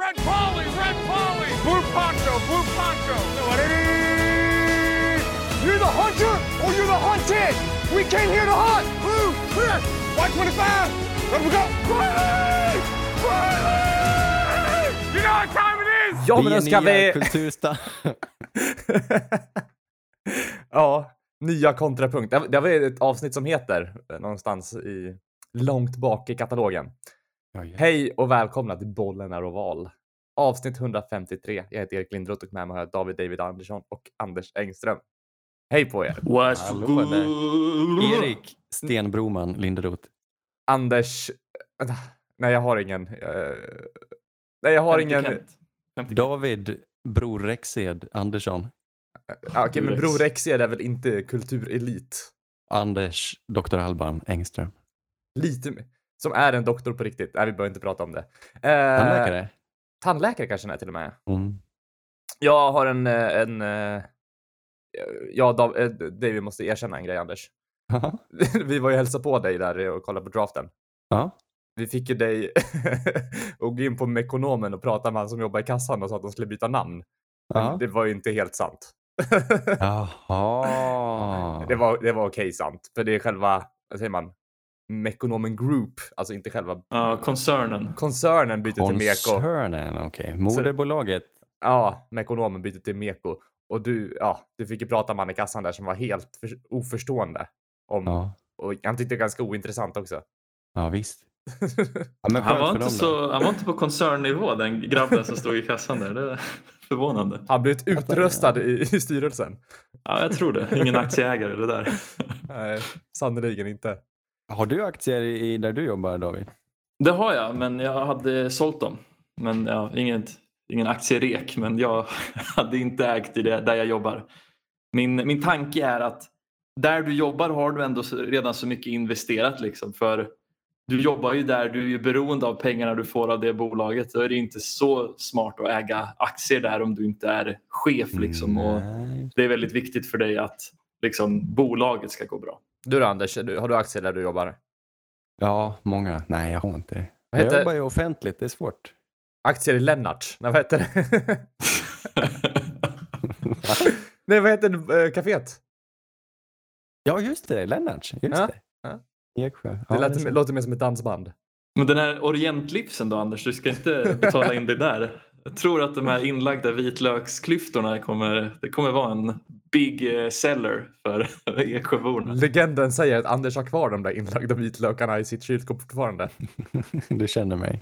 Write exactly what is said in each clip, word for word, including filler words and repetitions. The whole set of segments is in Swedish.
Red Polly, Red Polly, Blue Poncho, Blue Poncho. You're the hunter or you're the hunted. We came here to hunt. Blue, clear. one twenty-five. Let me go. Riley! Riley! You know what time it is? Ja, men då ska vi... Kultursta. Ja, nya kontrapunkt. Det, det var ett avsnitt som heter någonstans i långt bak i katalogen. Ja, ja. Hej och välkomna till Bollen är oval. Avsnitt hundrafemtiotre. Jag heter Erik Lindroth och med mig har jag David David Andersson och Anders Engström. Hej på er. Varsågod. Erik Stenbroman Linderoth. Anders... Nej, jag har ingen... Nej, jag har ingen... David Bror Rexed Andersson. Ja, okej, men Bror Rexed är väl inte kulturelit? Anders doktor Alban Engström. Lite... Som är en doktor på riktigt. Nej, vi behöver inte prata om det. Eh, tandläkare? Tandläkare kanske är till och med. Mm. Jag har en... en ja, David måste erkänna en grej, Anders. Vi var ju hälsa på dig där och kolla på draften. Ja. Vi fick ju dig att gå in på Mekonomen och prata med han som jobbar i kassan och sa att de skulle byta namn. Ja. Det var ju inte helt sant. Jaha. Det var, det var okej sant. För det är själva, vad säger man, Mekonomen Group. Alltså inte själva... Ja, koncernen. Koncernen byter till Meko. Koncernen, okej. Okay. Moderbolaget. Så, ja, Mekonomen byter till Meko. Och du, ja, du fick ju prata med han i kassan där som var helt för, oförstående. Om, ja. Och han tyckte det var ganska ointressant också. Ja, visst. Ja, men han, var inte så, han var inte på koncernnivå, den grabben som stod i kassan där. Det är förvånande. Han blivit utröstad i, i styrelsen. Ja, jag tror det. Ingen aktieägare det där. Nej, sannoliken inte. Har du aktier i där du jobbar, David? Det har jag, men jag hade sålt dem. Men ja, inget, ingen aktierek, men jag hade inte ägt i det där jag jobbar. Min, min tanke är att där du jobbar har du ändå redan så mycket investerat liksom, för du jobbar ju där, du är ju beroende av pengarna du får av det bolaget. Då är det inte så smart att äga aktier där om du inte är chef liksom. Och det är väldigt viktigt för dig att liksom, bolaget ska gå bra. Du då, Anders, har du aktier där du jobbar? Ja, många. Nej, jag har inte. Vad heter... Jag jobbar ju offentligt, det är svårt. Aktier i Lennart. Nej, vad heter det? Nej, vad heter det? Caféet? Ja, just det. Lennart. Just ja. det. Ja. Eksjö. Det ja, låter, det låter mer som ett dansband. Men den här orientlivsen då, Anders, du ska inte betala in det där. Jag tror att de här inlagda vitlöksklyftorna kommer, det kommer vara en big seller för Eksjöborna. Legenden säger att Anders har kvar de där inlagda vitlökarna i sitt kylskåp fortfarande. Du känner mig.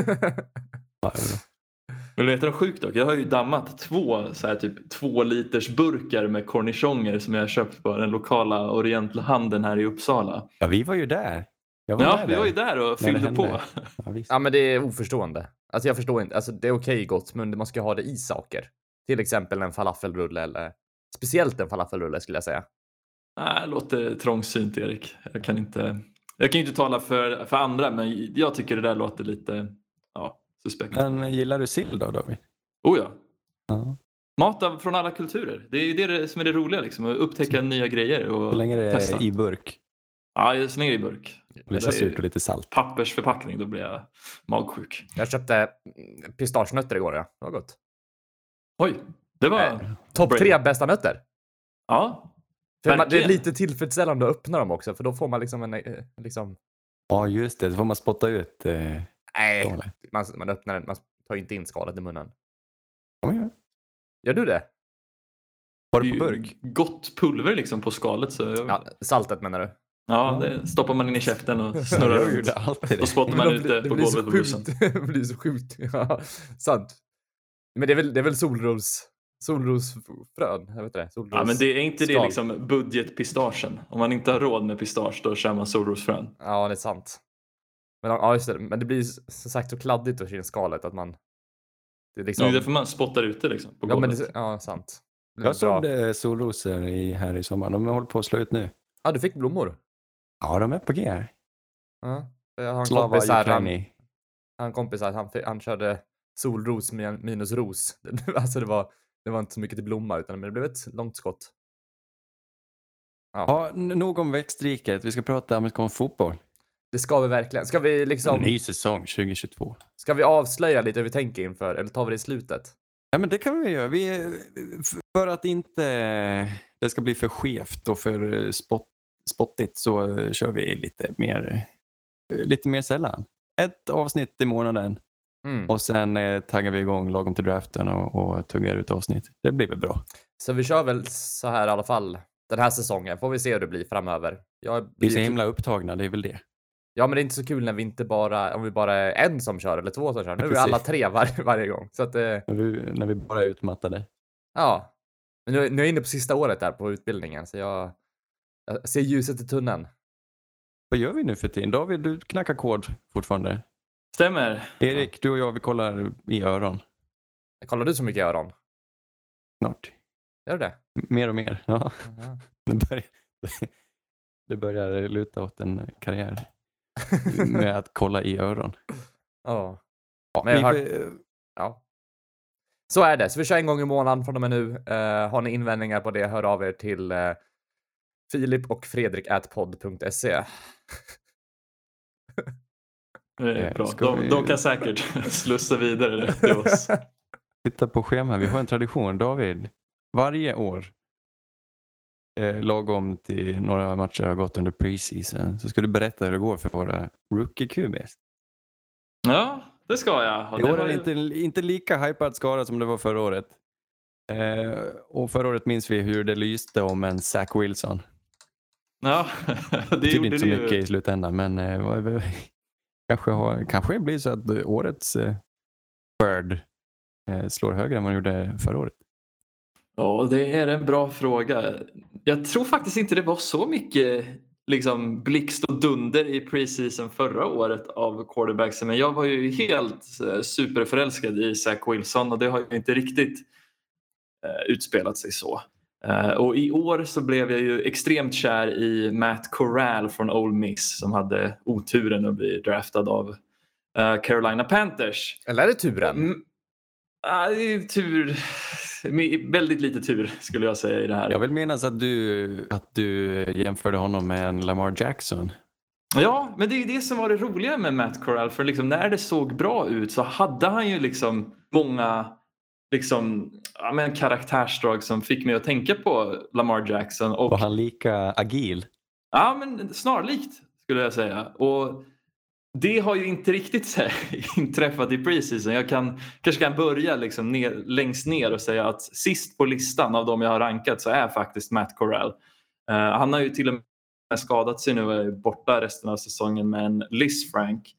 Men vet du vad sjukt dock? Jag har ju dammat två så här, typ två liters burkar med cornichoner som jag har köpt på den lokala orienthandeln här i Uppsala. Ja, vi var ju där. Jag var ja, där vi var ju där och fyllde på. Ja, ja, men det är oförstående. Alltså jag förstår inte. Alltså det är okej gott, men man ska ha det i saker. Till exempel en falafelrulle eller speciellt en falafelrulle skulle jag säga. Nej, det låter trångsynt, Erik. Jag kan inte jag kan inte tala för, för andra, men jag tycker det där låter lite ja, suspekt. Men gillar du sill då, David? Oh ja. Ja. Mat av, från alla kulturer. Det är ju det som är det roliga liksom, att upptäcka så, nya grejer och så länge det är testa. I burk. Ja, så länge det är i burk. Lite surt och lite salt. Pappersförpackning, då blir jag magsjuk. Jag köpte pistagenötter igår, ja. Det var gott. Oj, det var... Eh, Topp tre bästa nötter. Ja, för man, det är lite tillfredsställande att öppna dem också, för då får man liksom en... Liksom... Ja, just det. Så får man spotta ut... Eh, Nej, man, man öppnar den. Man tar inte in skalet i munnen. Ja, ja. Gör du det? Har du på burk? Gott pulver liksom på skalet. Så... Ja, saltet menar du? Ja, det stoppar man in i käften och snurrar ut. Alltid och spottar man ut det på golvet på bussen. Det blir så sjukt. Ja, sant. Men det är väl, det är väl solros, solrosfrön, jag vet inte det. Solros ja, men det är inte skal. Det liksom budgetpistagen. Om man inte har råd med pistage, då kör man solrosfrön. Ja, det är sant. Men, ja, just det. Men det blir så sagt så kladdigt att i skalet att man... Det är, liksom... det är därför man spottar ut det liksom, på ja, golvet. Men det, ja, sant. Det jag såg det solrosor i, här i sommar. De håller på att slå ut nu. Ja, du fick blommor. Ja, de är på G här. Ja. Han Slava kompis här, han, Ukraini. han kompis här, han, han körde solros minus ros. Alltså det var, det var inte så mycket till blomma, utan det blev ett långt skott. Ja, ja nog om växtriket. Vi ska prata om fotboll. Det ska vi verkligen. Ska vi liksom... En ny säsong tjugohundratjugotvå. Ska vi avslöja lite hur vi tänker inför? Eller tar vi det i slutet? Ja, men det kan vi göra. Vi, för att inte det ska bli för skevt och för spot, spottigt så kör vi lite mer, lite mer sällan. Ett avsnitt i månaden. Mm. Och sen eh, taggar vi igång lagom till draften och, och tuggar ut avsnitt. Det blir väl bra. Så vi kör väl så här i alla fall den här säsongen. Får vi se hur det blir framöver. Jag Vi är så himla upptagna, det är väl det. Ja, men det är inte så kul när vi inte bara, om vi bara är en som kör eller två som kör. Nu är vi Precis. alla tre var, varje gång. Så att, eh, När vi, när vi bara är utmattade. ja. Men nu, nu är jag inne på sista året där på utbildningen. Så jag, jag ser ljuset i tunneln. Vad gör vi nu för tiden? David, du knackar kod fortfarande. Stämmer. Erik, du och jag, vi kollar i öron. Kollar du så mycket i öron? Snart. Gör du det? M- Mer och mer. Ja. Ja. Det börjar, det börjar luta åt en karriär med att kolla i öron. Ja. Ja, Men jag vi, har- får- Ja. Så är det. Så vi kör en gång i månaden från och med nu. Uh, har ni invändningar på det, hör av er till uh, Filip och Fredrik at podd punkt se. Det är Eh, bra. ska De, vi- de kan säkert slussa vidare till oss. titta på schema. Vi har en tradition, David. Varje år, eh, lagom till några matcher har gått under preseason, så ska du berätta hur det går för våra rookie-Q Bs. Ja, det ska jag. Och I det år har är det ju- inte, inte lika hypad skara som det var förra året. Eh, och förra året minns vi hur det lyste om en Zach Wilson. Ja, det Det betyder gjorde inte så det mycket ju. i slutändan, men eh, vad- vad- kanske, har, kanske blir så att årets eh, Bird eh, slår högre än vad den gjorde förra året. Ja, det är en bra fråga. Jag tror faktiskt inte det var så mycket liksom, blixt och dunder i preseason förra året av quarterbacksen. Men jag var ju helt eh, superförälskad i Zach Wilson och det har ju inte riktigt eh, utspelat sig så. Eh, och i år så blev jag ju extremt kär i Matt Corral från Ole Miss som hade oturen att bli draftad av eh, Carolina Panthers. Eller är det turen? Mm. Ah, det är tur. Med väldigt lite tur skulle jag säga i det här. Jag vill minnas att du, att du jämförde honom med en Lamar Jackson. Ja, men det är ju det som var det roliga med Matt Corral. För liksom när det såg bra ut så hade han ju liksom många liksom, ja, men karaktärsdrag som fick mig att tänka på Lamar Jackson. Och, Var han lika agil? ja, men snarlikt skulle jag säga. Och det har ju inte riktigt så här, inträffat i preseason. Jag kan, kanske kan börja liksom ner, längst ner och säga att sist på listan av de jag har rankat så är faktiskt Matt Corral. Uh, han har ju till och med skadat sig nu och är borta resten av säsongen med en Lisfranc.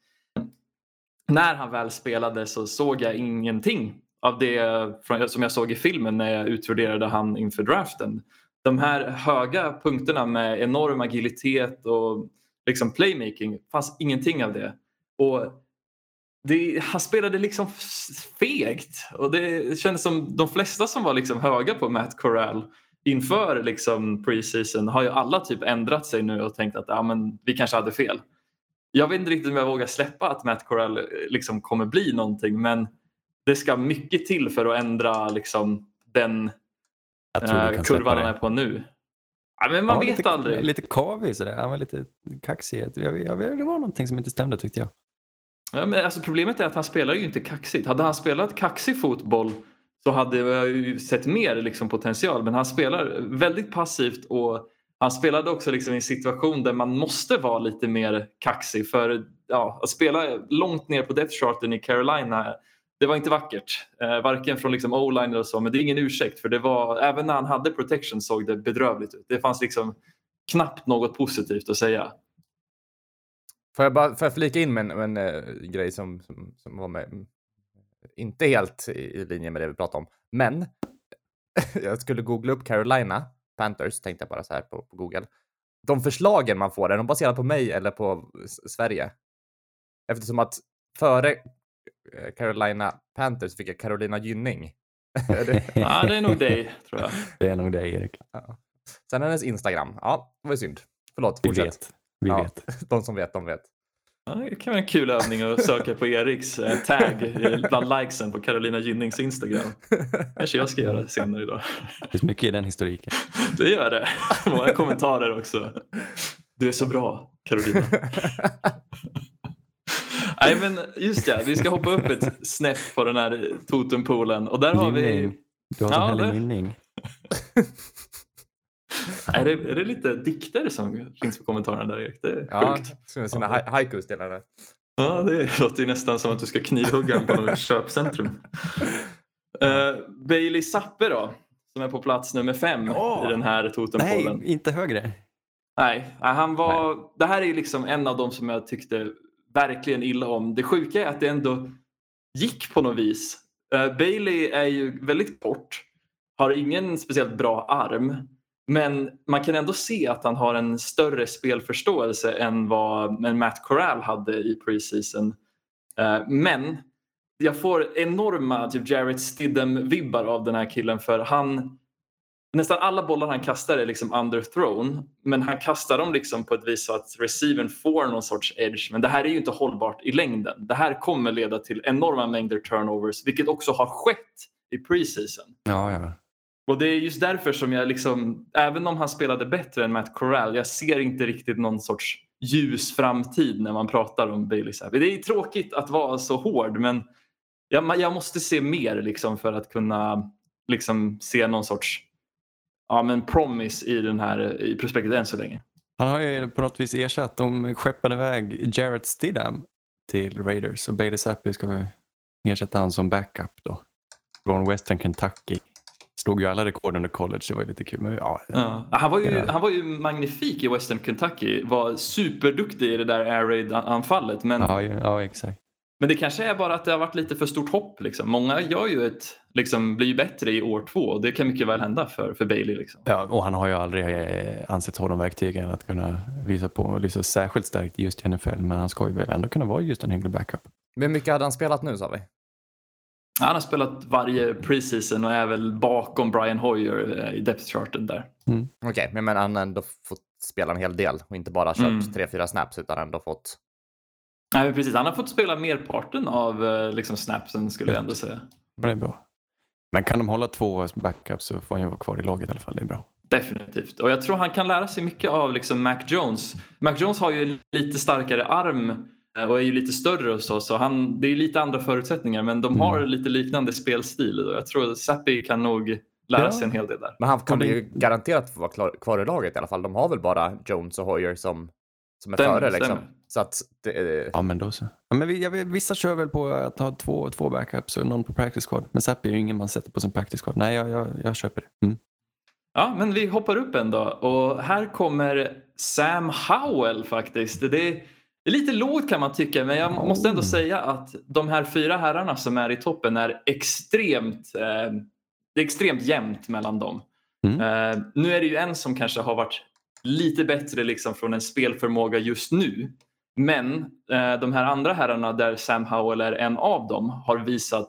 När han väl spelade så såg jag ingenting av det som jag såg i filmen när jag utvärderade han inför draften. De här höga punkterna med enorm agilitet och liksom playmaking, fanns ingenting av det. Och det, han spelade liksom fegt. Och det kändes som de flesta som var liksom höga på Matt Corral inför liksom preseason har ju alla typ ändrat sig nu och tänkt att ja, men vi kanske hade fel. Jag vet inte riktigt om jag vågar släppa att Matt Corral liksom kommer bli någonting, men det ska mycket till för att ändra liksom den Jag tror du eh, kan kurvan släppa han är det. på nu. Ja, men man Ja, vet lite, aldrig. Lite kavig sådär. Han var lite kaxig. Jag, jag, det var någonting som inte stämde tyckte jag. Ja, men alltså problemet är att han spelar ju inte kaxigt. Hade han spelat kaxig fotboll så hade jag ju sett mer liksom potential. Men han spelar väldigt passivt och han spelade också liksom i en situation där man måste vara lite mer kaxig. För ja, att spela långt ner på depth charten i Carolina, det var inte vackert. Eh, varken från liksom O-line eller så, men det är ingen ursäkt. För det var, även när han hade protection såg det bedrövligt ut. Det fanns liksom knappt något positivt att säga. Får jag bara får jag flika in med en, med en uh, grej som, som, som var med, inte helt i, i linje med det vi pratade om. Men jag skulle googla upp Carolina Panthers, tänkte jag bara så här på, på Google. De förslagen man får, är de baserade på mig eller på S- Sverige? Eftersom att före Carolina Panthers fick jag Carolina Gynning. Ja, det är nog dig, tror jag. Det är nog det, Erik. Ja. Sen hennes Instagram. Ja, det var synd. Förlåt, Vi fortsätt. vet. Vi Ja. vet. De som vet, de vet. Ja, det kan vara en kul övning att söka på Eriks eh, tag eh, bland likesen på Carolina Gynnings Instagram. Kanske jag ska göra det senare idag. Det finns mycket i den historiken. Det gör det. Många kommentarer också. Du är så bra, Carolina. Nej, men just det. Vi ska hoppa upp ett snäpp på den här totempoolen. Och där har Linning. vi... Du har Ja, en det- härlig linning. Är det, är det lite diktare som finns på kommentarerna där, Erik? Det är Ja, sjukt. sina sina ha- haikus delar där. Ja, det låter ju nästan som att du ska knivhugga på något köpcentrum. Uh, Bailey Zappe då, som är på plats nummer fem Åh! i den här totempollen. Nej, inte högre. Nej, han var, det här är ju liksom en av dem som jag tyckte verkligen illa om. Det sjuka är att det ändå gick på något vis. Uh, Bailey är ju väldigt kort, har ingen speciellt bra arm. Men man kan ändå se att han har en större spelförståelse än vad en Matt Corral hade i preseason. Uh, men jag får enorma typ Jarrett Stidham-vibbar av den här killen, för han... Nästan alla bollar han kastar är liksom underthrown, men han kastar dem liksom på ett vis så att receivern får någon sorts edge. Men det här är ju inte hållbart i längden. Det här kommer leda till enorma mängder turnovers, vilket också har skett i preseason. Ja, ja. Och det är just därför som jag liksom, även om han spelade bättre än Matt Corral, jag ser inte riktigt någon sorts ljus framtid när man pratar om Bailey Zappe. Det är tråkigt att vara så hård, men jag, jag måste se mer liksom för att kunna liksom se någon sorts ja, men promise i den här i prospektet än så länge. Han har ju på något vis ersatt. De skeppade iväg Jarrett Stidham till Raiders och Bailey Zappe ska ersätta han som backup då. Från Western Kentucky. Slog ju alla rekord under college, det var ju lite kul. Men ja, Ja. Han, var ju, ja. han var ju magnifik i Western Kentucky. Var superduktig i det där air raid-anfallet. Men, ja, ja, exakt. men det kanske är bara att det har varit lite för stort hopp. Liksom. Många gör ju ett, liksom, blir ju bättre i år två. Och det kan mycket väl hända för, för Bailey. Liksom. Ja, och han har ju aldrig eh, ansett ha de verktygen att kunna visa på liksom särskilt starkt just i N F L. Men han ska ju väl ändå kunna vara just en hygglig backup. Men mycket hade han spelat nu, sa vi? Han har spelat varje preseason och är väl bakom Brian Hoyer i depth charten där. Mm. Okej, okay, men, men han har ändå fått spela en hel del och inte bara kört Mm. tre, fyra snaps utan ändå fått... Nej, precis. Han har fått spela merparten av liksom, snapsen skulle jag ändå säga. Men det är bra. Men kan de hålla två backups så får han ju vara kvar i laget i alla fall. Det är bra. Definitivt. Och jag tror han kan lära sig mycket av liksom, Mac Jones. Mac Jones har ju lite starkare arm och är ju lite större och så. Så han, det är lite andra förutsättningar, men de har Mm. lite liknande spelstil. Och jag tror att Zappe kan nog lära Ja. sig en hel del där. Men han kommer det- ju garanterat få vara klar, kvar i laget i alla fall. De har väl bara Jones och Hoyer som, som är Stämmer, före liksom. stämmer. Så att det, Ja, men då så. Ja, men vi, jag, vet- vissa kör väl på att ha två, två backups och någon på practice squad. Men Zappe är ju ingen man sätter på sin practice squad. Nej, jag, jag, jag köper det. Mm. Ja, men vi hoppar upp en dag. Och här kommer Sam Howell faktiskt. Det är, det är lite lågt kan man tycka, men jag måste ändå Oh. säga att de här fyra herrarna som är i toppen är extremt, eh, det är extremt jämnt mellan dem. Mm. Eh, nu är det ju en som kanske har varit lite bättre liksom från en spelförmåga just nu. Men eh, de här andra herrarna där Sam Howell är en av dem har visat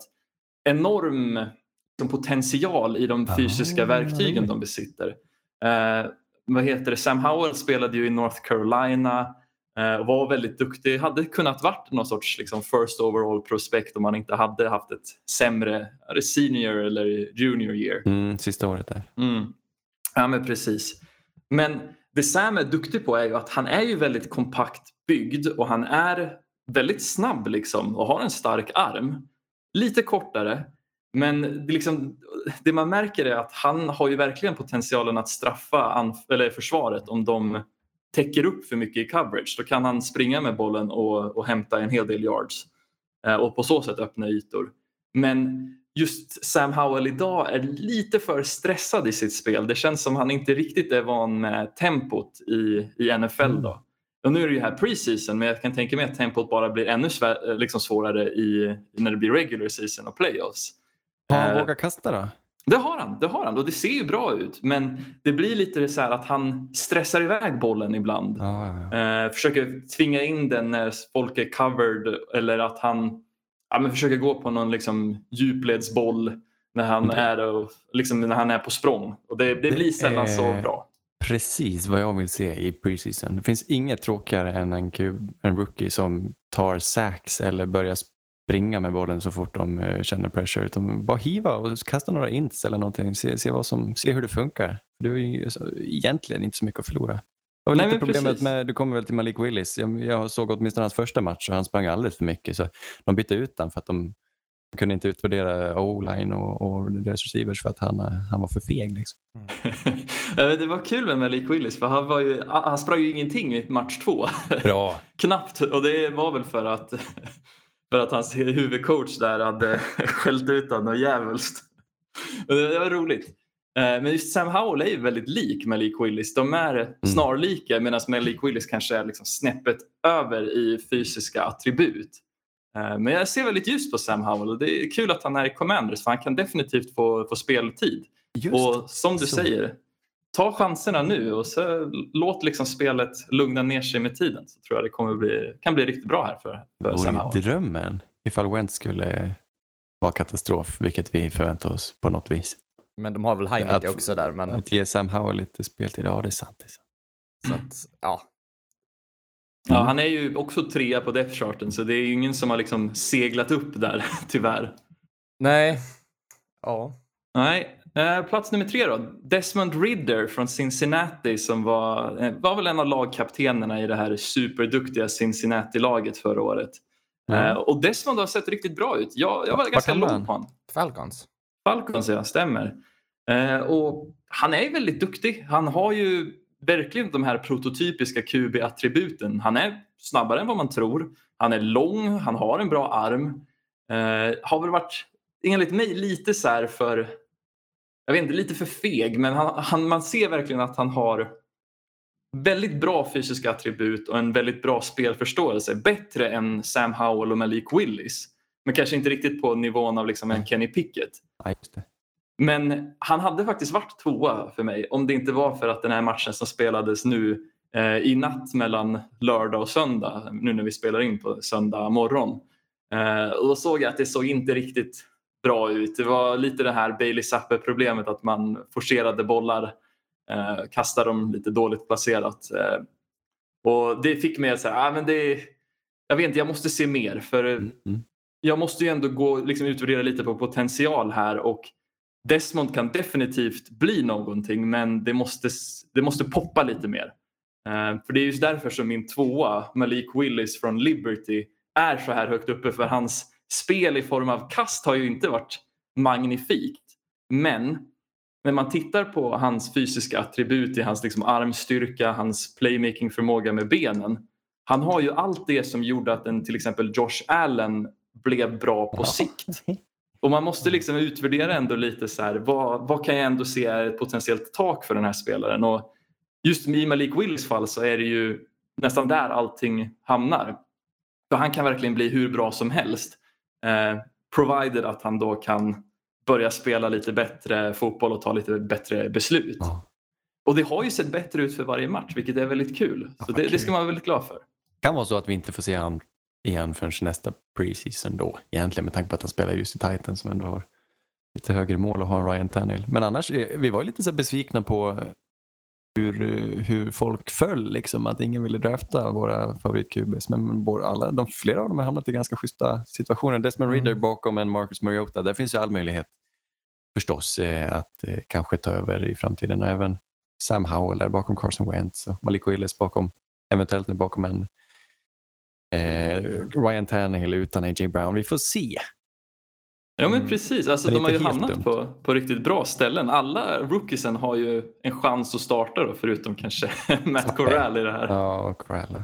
enorm liksom, potential i de fysiska Ah, verktygen oj. de besitter. Eh, vad heter det? Sam Howell spelade ju i North Carolina eh, och var väldigt duktig. Hade kunnat varit någon sorts liksom, first overall prospect om man inte hade haft ett sämre senior eller junior year. Mm, sista året där. Mm. Ja, men precis. Men det Sam är duktig på är ju att han är ju väldigt kompakt byggd och han är väldigt snabb liksom och har en stark arm. Lite kortare, men det, liksom, det man märker är att han har ju verkligen potentialen att straffa anf- eller försvaret om de täcker upp för mycket i coverage. Då kan han springa med bollen och, och hämta en hel del yards eh, och på så sätt öppna ytor. Men just Sam Howell idag är lite för stressad i sitt spel. Det känns som han inte riktigt är van med tempot i, i N F L då. Och nu är det ju här preseason, men jag kan tänka mig att tempot bara blir ännu svär, liksom svårare i, när det blir regular season och playoffs. Har han Eh, vågat kasta då? Det har han, det har han och det ser ju bra ut. Men det blir lite så här att han stressar iväg bollen ibland. Ja, ja, ja. Eh, försöker tvinga in den när folk är covered eller att han ja, men försöker gå på någon liksom, djupledsboll när han, Det- är, och, liksom, när han är på språng. Och det, det blir sällan så är- bra. Precis vad jag vill se i preseason. Det finns inget tråkigare än en, kub, en rookie som tar sacks eller börjar springa med bollen så fort de eh, känner pressure. Utan bara hiva och kasta några ints eller någonting. Se, se, vad som, se hur det funkar. Det är ju så- egentligen inte så mycket att förlora. Och Nej, lite men problemet precis. med, du kommer väl till Malik Willis. Jag, jag såg åtminstone hans första match och han sprang alldeles för mycket. Så de bytte ut han för att de kunde inte utvärdera O-line och, och deras receivers för att han, han var för feg. Liksom. Det var kul med Malik Willis för han, var ju, han sprang ju ingenting i match två. Bra. Knappt, och det var väl för att, för att hans huvudcoach där hade skällt ut honom och jävulst. Det var roligt. Men just Sam Howell är ju väldigt lik Malik Willis. De är mm. snarlika medan Malik Willis kanske är liksom snäppet över i fysiska attribut. Men jag ser väldigt ljust på Sam Howell och det är kul att han är i Commanders för han kan definitivt få, få speltid. Just och som du så. säger, ta chanserna nu och så låt liksom spelet lugna ner sig med tiden. Så tror jag det kommer bli, kan bli riktigt bra här för, för Sam Howell. Drömmen ifall Wentz skulle vara katastrof, vilket vi förväntar oss på något vis. Men de har väl Heineke också där. Men... Att ge Sam Howell lite speltid, ja det är sant. Det är sant. Så att, ja. Ja, han är ju också trea på depth charten så det är ju ingen som har liksom seglat upp där, tyvärr. Nej. Ja. Nej, plats nummer tre då. Desmond Ridder från Cincinnati som var, var väl en av lagkaptenerna i det här superduktiga Cincinnati-laget förra året. Mm. Och Desmond har sett riktigt bra ut. Jag, jag var ganska låg på honom. Falcons. Falcons, ja, stämmer. Och han är väldigt duktig. Han har ju verkligen de här prototypiska Q B-attributen. Han är snabbare än vad man tror. Han är lång, han har en bra arm. Eh, har väl varit, enligt mig, lite så här för... Jag vet inte, lite för feg. Men han, han, man ser verkligen att han har väldigt bra fysiska attribut och en väldigt bra spelförståelse. Bättre än Sam Howell och Malik Willis. Men kanske inte riktigt på nivån av liksom en Kenny Pickett. Ja, just det. Men han hade faktiskt varit tvåa för mig om det inte var för att den här matchen som spelades nu eh, i natt mellan lördag och söndag, nu när vi spelar in på söndag morgon. Eh, och då såg jag att det såg inte riktigt bra ut. Det var lite det här Bailey Zappe-problemet att man forcerade bollar, eh, kastade dem lite dåligt placerat. Eh, och det fick mig att säga, ah, men det, jag vet inte, jag måste se mer för mm. jag måste ju ändå gå liksom utvärdera lite på potential här och Desmond kan definitivt bli någonting men det måste, det måste poppa lite mer. Uh, för det är just därför som min tvåa, Malik Willis från Liberty, är så här högt uppe. För hans spel i form av kast har ju inte varit magnifikt. Men när man tittar på hans fysiska attribut i hans liksom armstyrka, hans playmaking-förmåga med benen. Han har ju allt det som gjorde att en till exempel Josh Allen blev bra på sikt. Och man måste liksom utvärdera ändå lite så här, vad, vad kan jag ändå se är ett potentiellt tak för den här spelaren. Och just i Malik Willis fall så är det ju nästan där allting hamnar. För han kan verkligen bli hur bra som helst. Eh, provided att han då kan börja spela lite bättre fotboll och ta lite bättre beslut. Ja. Och det har ju sett bättre ut för varje match, vilket är väldigt kul. Så det, det ska man vara väldigt glad för. Det kan vara så att vi inte får se han igen förrän nästa preseason då. Egentligen med tanke på att han spelar just i Titans som ändå har lite högre mål och har Ryan Tannehill. Men annars, vi var ju lite så besvikna på hur, hur folk föll liksom. Att ingen ville drafta våra favorit-Q Bs. Men alla, de, flera av dem har hamnat i ganska schyssta situationer. Desmond Ridder mm. bakom en Marcus Mariota. Där finns ju all möjlighet förstås att eh, kanske ta över i framtiden. Och även Sam Howell där bakom Carson Wentz. Och Malik Willis bakom, eventuellt nu bakom en Eh, Ryan Tannehill utan A J Brown. Vi får se. Ja men precis. Alltså, de har ju hamnat på, på riktigt bra ställen. Alla rookiesen har ju en chans att starta då, förutom kanske Matt Corral i det här. Ja, Corral.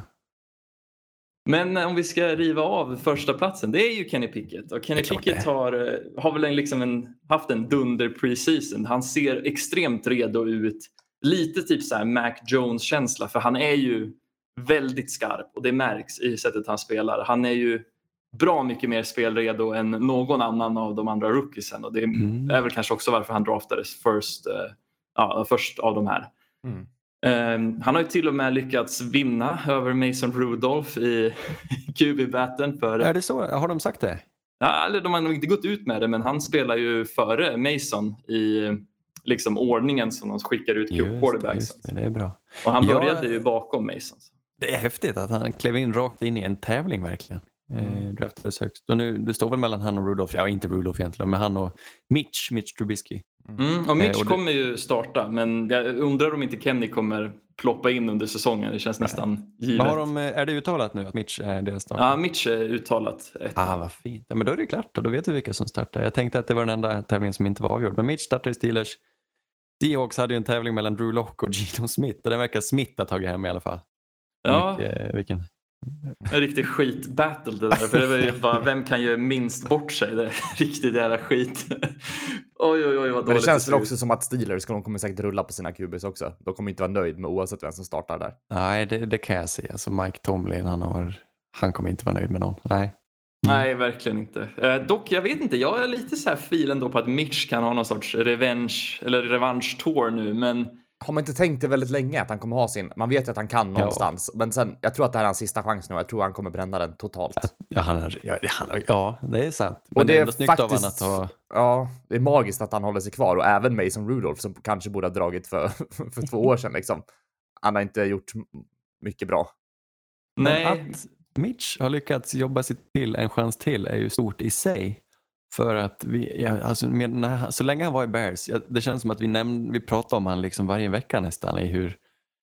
Men om vi ska riva av första platsen, det är ju Kenny Pickett. Och Kenny Pickett har, har väl en, liksom en, haft en dunder preseason. Han ser extremt redo ut. Lite typ så här Mac Jones-känsla. För han är ju väldigt skarp och det märks i sättet han spelar. Han är ju bra mycket mer spelredo än någon annan av de andra rookiesen. Och det mm. är väl kanske också varför han draftades först, uh, ja, först av de här. Mm. Um, han har ju till och med lyckats vinna över Mason Rudolph i Q B-batten. För... Är det så? Har de sagt det? Ja, eller de har nog inte gått ut med det, men han spelar ju före Mason i liksom ordningen som de skickar ut quarterbacks. Det, det är bra. Och han började ja, ju bakom Mason. Det är häftigt att han klev in rakt in i en tävling verkligen. Mm. Eh, draftades högst. Och nu, det står väl mellan han och Rudolph. Ja, inte Rudolph egentligen, men han och Mitch, Mitch Trubisky. Mm, och Mitch eh, och kommer det... ju starta, men jag undrar om inte Kenny kommer ploppa in under säsongen. Det känns nästan givet. Men har de, är det uttalat nu att Mitch är deras start? Ja, Mitch är uttalat. Ett. Ah, vad fint. Ja, men då är det klart och då vet vi vilka som startar. Jag tänkte att det var den enda tävlingen som inte var avgjord. Men Mitch startar i Steelers. Seahawks hade ju en tävling mellan Drew Lock och Geno Smith. Och den verkar Smith ha tagit hem i alla fall. Ja, Vilken, vilken... en riktig skit-battle det där. För det var ju bara, vem kan ju minst bort sig? Det är riktigt jävla skit. Oj, oj, oj, vad dåligt. Men det känns väl också som att Steelers de kommer säkert rulla på sina Q Bs också. De kommer inte vara nöjd med oavsett vem som startar där. Nej, det, det kan jag se. Alltså Mike Tomlin, han, har, han kommer inte vara nöjd med någon. Nej. Nej, verkligen inte. Eh, dock, jag vet inte. Jag är lite så här fil ändå på att Mitch kan ha någon sorts revenge eller revansch-tour nu, men... Har man inte tänkt det väldigt länge att han kommer ha sin... Man vet ju att han kan någonstans. Ja. Men sen, jag tror att det här är hans sista chans nu. Jag tror han kommer bränna den totalt. Ja, han är, ja, han, ja det är sant. Men och det är, är snyggt faktiskt... av han att ha... Ja, det är magiskt att han håller sig kvar. Och även Mason Rudolph som kanske borde ha dragit för, för två år sedan. Liksom. Han har inte gjort mycket bra. Nej. Men att Mitch har lyckats jobba sig till en chans till är ju stort i sig. För att vi, ja, alltså, med, när, så länge han var i Bears, ja, det känns som att vi, nämn, vi pratar om han liksom varje vecka nästan i hur,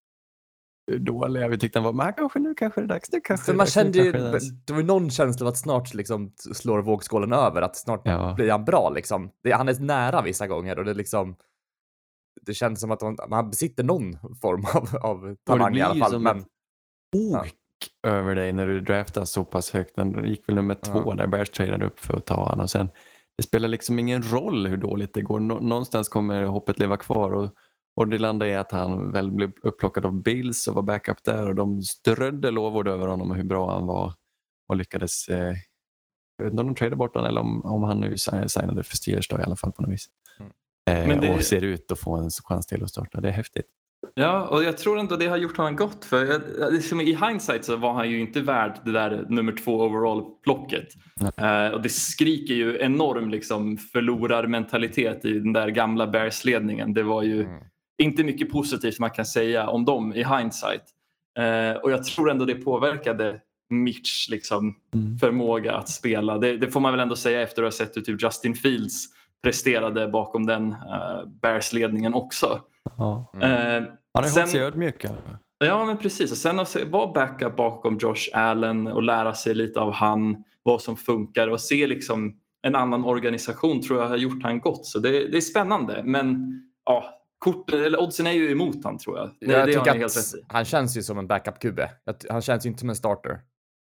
hur dåliga vi tyckte han var. Men kanske nu kanske det är dags. Det, kanske För är man dags, kände ju, det, det, det var ju någon känsla av att snart liksom slår vågskålen över. Att snart ja. blir han bra liksom. Det, han är nära vissa gånger och det liksom... Det känns som att man, man besitter någon form av, av talang i alla fall. Som Men... ett ok ja. över dig när du draftas så pass högt. Den gick väl nummer två ja. där Bears tradade upp för att ta han. Och sen, det spelar liksom ingen roll hur dåligt det går. Nå- någonstans kommer hoppet leva kvar. Och, och det landar i att han väl blev upplockad av Bills och var backup där. Och de strödde lovord över honom och hur bra han var. Och lyckades... Eh, jag vet inte om de tradade bort honom eller om, om han nu signade för Steelers då, i alla fall på något vis. Mm. Eh, Men det... Och ser ut att få en chans till att starta. Det är häftigt. Ja, och jag tror ändå det har gjort honom gott. För liksom i hindsight så var han ju inte värd det där nummer två overall-plocket. Uh, och det skriker ju enorm liksom, förlorarmentalitet i den där gamla Bears-ledningen. Det var ju mm. inte mycket positivt man kan säga om dem i hindsight. Uh, och jag tror ändå det påverkade Mitch liksom, mm. förmåga att spela. Det, det får man väl ändå säga efter att ha sett hur typ Justin Fields presterade bakom den uh, Bears-ledningen också. Ja. Mm. Uh, Han har hållit sig ödmjuk. Ja, men precis. Och sen att vara backup bakom Josh Allen och lära sig lite av han, vad som funkar och se liksom en annan organisation tror jag har gjort han gott. Så det, det är spännande. Men ja, kort, eller oddsen är ju emot han tror jag. Det, jag det tycker han, att han känns ju som en backup-Q B. Han känns ju inte som en starter.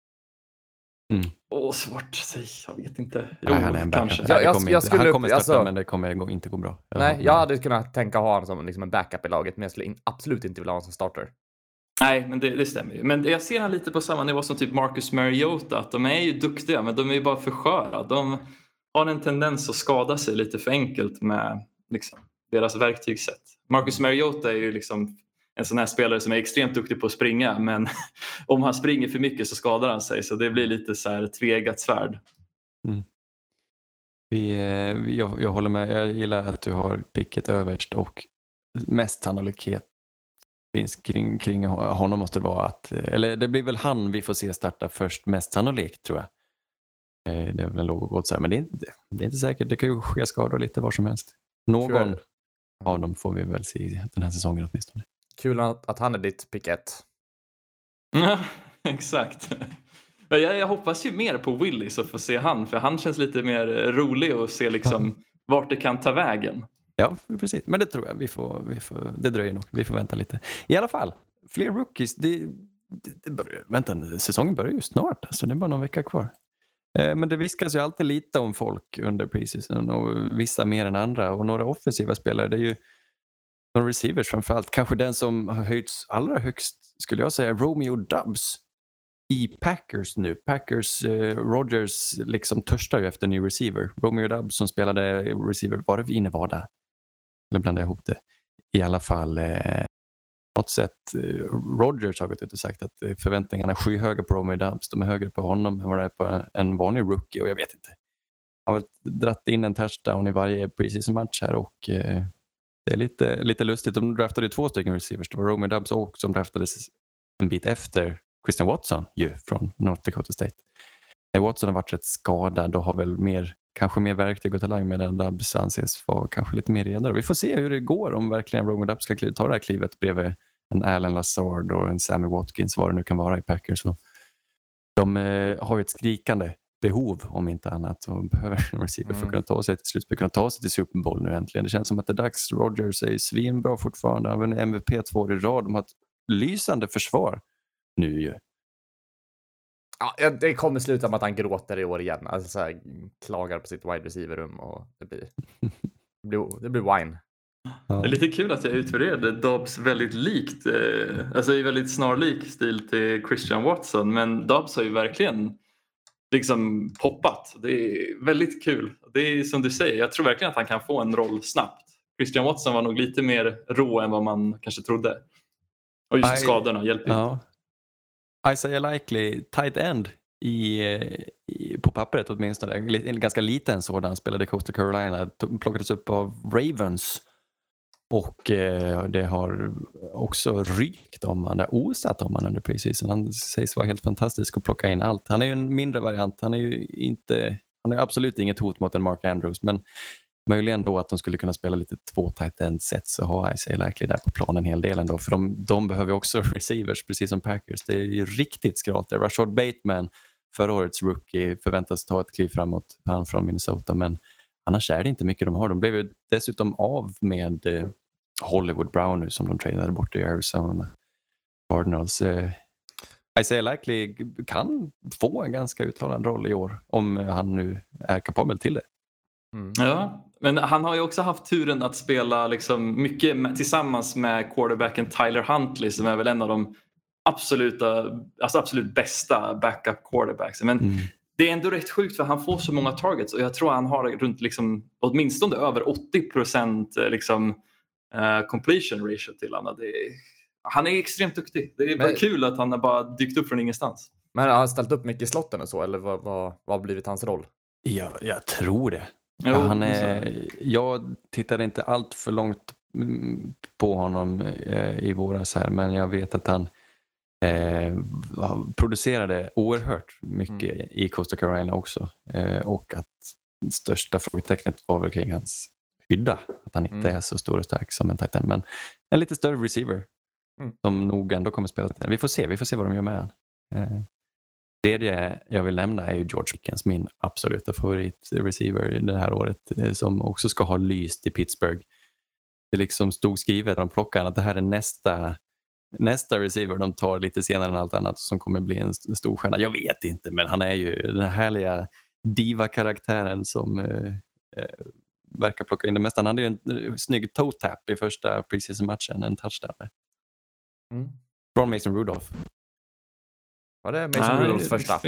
Mm. Åh, svårt att säga. Jag vet inte. Jo, nej, han är en kanske. Jag, jag, jag, jag skulle, han kommer starta alltså, men det kommer inte gå bra. Jag nej, jag hade kunnat tänka ha honom som liksom en backup i laget men jag skulle in, absolut inte vilja ha honom som starter. Nej, men det, det stämmer ju. Men jag ser han lite på samma nivå som typ Marcus Mariota. Att de är ju duktiga men de är ju bara för sköra. De har en tendens att skada sig lite för enkelt med liksom, deras verktygssätt. Marcus Mariota är ju liksom en sån här spelare som är extremt duktig på att springa men om han springer för mycket så skadar han sig så det blir lite så här tvegat svärd. Mm. Vi, jag, jag håller med, jag gillar att du har picket överst och mest sannolikhet finns kring, kring honom måste vara att, eller det blir väl han vi får se starta först mest sannolikt tror jag. Det är väl en låg och så här, men det är, inte, det är inte säkert, det kan ju ske skador lite var som helst. Någon av dem får vi väl se den här säsongen åtminstone. Kul att, att han är ditt pick ett. Ja, exakt. Jag, jag hoppas ju mer på Willis och få se han. För han känns lite mer rolig och se liksom ja. vart det kan ta vägen. Ja, precis. Men det tror jag. Vi får, vi får, det dröjer nog. Vi får vänta lite. I alla fall, fler rookies. Det, det, det börjar, vänta, säsongen börjar ju snart. Alltså, det är bara någon vecka kvar. Eh, men det viskas ju alltid lite om folk under preseason. Och vissa mer än andra. Och några offensiva spelare. Det är ju några receivers framförallt. Kanske den som har höjts allra högst skulle jag säga Romeo Doubs i Packers nu. Packers, eh, Rodgers liksom törstar ju efter ny receiver. Romeo Doubs som spelade receiver var det i Nevada. Eller blandade jag ihop det. I alla fall eh, något sätt eh, Rodgers har gått ut och sagt att eh, förväntningarna är skyhöga på Romeo Doubs. De är högre på honom än vad det är på en vanlig rookie och jag vet inte. Han har dratt in en touchdown i varje preseason match här och eh, det är lite, lite lustigt. De draftade två stycken receivers. Det var Romeo Doubs och som draftades en bit efter Christian Watson ju, från North Dakota State. Watson har varit rätt skadad och har väl mer, kanske mer verktyg och talang medan Doubs anses vara kanske lite mer redare. Vi får se hur det går om verkligen Romeo Doubs ska ta det här klivet bredvid en Alan Lazard och en Sammy Watkins, vad det nu kan vara i Packers. Så de eh, har ju ett skrikande behov om inte annat och behöver en receiver för att kunna ta sig till slutspel, kunna ta sig till Super Bowl nu äntligen. Det känns som att det är dags. Rodgers är svinbra fortfarande. Han har vunnit M V P två år i rad. De har ett lysande försvar nu ju. Ja, det kommer sluta med att han gråter i år igen. Alltså så här, klagar på sitt wide receiver-rum och det blir, det blir, det blir wine. Ja. Det är lite kul att jag utvärderade Dobbs väldigt likt, eh, alltså i väldigt snarlik stil till Christian Watson, men Dobbs har ju verkligen liksom poppat. Det är väldigt kul. Det är som du säger, jag tror verkligen att han kan få en roll snabbt. Christian Watson var nog lite mer rå än vad man kanske trodde. Och just I, skadorna hjälper ja. Isaiah Likely, tight end i, i, på pappret åtminstone. En ganska liten sådan, spelade Coastal Carolina, plockades upp av Ravens. Och eh, det har också rykt om han, det osatt om han under preseason. Han sägs vara helt fantastisk att plocka in allt. Han är ju en mindre variant. Han är ju inte, han är absolut inget hot mot en Mark Andrews, men möjligen då att de skulle kunna spela lite två tight end sets så har Isaiah Likely där på planen en hel del ändå. För de, de behöver också receivers, precis som Packers. Det är ju riktigt skralt. Rashad Bateman, förra årets rookie, förväntas ta ett kliv framåt, han från Minnesota, men annars är det inte mycket de har. De blev ju dessutom av med eh, Hollywood Brown nu som de tradade bort i Arizona Cardinals. Eh, Isaiah Likely kan få en ganska uttalad roll i år om han nu är kapabel till det. Mm. Ja, men han har ju också haft turen att spela liksom mycket med, tillsammans med quarterbacken Tyler Huntley som är väl en av de absoluta, alltså absolut bästa backup quarterbacks. Men mm. det är ändå rätt sjukt för han får så många targets och jag tror han har runt liksom, åtminstone över åttio procent liksom, uh, completion ratio till honom. Det är, han är extremt duktig. Det är bara men, kul att han har bara dykt upp från ingenstans. Men har han ställt upp mycket i slotten och så eller vad, vad, vad har blivit hans roll? Ja, jag tror det. Jo, ja, han är, jag tittade inte allt för långt på honom eh, i våras här, men jag vet att han eh, producerade oerhört mycket mm. i Coastal Carolina också. Eh, och att största frågetecknet var väl kring hans hydda. Att han inte mm. är så stor och stark som en tight end, men en lite större receiver mm. som nog ändå kommer spela. Vi får se, vi får se vad de gör med han. Eh, Det jag vill nämna är ju George Pickens, min absoluta favorit-receiver det här året, som också ska ha lyst i Pittsburgh. Det liksom stod skrivet om plockan att det här är nästa, nästa receiver de tar lite senare än allt annat som kommer bli en stor stjärna. Jag vet inte, men han är ju den här härliga diva-karaktären som eh, verkar plocka in det mesta. Han hade ju en snygg toe-tap i första preseason-matchen, en touchdown. Mm. Från Mason Rudolph. Ja, det är Mason ah, Rudolphs första.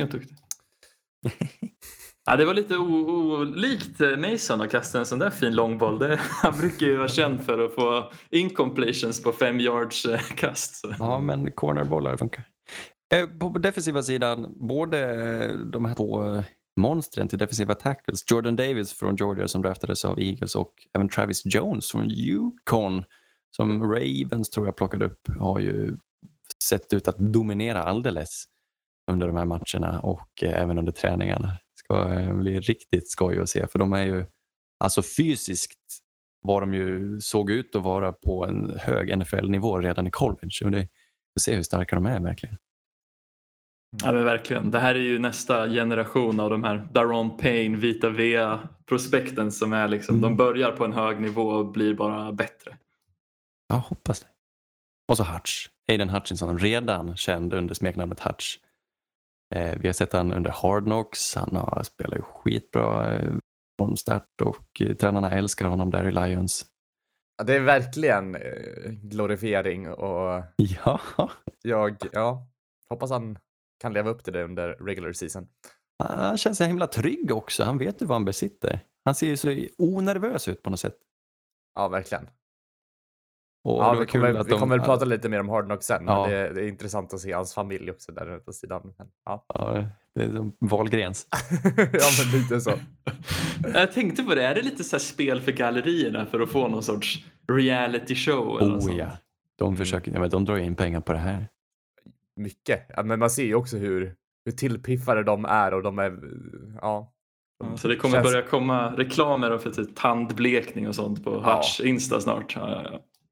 Ja, det var lite olikt Mason att kasta en sån där fin långboll. Det, han brukar ju vara känd för att få incompletions på fem yards kast. Så. Ja, men cornerbollar funkar. På defensiva sidan, både de här två monstren till defensiva tackles, Jordan Davis från Georgia som draftades av Eagles och även Travis Jones från Yukon som Ravens tror jag plockade upp, har ju sett ut att dominera alldeles under de här matcherna och eh, även under träningarna. Det ska eh, bli riktigt skoj att se, för de är ju alltså fysiskt var de ju såg ut att vara på en hög N F L-nivå redan i college och det får se hur starka de är verkligen. Ja, men verkligen. Det här är ju nästa generation av de här Daron Payne, Vita Vea-prospekten som är liksom, mm. de börjar på en hög nivå och blir bara bättre. Ja, hoppas det. Och så Hutch. Aiden Hutchinson, redan känd under smeknamnet Hutch. Eh, vi har sett han under Hard Knocks. Han har spelat ju skitbra eh, från start och eh, tränarna älskar honom där i Lions. Ja, det är verkligen eh, glorifiering och ja. jag ja, hoppas han kan leva upp till det under regular season. Han känns så himla trygg också. Han vet ju vad han besitter. Han ser ju så onervös ut på något sätt. Ja, verkligen. Och ja, vi kommer, att vi de, kommer väl prata lite mer om Hard Knocks sen. Ja. Men det, det är intressant att se hans familj också där på sidan. Men, ja. Ja, det är som Wahlgrens. Ja, men lite så. Jag tänkte på det. Är det lite så här spel för gallerierna för att få någon sorts reality show? Eller oh sånt? ja. De försöker, ja, men de drar in pengar på det här. Mycket. Ja, men man ser ju också hur, hur tillpiffade de är och de är, ja. De så det kommer känns... börja komma reklamer för typ tandblekning och sånt på Hutch ja. Insta snart. Ja, ja, ja.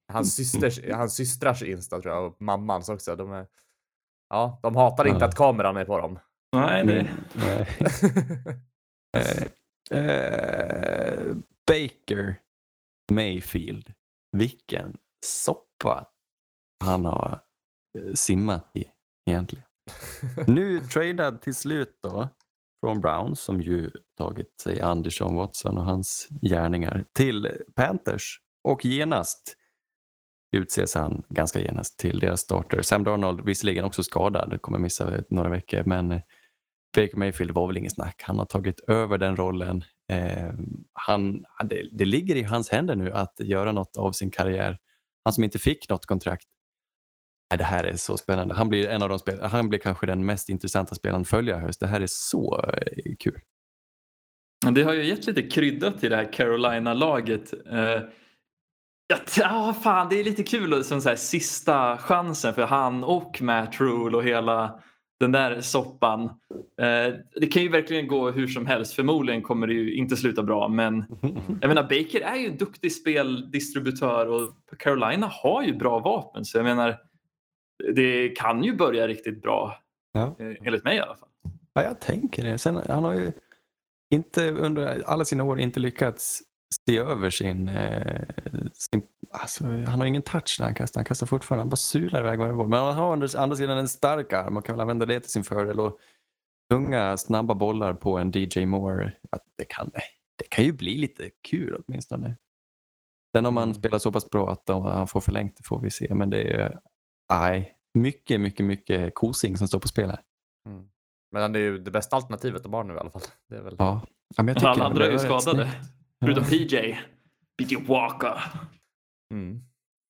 hans, systers, hans systrars Insta tror jag och mammans också. De är, ja, de hatar inte Ja. att kameran är på dem. Nej, det... Nej. eh, eh, Baker Mayfield. Vilken soppa han har eh, simmat i egentligen. Nu tradad till slut då från Browns som ju tagit sig Anderson Watson och hans gärningar till Panthers och genast utses han ganska genast till deras starter. Sam Darnold visserligen också skadad, kommer missa några veckor, men Baker Mayfield var väl ingen snack. Han har tagit över den rollen. Eh, han, det, det ligger i hans händer nu att göra något av sin karriär. Han som inte fick något kontrakt. Nej, det här är så spännande. Han blir en av de spel- han blir kanske den mest intressanta spelaren att följa höst. Det här är så eh, kul. Det har ju gett lite krydda till det här Carolina-laget. Eh, ja, ja, fan, det är lite kul som så här, sista chansen för han och Matt Rule och hela den där soppan. Eh, det kan ju verkligen gå hur som helst. Förmodligen kommer det ju inte sluta bra, men jag menar, Baker är ju en duktig speldistributör och Carolina har ju bra vapen, så jag menar, det kan ju börja riktigt bra. Ja. Eh, enligt mig i alla fall. Ja, jag tänker det. Sen, han har ju inte under alla sina år inte lyckats se över sin... Eh, sin alltså, han har ingen touch när han kastar. Han kastar fortfarande. Han bara sular iväg varje boll. Men han har andra, andra sidan en stark arm och kan väl använda det till sin fördel. Och tunga, snabba bollar på en D J Moore. Att det, kan, det kan ju bli lite kul åtminstone. Sen om man spelar så pass bra att han får förlängt, det får vi se. Men det är nej, mycket, mycket, mycket kosing som står på spel här. Mm. Men han är ju det bästa alternativet att barn nu i alla fall. Det är väl... Ja. Ja, men jag tycker Alla andra är ju det var skadade. rätt snyggt. Förutom P J. P J Walker. Mm.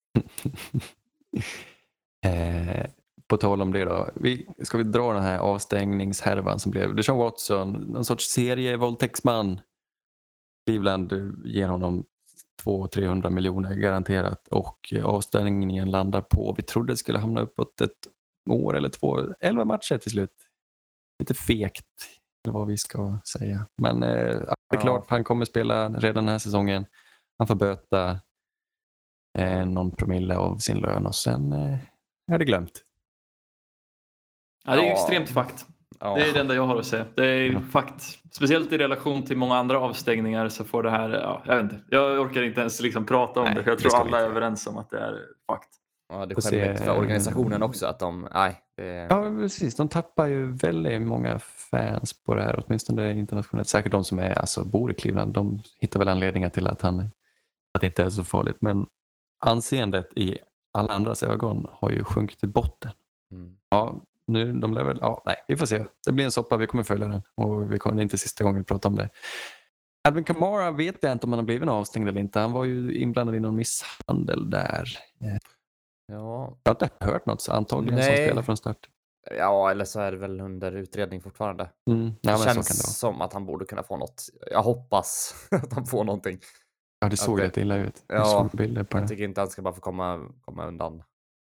eh, på tal om det då. Vi, ska vi dra den här avstängningshärvan som blev Deshaun Watson, någon sorts serievåldtäktsman. Cleveland ger honom två till trehundra miljoner garanterat och avstängningen landar på, vi trodde det skulle hamna uppåt ett år eller två, elva matcher till slut. Lite fegt eller vad vi ska säga. Men eh, det är klart, han kommer spela redan den här säsongen. Han får böta eh, någon promille av sin lön och sen eh, är det glömt. Ja, det är ju Ja. extremt fakt. Ja. Det är det enda jag har att säga. Det är Ja. fakt. Speciellt i relation till många andra avstängningar så får det här, ja, jag vet inte. Jag orkar inte ens liksom prata om Nej, det. För jag det tror ska vi alla är inte. överens om att det är fakt. Ja, det Får är skämmigt se. för organisationen också att de, nej. Det... Ja, precis. De tappar ju väldigt många fans på det här, åtminstone internationellt. Säkert de som är, alltså, bor i Cleveland, de hittar väl anledningar till att, han, att det inte är så farligt. Men anseendet i alla andras ögon har ju sjunkit till botten. Mm. Ja, nu, de lär väl, ja, nej, vi får se. Det blir en soppa, vi kommer följa den. Och vi kommer, det är inte sista gången vi pratar om det. Alvin Kamara vet jag inte om han har blivit avstängd eller inte. Han var ju inblandad i någon misshandel där. Ja. Jag har inte hört något, så antagligen som Nej. spelar från start. ja, eller så är det väl under utredning fortfarande. Mm. Ja, Det men så kan känns det vara. som att han borde kunna få något. Jag hoppas att han får någonting. Ja, det såg Att det- rätt illa ut. Jag Ja, såg bilder på Jag det. tycker inte han ska bara få komma, komma undan.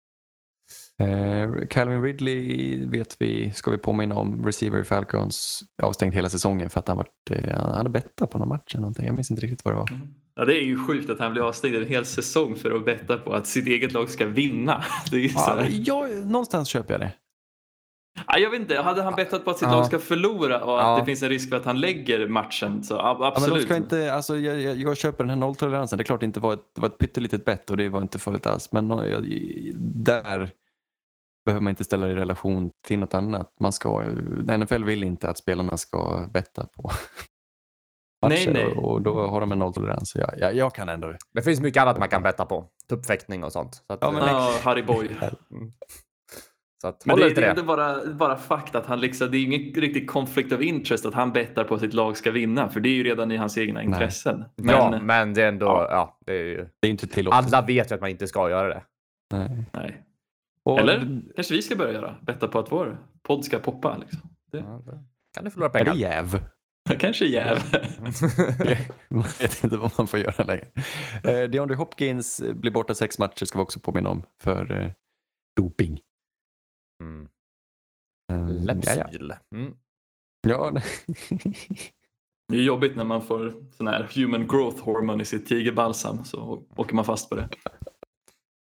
Eh, Calvin Ridley vet vi, ska vi påminna om, receiver i Falcons, avstängd hela säsongen för att han, varit, eh, han hade bettat på någon match eller någonting. Jag minns inte riktigt vad det var. Ja, det är ju sjukt att han blir avstängd en hel säsong för att betta på att sitt eget lag ska vinna. Det är ju så Ja, här. jag, någonstans köper jag det. Ja, jag vet inte, hade han bettat på att sitt Ja. lag ska förlora och att Ja. det finns en risk för att han lägger matchen, så a- Ja, men absolut. de ska inte, alltså, jag, jag, jag köper den här nolltoleransen. Det är klart det inte var ett, det var ett pyttelitet bett och det var inte farligt alls. Men nå- jag, där behöver man inte ställa det i relation till något annat. Man ska, N F L vill inte att spelarna ska betta på Nej, matcher nej. Och, och då har de en nolltolerans. Så jag, jag, jag kan ändå. Det finns mycket annat man kan betta på. Tuppfäktning och sånt. Så att, Ja, men eh, Ja, Harry Boy. så att Men håll det, lite det är det. inte bara, bara fakt att han liksom, det är ingen riktigt conflict of interest att han bettar på att sitt lag ska vinna, för det är ju redan i hans egna intressen. Men, Ja, men det är ändå, Ja. ja, det är ju... Det är inte tillåtet. Alla vet ju att man inte ska göra det. Nej. nej. Och, Eller kanske vi ska börja göra, betta på att vår podd ska poppa. Liksom. Det, Ja, då kan du förlora är det pengar. jäv? kanske jäv. Man vet inte vad man får göra längre. Eh, DeAndre Hopkins blir borta sex matcher, ska vi också påminna om, för eh, doping. Mm. Eh, ja, ja. Läppsyl. Mm. Ja, det- Det är jobbigt när man får sån här human growth hormone i sitt tigerbalsam, så åker man fast på det.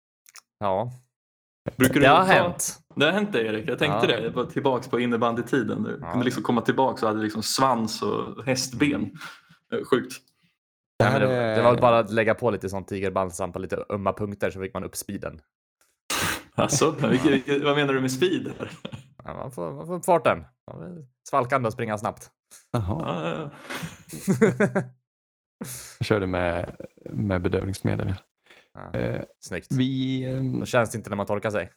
Ja. Brukar du Det har ta- hänt. Det har hänt det, Erik. Jag tänkte Ja. det. Jag var tillbaka på innebandytiden. Du Ja. kunde liksom komma tillbaka och hade liksom svans och hästben. Eh, Sjukt. Det, Nej, här men det, är... det var bara att lägga på lite sån tigerbalsam på lite ömma punkter så fick man upp speeden. Alltså, vilket, vilket, vad menar du med speed? Här? Ja, man, får, man får upp farten. Svalkande och springa snabbt. Jaha, Ja, ja, ja. jag körde med, med bedövningsmedel. Ja, Eh, snyggt. vi... ehm, Då känns det inte när man torkar sig.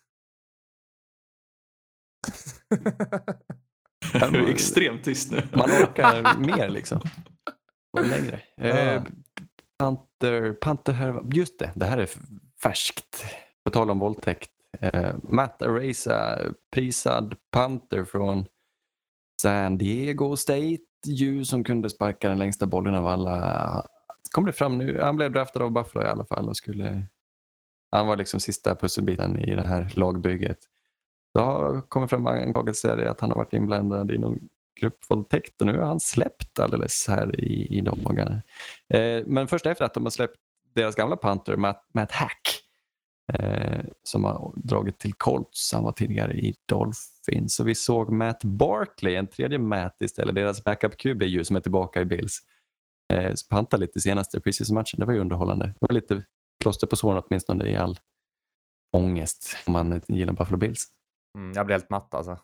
Du är extremt tyst nu. Man orkar mer liksom. Och längre. Eh, Ja. Panther, Panther här, just det, det här är färskt. På tal om våldtäkt. Eh, Matt Araiza, prisad Panther från San Diego State. Ju som kunde sparka den längsta bollen av alla. Kom det fram nu? Han blev draftad av Buffalo i alla fall och skulle... Han var liksom sista pusselbiten i det här lagbygget. Det har kommit fram anklagelser att han har varit inblandad i någon gruppvåldtäkt och nu har han släppt alldeles här i, i de dagarna. Eh, men först efter att de har släppt deras gamla punter, Matt, Matt Hack, eh, som har dragit till Colts. Han var tidigare i Dolphins. Så vi såg Matt Barkley, en tredje Matt istället. Deras backup-Q B ju som är tillbaka i Bills. Eh, panta lite senaste precis-matchen. Det var ju underhållande. Det var lite plåster på såren åtminstone i all ångest om man gillar Buffalo Bills. Mm, jag blir helt matt alltså.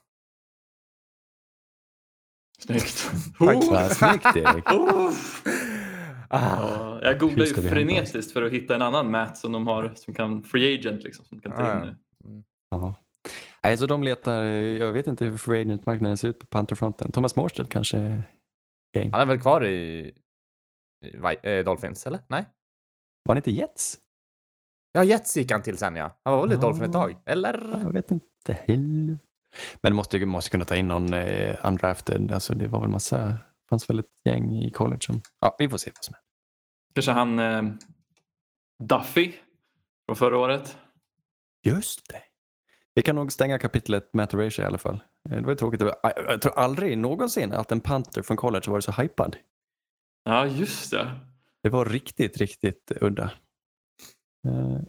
Snyggt. Tack, Oh! vad snyggt Erik. Oh! Ah. Ja, jag Hur googlar ju ska vi frenetiskt för att hitta en annan Matt som de har som kan free agent liksom, som kan ta Ja, in ja. nu. Mm. Ja. Nej, så de letar, jag vet inte hur free agent-marknaden ser ut på Pantherfronten. Thomas Morstead kanske game. Han är väl kvar i, i Vi- eh, Dolphins, eller? Nej? Var det inte Jets? Ja, Jets gick han till sen, ja. Han var väl i Ja. Dolphin ett tag? Eller? Jag vet inte heller. Men måste ju måste kunna ta in någon eh, undrafted. Alltså det var väl massa, fanns väl ett gäng i college som, ja vi får se vad som är. Kanske han eh, Duffy från förra året. Just det. Vi kan nog stänga kapitlet Matt Araiza i alla fall. Eh, Det var ju tråkigt. Jag tror aldrig någonsin att en Panther från college var så hypad. Ja, just det. Det var riktigt, riktigt udda. Eh,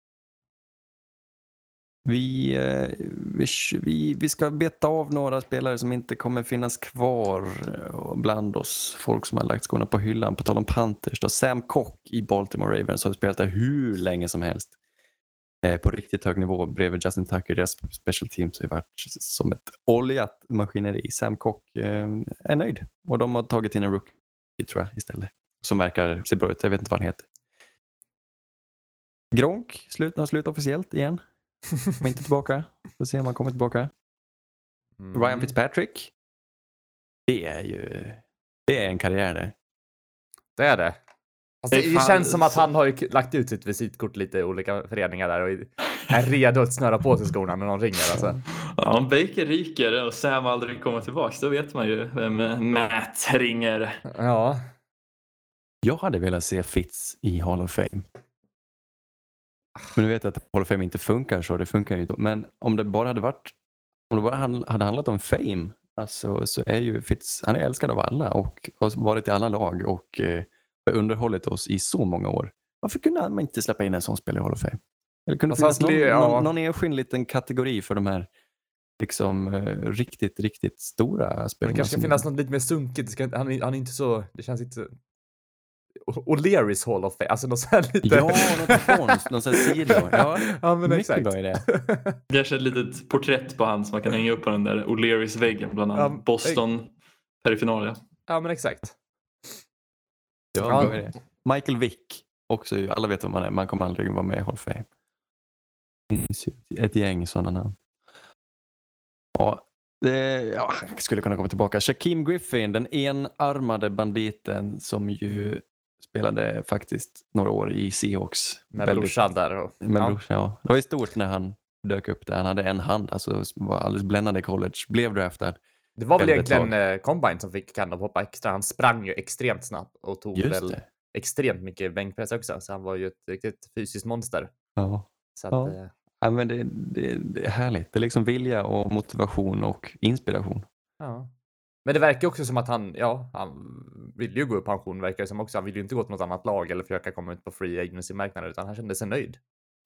Vi, eh, vi, vi, vi ska beta av några spelare som inte kommer finnas kvar eh, bland oss. Folk som har lagt skorna på hyllan. På tal om Panthers då. Sam Koch i Baltimore Ravens har spelat där hur länge som helst. Eh, på riktigt hög nivå bredvid Justin Tucker. Deras special teams har varit som ett oljat maskineri. Sam Koch eh, är nöjd. Och de har tagit in en rookie tror jag istället. Som verkar se bra ut. Jag vet inte vad han heter. Gronk slut, har slut officiellt igen. Kommer inte tillbaka. Får se om han kommer tillbaka. Mm. Ryan Fitzpatrick. Det är ju det är en karriär där. Det är det. Fast Det det, är det fan- känns som att han har ju lagt ut sitt visitkort lite i olika föreningar där och är redo att snöra på sig skorna när någon ringer. Alltså. Ja, om Baker ryker och Sam aldrig kommer tillbaka, då vet man ju vem Matt ringer. Ja. Jag hade velat se Fitz i Hall of Fame. Men du vet att Hall of Fame inte funkar så. Det funkar ju inte. Men om det bara hade varit om det bara hade handlat om fame alltså, så är ju Fitz, han är älskad av alla och har varit i alla lag och eh, underhållit oss i så många år. Varför kunde man inte släppa in en sån spelare i Hall of Fame? Eller kunde det Fast finnas han någon, skulle- ja. någon, någon enskild liten kategori för de här liksom eh, riktigt, riktigt stora Men spelarna. det kanske ska som- finnas något lite mer sunkigt. Det ska, han, är- han är inte så... Det känns inte så... O- O'Learys Hall of Fame. Alltså något så här lite... Ja, något konst, någon sån här sidor. Ja, ja, men mycket exakt. bra idé. Kanske ett litet porträtt på han som man kan hänga upp på den där O'Learys väggen bland annat. Ja, Boston perifinalia. Ja, men exakt. Ja, Ja. bra idé. Michael Vick. Också, ju- alla vet vem man är. Man kommer aldrig vara med i Hall of Fame. Det finns ju ett gäng sådana namn. Ja, det, ja, jag skulle kunna komma tillbaka. Shaquem Griffin, den enarmade banditen som ju spelade faktiskt några år i Seahawks. Med Väldigt- brorsan där. Och, Med ja. brorsan, ja. Det var ju stort när han dök upp där. Han hade en hand, alltså var alldeles bländande i college. Blev draftad. Det var väl Väldigt egentligen eh, Combine som fick Cannon hoppa extra. Han sprang ju extremt snabbt och tog Just väl det. extremt mycket bänkpress också. Så han var ju ett riktigt fysiskt monster. Ja. Så att, Ja. eh, Ja, men det, det, det är härligt. Det är liksom vilja och motivation och inspiration. ja. Men det verkar också som att han, ja, han vill ju gå i pension verkar det som också. Han vill ju inte gå till något annat lag eller försöka komma ut på free agency-marknaden utan han kände sig nöjd. Ja.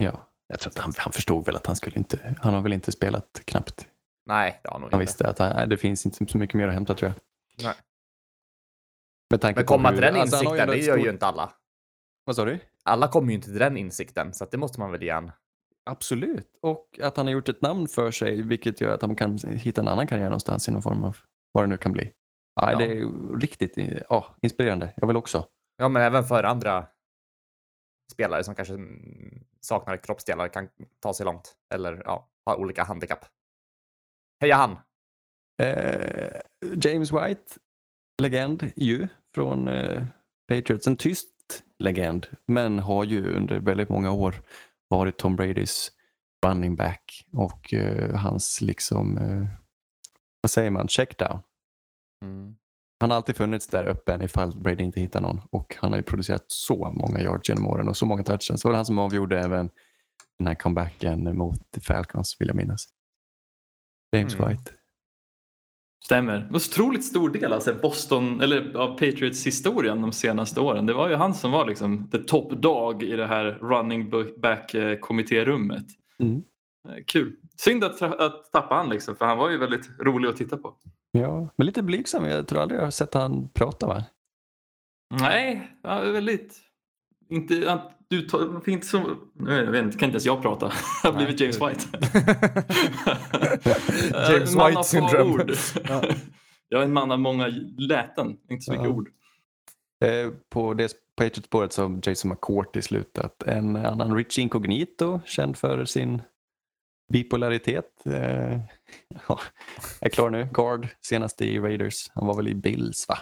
Jag tror att han, han förstod väl att han skulle inte, han har väl inte spelat knappt. Nej, det har nog Han inte. visste att han, nej, det finns inte så mycket mer att hämta, tror jag. Nej. Med tanke Men på komma hur- till den alltså, han har insikten, ändå det ett gör stort- ju inte alla. Vad sa du? Alla kommer ju inte till den insikten, så att det måste man väl igen. Absolut. Och att han har gjort ett namn för sig, vilket gör att han kan hitta en annan karriär någonstans i någon form av vad det nu kan bli. Ja, Ja. Det är riktigt ja, inspirerande. Jag vill också. Ja, men även för andra spelare som kanske mm, saknar kroppsdelar kan ta sig långt. Eller ja, har olika handikapp. Heja han! Eh, James White, legend ju från eh, Patriots. En tyst legend, men har ju under väldigt många år varit Tom Bradys running back och eh, hans liksom, eh, vad säger man, checkdown. Mm. Han har alltid funnits där öppen ifall Brady inte hittar någon. Och han har ju producerat så många yards genom åren och så många touchdowns. Så var det han som avgjorde även den här comebacken mot Falcons, vill jag minnas. James Mm. White. Stämmer. Otroligt stor del alltså Boston, eller av Patriots historien de senaste åren. Det var ju han som var liksom the top dog i det här running back kommitterummet. Mm. Kul. Synd att, att tappa han liksom, för han var ju väldigt rolig att titta på. Ja, men lite blygsam. Jag tror aldrig jag har sett han prata, va? Nej, ja, väldigt. Inte att du tar, inte så, jag vet inte, kan inte ens jag prata. Jag har blivit James White. James Man White har få syndrome. ord. Ja. Jag är en man av många läten, inte så mycket Ja. ord. Eh, på det Patriots-spåret så har Jason McCourty slutat. En annan Rich Incognito, känd för sin bipolaritet. Eh, ja, är klar nu. Guard, senast i Raiders. Han var väl i Bills, va?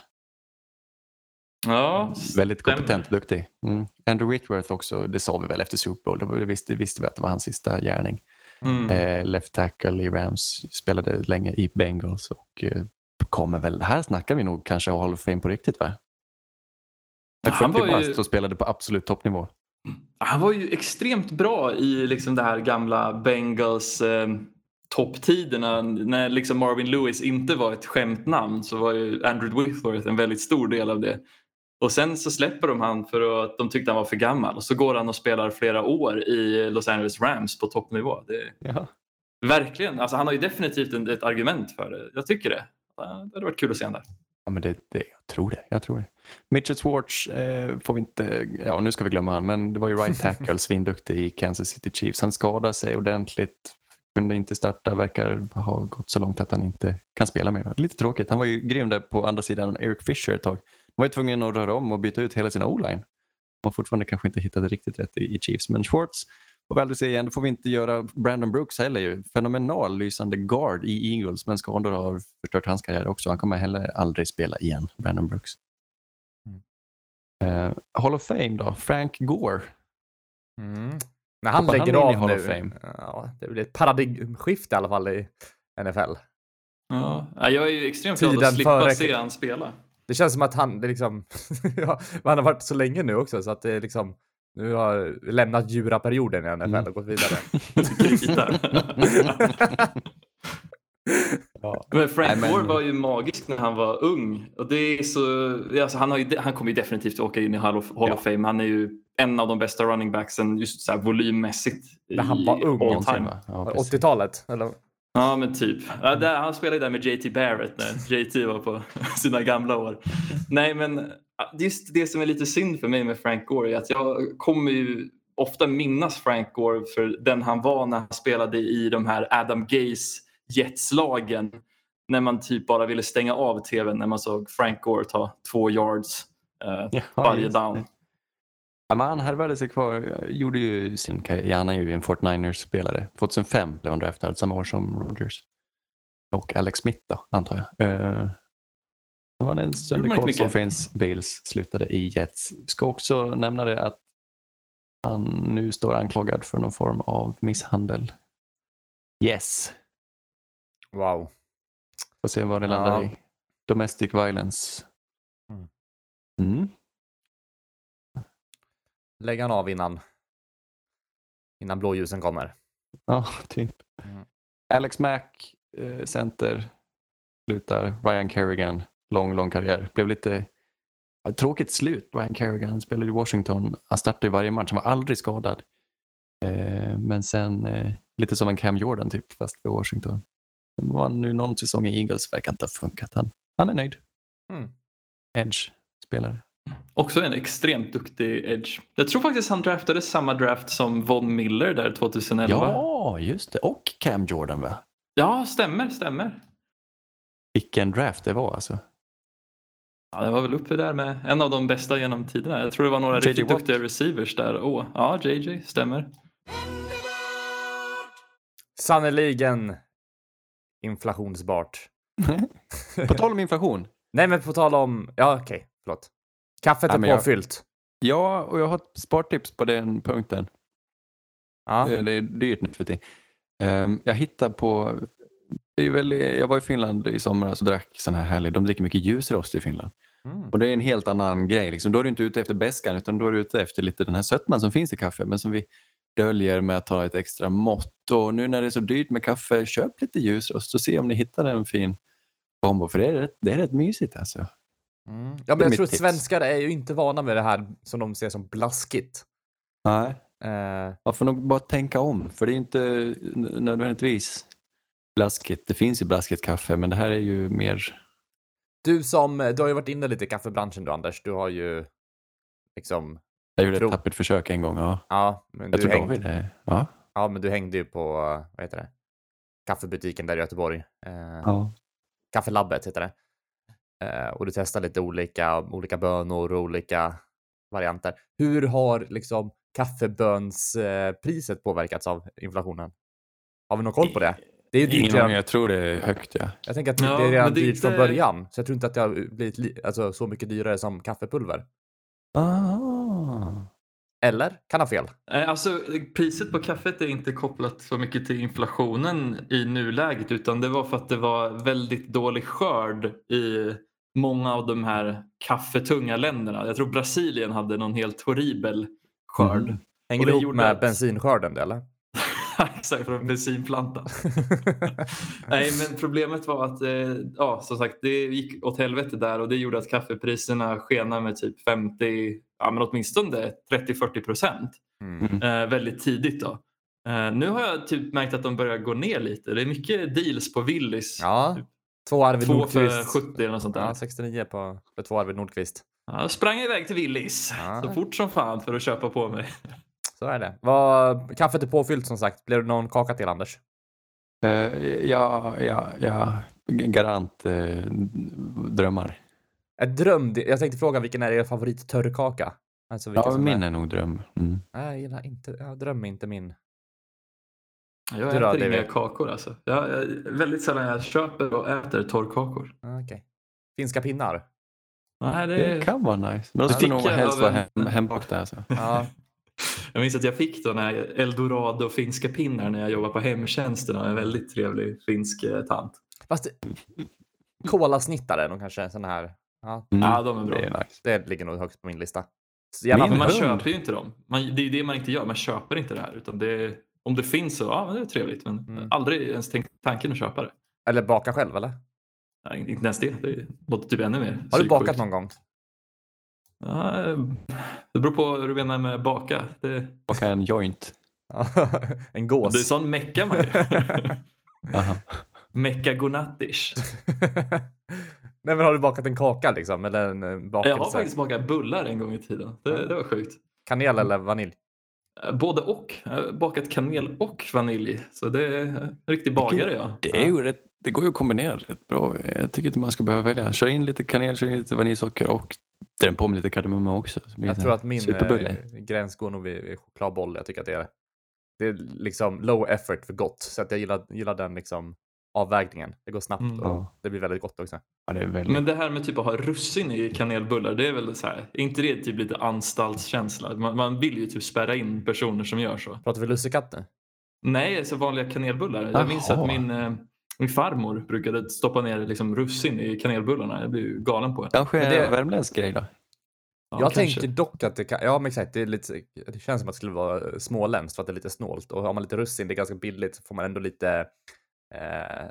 Ja, Väldigt stämmer. kompetent, duktig. Mm. Andrew Whitworth också, det sa vi väl efter Super Bowl. Det visste, visste vi att det var hans sista gärning. Mm. Eh, left tackle i Rams, spelade länge i Bengals och eh, kommer väl, här snackar vi nog kanske Hall of Fame på riktigt, va? Han var ju- fyrtio och spelade på absolut toppnivå. Han var ju extremt bra i liksom det här gamla Bengals eh, topptiderna. När liksom Marvin Lewis inte var ett skämtnamn så var ju Andrew Whitworth en väldigt stor del av det. Och sen så släpper de han för att de tyckte han var för gammal. Och så går han och spelar flera år i Los Angeles Rams på toppnivå. Det, Ja. verkligen, alltså han har ju definitivt en, ett argument för det. Jag tycker det. Det hade varit kul att se honom där. Ja, men det, det, jag tror det. Jag tror det. Mitchell Schwartz eh, får vi inte, ja nu ska vi glömma han, men det var ju right tackle, svinduktig i Kansas City Chiefs. Han skadade sig ordentligt, kunde inte starta, verkar ha gått så långt att han inte kan spela mer. Lite tråkigt. Han var ju grym där på andra sidan Eric Fisher ett tag. Han var ju tvungen att röra om och byta ut hela sin O-line. Man fortfarande kanske inte hittade riktigt rätt i, i Chiefs, men Schwartz får vi aldrig se igen. Då får vi inte göra Brandon Brooks heller ju. Fenomenal lysande guard i Eagles, men skador har förstört hans karriär också. Han kommer heller aldrig spela igen, Brandon Brooks. Mm. Uh, Hall of Fame då? Frank Gore. Mm. När han Hoppar lägger han in i av Hall nu. of Fame? Ja, det blir ett paradigmskifte i alla fall i N F L. Ja, jag är ju extremt glad Tiden att slippa före- se han spela. Det känns som att han, det liksom, ja, han har varit så länge nu också så att det är liksom, nu har lämnat djuraperioden i N F L Mm. och gått vidare. Kritar. Ja. Men Frank Nej, men- Gore var ju magisk när han var ung. Och det är så, alltså han, har ju, han kommer ju definitivt åka in i Hall of, Hall Ja. of Fame. Han är ju en av de bästa running backsen just så här volymmässigt. När han i var ung, all Någonsin, time. va? Ja, precis. åttiotalet, eller? Ja, men typ. Ja, där, han spelade där med J T Barrett när J T var på sina gamla år. Nej, men just det som är lite synd för mig med Frank Gore är att jag kommer ju ofta minnas Frank Gore för den han var när han spelade i de här Adam Gase jetslagen. När man typ bara ville stänga av tvn när man såg Frank Gore ta två yards eh, Ja, varje just down. det. Ja, men han härvade sig kvar, gjorde ju sin karriär, han är ju en forty-niners-spelare. tjugohundrafem blev han draftad, samma år som Rodgers. Och Alex Smith då, antar jag. Uh, det var en Sunday inte Colts som mycket. finns, Bills, slutade i Jets. Ska också nämna det att han nu står anklagad för någon form av misshandel. Yes. Wow. Får se vad det Ja. landar i. Domestic violence. Mm. Mm. Lägg han av innan, innan blåljusen kommer. Ja, typ. Mm. Alex Mack, eh, center, slutar. Ryan Kerrigan, lång, lång karriär. Blev lite ja, tråkigt slut. Ryan Kerrigan spelade i Washington. Han startade i varje match. Han var aldrig skadad. Eh, men sen eh, lite som en Cam Jordan typ, fast för Washington. Det var nu någon säsong i Eagles, verkar inte ha funkat. Han, han är nöjd. Mm. Edge-spelare. Också en extremt duktig edge. Jag tror faktiskt han draftade samma draft som Von Miller där tjugoelva. Ja, just det. Och Cam Jordan, va? Ja, stämmer, stämmer. Vilken draft det var alltså. Ja, det var väl uppe där med en av de bästa genom tiderna. Jag tror det var några J J riktigt Watt. duktiga receivers där. Åh, ja, J J, stämmer. Sannerligen inflationsbart. På tal om inflation. Nej, men på tal om... Ja, okej. Okay, förlåt. Kaffet Ja, är men jag- påfyllt. Ja, och jag har ett spartips på den punkten. Ja. Det är dyrt nu för tiden. Um, jag hittar på... Det är väl, jag var i Finland i somras och drack sån här härlig... De dricker mycket ljusrost i Finland. Mm. Och det är en helt annan grej. Liksom. Då är du inte ute efter bäskan utan då är du ute efter lite den här sötman som finns i kaffe. Men som vi döljer med att ta ett extra mått. Och nu när det är så dyrt med kaffe, köp lite ljusrost och se om ni hittar en fin kombo. För det är rätt, det är rätt mysigt alltså. Mm. Ja, Det är men jag mitt tror att tips. svenskar är ju inte vana med det här som de ser som blaskigt. Nej, Eh, man får nog bara tänka om. För det är inte n- nödvändigtvis blaskigt. Det finns ju blaskigt kaffe men det här är ju mer... du som... Du har ju varit inne lite i kaffebranschen du, Anders. Du har ju liksom... Jag gjorde Tro- ett tappert försök en gång. Ja. Ja, men Jag du tror hängde, David är... Ja. ja, men du hängde ju på... Vad heter det? Kaffebutiken där i Göteborg. Eh, Ja. Kaffelabbet heter det. Eh, och du testar lite olika, olika bönor och olika varianter. Hur har liksom kaffebönspriset eh, påverkats av inflationen? Har vi någon koll på det? Det är ju dyrt Ingen redan. aning, jag tror det är högt, ja. Jag tänker att Ja, det är redan men det är dyrt från inte- början. Så jag tror inte att det har blivit li- alltså, så mycket dyrare som kaffepulver. Ah. Eller? Kan ha fel. Eh, Alltså, priset på kaffet är inte kopplat så mycket till inflationen i nuläget utan det var för att det var väldigt dålig skörd i många av de här kaffetunga länderna. Jag tror Brasilien hade någon helt horribel skörd. Mm. Hänger Och det det ihop gjorde med att- bensinskörden det, eller? Exakt, från bensinplanta. Nej, men problemet var att eh, ja, som sagt, det gick åt helvete där och det gjorde att kaffepriserna skenade med typ femtio, ja men åtminstone trettio till fyrtio procent Mm. eh, väldigt tidigt då. Eh, nu har jag typ märkt att de börjar gå ner lite. Det är mycket deals på Willys. Ja, två Arvid Två för Nordqvist. sjuttio eller något sånt där. Ja, sextionio på för två Arvid Nordqvist. Ja, jag sprang iväg till Willys Ja. så fort som fan för att köpa på mig. Så är det. Vad, kaffet är påfyllt som sagt. Blir det någon kaka till, Anders? Eh, ja, ja, ja. Garant eh, drömmar. Ett dröm... Jag tänkte fråga vilken är er favorit törrkaka? Alltså vilka Ja, som min är... är nog dröm. Mm. Nej, jag gillar inte... Ja, dröm är inte min. Jag Du äter då, inga David? kakor alltså. Jag, jag, väldigt sällan jag köper och äter torrkakor. Ah, okej. Finska pinnar? Nej, det... Det kan vara nice. Men de Det skulle fick nog jag helst av vara en- hem, hembakta alltså. Ja. Jag minns att jag fick då när jag Eldorado finska pinnar när jag jobbade på hemtjänsten av en väldigt trevlig finsk eh, tant. Fast... Kolasnittare, de kanske såna här... Ja, Mm. Ja, de är bra. Det är nice. det ligger nog högst på min lista. Så gärna Min Men man hund. köper ju inte dem. Man, det är ju det man inte gör. Man köper inte det här. Utan det är, om det finns så, ja men det är trevligt. Men Mm. aldrig ens tänkt tanken att köpa det. Eller baka själv, eller? Nej, inte ens det. Det låter typ ännu mer Har du psyksjukt. bakat någon gång? Ja, eh, det beror på hur du menar med baka. Det, Och en joint. En gås. det är sån mecka man gör. Aha. Mecka godnattish. Nej, men har du bakat en kaka liksom? Eller en eh, bakelse? Jag har faktiskt bakat bullar en gång i tiden. Det, det var sjukt. Kanel eller vanilj? Eh, Både och. Jag har bakat kanel och vanilj. Så det är en riktig bagare ja. Det, är ju rätt, det går ju att kombinera rätt bra. Jag tycker inte man ska behöva välja. Kör in lite kanel, kör in lite vaniljsocker och dräm på med lite kardemumma också. Så blir Jag det tror att min superbulle. eh, gräns går nog vid, vid chokladboll. Jag tycker att det är, det är liksom low effort för gott. Så att jag gillar, gillar den liksom avvägningen. Det går snabbt Mm. och Ja. det blir väldigt gott också. Ja, det är väldigt... Men det här med typ att ha russin i kanelbullar, det är väl så här, är inte det typ lite anstaltskänsla? Man, man vill ju typ spärra in personer som gör så. Pratar vi lussekatt nu? Nej, så vanliga kanelbullar. Jaha. Jag minns att min, eh, min farmor brukade stoppa ner liksom russin i kanelbullarna. Jag blir ju galen på det. Kanske Men det- en värmländsk grej då. Ja, jag kanske. tänker dock att det kan, ja men exakt, det, är lite, det känns som att det skulle vara småländskt för att det är lite snålt. Och har man lite russin, det är ganska billigt, så får man ändå lite eh,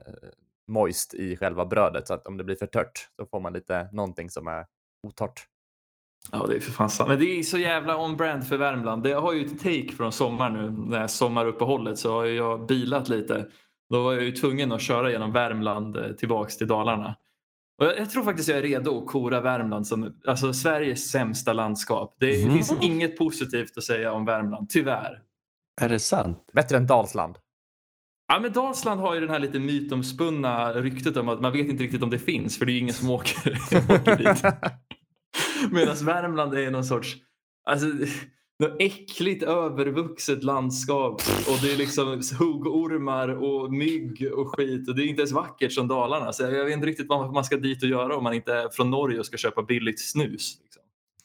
moist i själva brödet. Så att om det blir för tört så får man lite någonting som är otort. Ja, det är för fan sant. Men det är så jävla on-brand för Värmland. Det har ju ett take från sommar nu. Det här sommaruppehållet så har jag bilat lite. Då var jag ju tvungen att köra genom Värmland tillbaks till Dalarna. Och jag, jag tror faktiskt jag är redo att kora Värmland som alltså, Sveriges sämsta landskap. Det, Mm. det finns inget positivt att säga om Värmland, tyvärr. Är det sant? Bättre än Dalsland. Ja, men Dalsland har ju den här lite mytomspunna ryktet om att man vet inte riktigt om det finns. För det är ju ingen som åker, åker dit. Medan Värmland är någon sorts alltså, något äckligt övervuxet landskap. Och det är liksom huggormar och mygg och skit. Och det är inte ens vackert som Dalarna. Så jag vet inte riktigt vad man ska dit och göra om man inte är från Norge och ska köpa billigt snus. Liksom.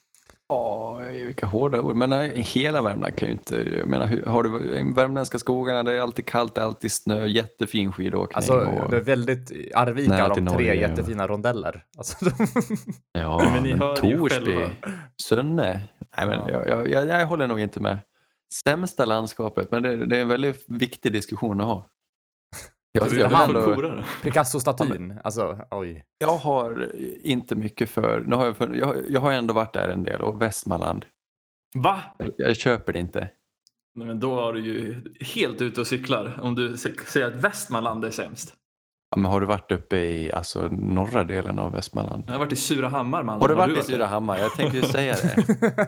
Ja, vilka hårda ord. Men nej, hela Värmland kan ju inte... Jag menar, hur, har du i värmländska skogarna, det är alltid kallt, det är alltid snö, jättefin skidåkning. Alltså, och... det är väldigt... Arvika Nej, har till de tre Norge, jättefina rondeller. Alltså, Ja, men ni men hör ju Torsby, själva. Sunne. Nej, men Ja. jag, jag, jag, jag håller nog inte med. Sämsta landskapet, men det, det är en väldigt viktig diskussion att ha. Jag, Du jag, är vill han ändå, korare. Picasso-statyn. Alltså, oj. jag har inte mycket för... Nu har jag, för jag, jag har ändå varit där en del och Västmanland. Va? Jag, jag köper det inte. Nej, men då är du ju helt ute och cyklar om du säger att Västmanland är sämst. Ja, men har du varit uppe i alltså, norra delen av Västmanland? Jag har varit i Surahammar, man. Har du varit i där? Surahammar? Jag tänkte ju säga det.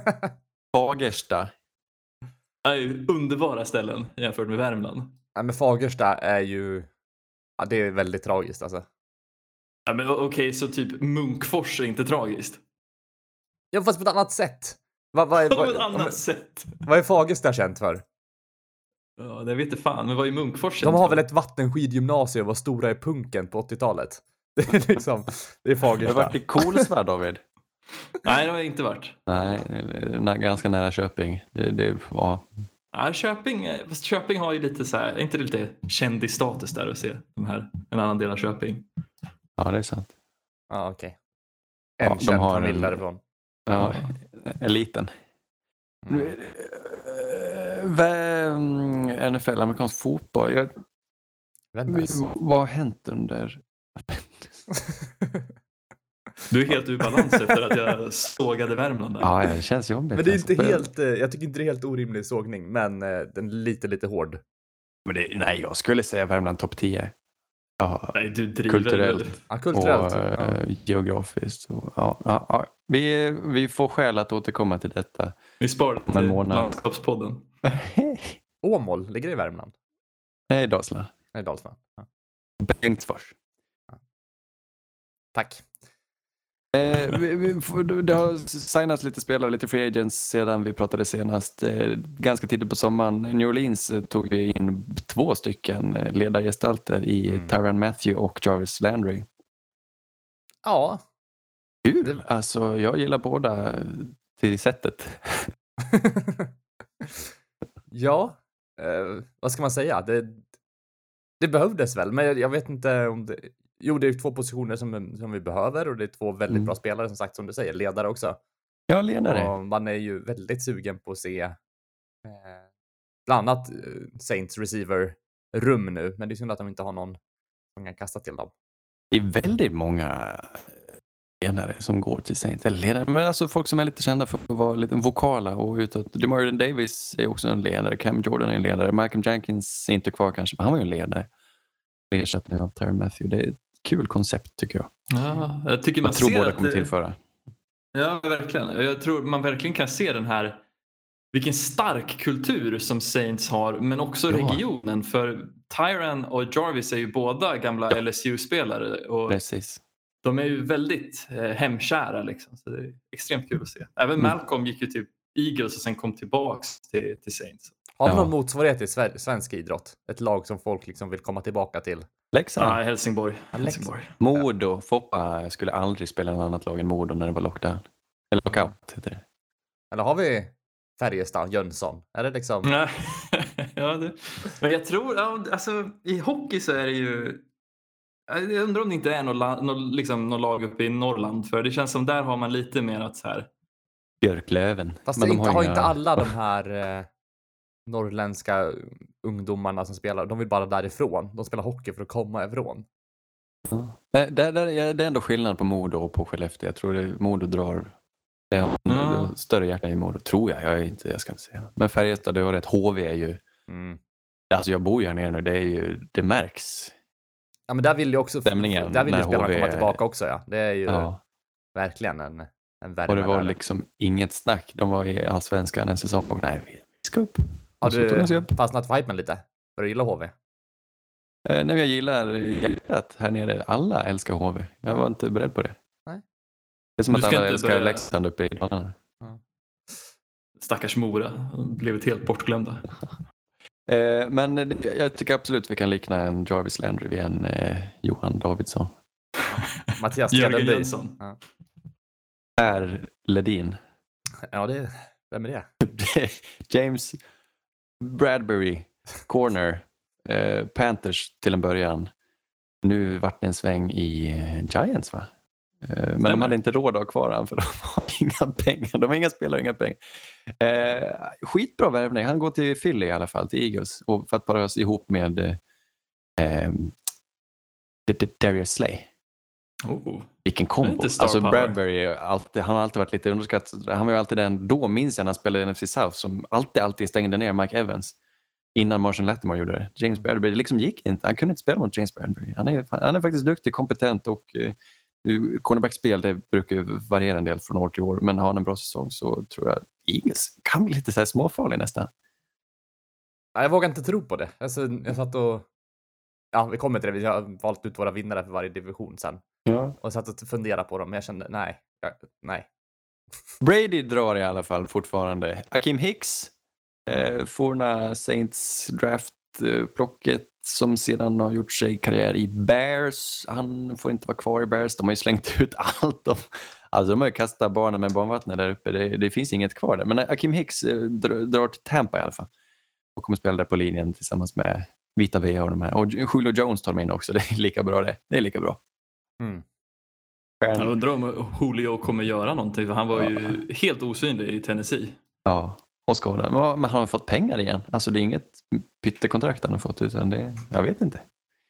Fagersta. Det är ju underbara ställen jämfört med Värmland. Ja, men Fagersta är ju... Ja, det är väldigt tragiskt alltså. Ja, men okej, okay, så typ Munkfors är inte tragiskt. Ja, fast på ett annat sätt. Vad, vad, är, På vad, ett annat vad, sätt. vad är Fagersta känt för? Ja, det vet inte fan. Men vad är Munkfors känt De har för? väl ett vattenskidgymnasium och var stora i punken på åttiotalet. Det är liksom... Det är Har du Fagersta. varit i Kolsva, David? Nej, det har jag inte varit. Nej, det är ganska nära Köping. Det, det var... Ja, Köping, fast Köping har ju lite så här, är inte det lite kändisstatus där att se de här, en annan del av Köping? Ja, det är sant. Ja, okej. En Ja, de känd har familj en- därifrån. Ja, en liten. Mm. Vem, N F L, amerikansk fotboll. Jag, Vännäs. vad har hänt under... Mm. Du är helt ur balans efter att jag sågade Värmland där. Ja, det känns jobbigt. Men det är inte alltså. helt... eh, Jag tycker inte det är helt orimlig sågning, men eh, den är lite, lite hård. Men det, nej, jag skulle säga Värmland topp tio. Ja, Nej, du driver kulturellt. väl. Ja, och kulturellt. eh, Ja. geografiskt. Och, ja, ja, ja. Vi, vi får skäl att återkomma till detta. Vi sparar Om en till månad. landskapspodden. Åmål, ligger det i Värmland? Nej, Dalsland. Nej, Dalsland. Ja. Bengtsfors. Tack. Eh, vi, vi, får- det har signats lite spelare, lite free agents sedan vi pratade senast. Eh, ganska tidigt på sommaren. New Orleans eh, tog vi in två stycken eh, ledargestalter i Mm. Tyrann Matthew och Jarvis Landry. Ja. Kul! Alltså, jag gillar båda till sättet. Ja. Eh, vad ska man säga? Det, det behövdes väl, men jag, jag vet inte om det... Jo, det är två positioner som, som vi behöver och det är två väldigt Mm. bra spelare som sagt, som du säger. Ledare också. Jag ledare. Och man är ju väldigt sugen på att se eh, bland annat eh, Saints receiver-rum nu. Men det är synd att de inte har någon som kan kasta till dem. Det är väldigt många ledare som går till Saints. Eller ledare, men alltså folk som är lite kända för att vara lite vokala och utåt. DeMarion Davis är också en ledare. Cam Jordan är en ledare. Malcolm Jenkins är inte kvar kanske, men han var ju en ledare. Ersättning av Tyrann Matthew. Det är ett kul koncept tycker jag. Ja, jag tycker man Jag tror ser båda att kommer det- tillföra. Ja, verkligen. Jag tror man verkligen kan se den här vilken stark kultur som Saints har, men också Ja. regionen. För Tyrann och Jarvis är ju båda gamla L S U-spelare och Precis. de är ju väldigt eh, hemkära liksom. Så det är extremt kul att se. Även Mm. Malcolm gick ju till Eagles och sen kom tillbaks till, till Saints. Har vi Ja. någon motsvarighet i sver- svensk idrott? Ett lag som folk liksom vill komma tillbaka till? Leksand. Ja, Helsingborg. Leksand. Helsingborg. Modo. Foppa skulle aldrig spela något annat lag än Modo när det var lockdown. Eller lockout heter det. Eller har vi Färjestad, Jönsson? Är det liksom... Nej. Ja, det. Men jag tror, ja, alltså i hockey så är det ju, jag undrar om det inte är något, la- något, liksom, något lag uppe i Norrland, för det känns som där har man lite mer att så här. Björklöven. Fast Men det de inte, har inga- inte alla de här eh, norrländska ungdomarna som spelar, de vill bara därifrån. De spelar hockey för att komma ifrån. Nej, där, där, ja, det är ändå skillnad på Modo och på Skellefteå. Jag tror det Modo drar. Det, Ja, ja. större hjärta i Modo, tror jag. Jag, är inte, jag ska inte säga. Men Färjestad, det var rätt. H V är ju... Mm. Alltså jag bor ju här nere nu, det, är ju, det märks. Ja, men där vill ju också... Stämningen. Där vill ju spelarna komma tillbaka också, ja. Det är ju ja. verkligen en, en värme. Och det var där. liksom inget snack. De var i Allsvenskan en säsong och nej, vi ska upp. Har du fastnat för hypen lite? För du gillar H V? Eh, nej, jag gillar, jag gillar att här nere alla älskar H V. Jag var inte beredd på det. Nej. Det är som Du att ska alla inte älskar börja- Leksand uppe i Dalarna. Ja. Stackars Mora. De blev helt bortglömda. Eh, men det- jag tycker absolut vi kan likna en Jarvis Landry vid en eh, Johan Davidsson. Mattias Jörgen Tedenby. Jönsson. Ja. Per Ledin. ja, det... Vem är det? James Bradbury, corner, eh, Panthers till en början. Nu vart det en sväng i eh, Giants, va? Eh, men de hade inte råd att ha kvar han för de har inga pengar. De har inga spelare, inga pengar. Eh, skitbra värvning. Han går till Philly i alla fall, till Eagles. Och för att paras ihop med eh, Darius Slay. Oh. Vilken kombo. Inte star Alltså power. Bradbury, alltid, han har alltid varit lite underskattad. Han var ju alltid den, då minns jag när han spelade i N F C South, som alltid, alltid stängde ner Mike Evans innan Marshall Lattimore gjorde det. James Bradbury, det liksom gick inte. Han kunde inte spela mot James Bradbury. Han är, han är faktiskt duktig, kompetent och uh, cornerback-spel, det brukar ju variera en del från år till år. Men har han en bra säsong så tror jag Eagles kan bli lite så här småfarlig nästan. Ja, jag vågar inte tro på det. Alltså, jag satt och... Ja, vi kommer till det. Vi har valt ut våra vinnare för varje division sen. Ja. Och satt och funderade på dem. Men jag kände, nej. Jag, nej. Brady drar i alla fall fortfarande. Akeem Hicks, eh, forna Saints draft-plocket som sedan har gjort sig karriär i Bears. Han får inte vara kvar i Bears. De har ju slängt ut allt. Om, alltså de har ju kastat barnen med barnvattnet där uppe. Det, det finns inget kvar där. Men Akeem Hicks eh, drar, drar till Tampa i alla fall. Och kommer spela där på linjen tillsammans med Vita V och de här. Och Julio Jones tar de in också. Det är lika bra det. Det är lika bra. Mm. Jag undrar om Julio kommer göra någonting, för han var ju ja. helt osynlig i Tennessee. Ja, och skadad. Men, men har han fått pengar igen? Alltså det är inget pyttekontrakt han har fått, utan det, jag vet inte.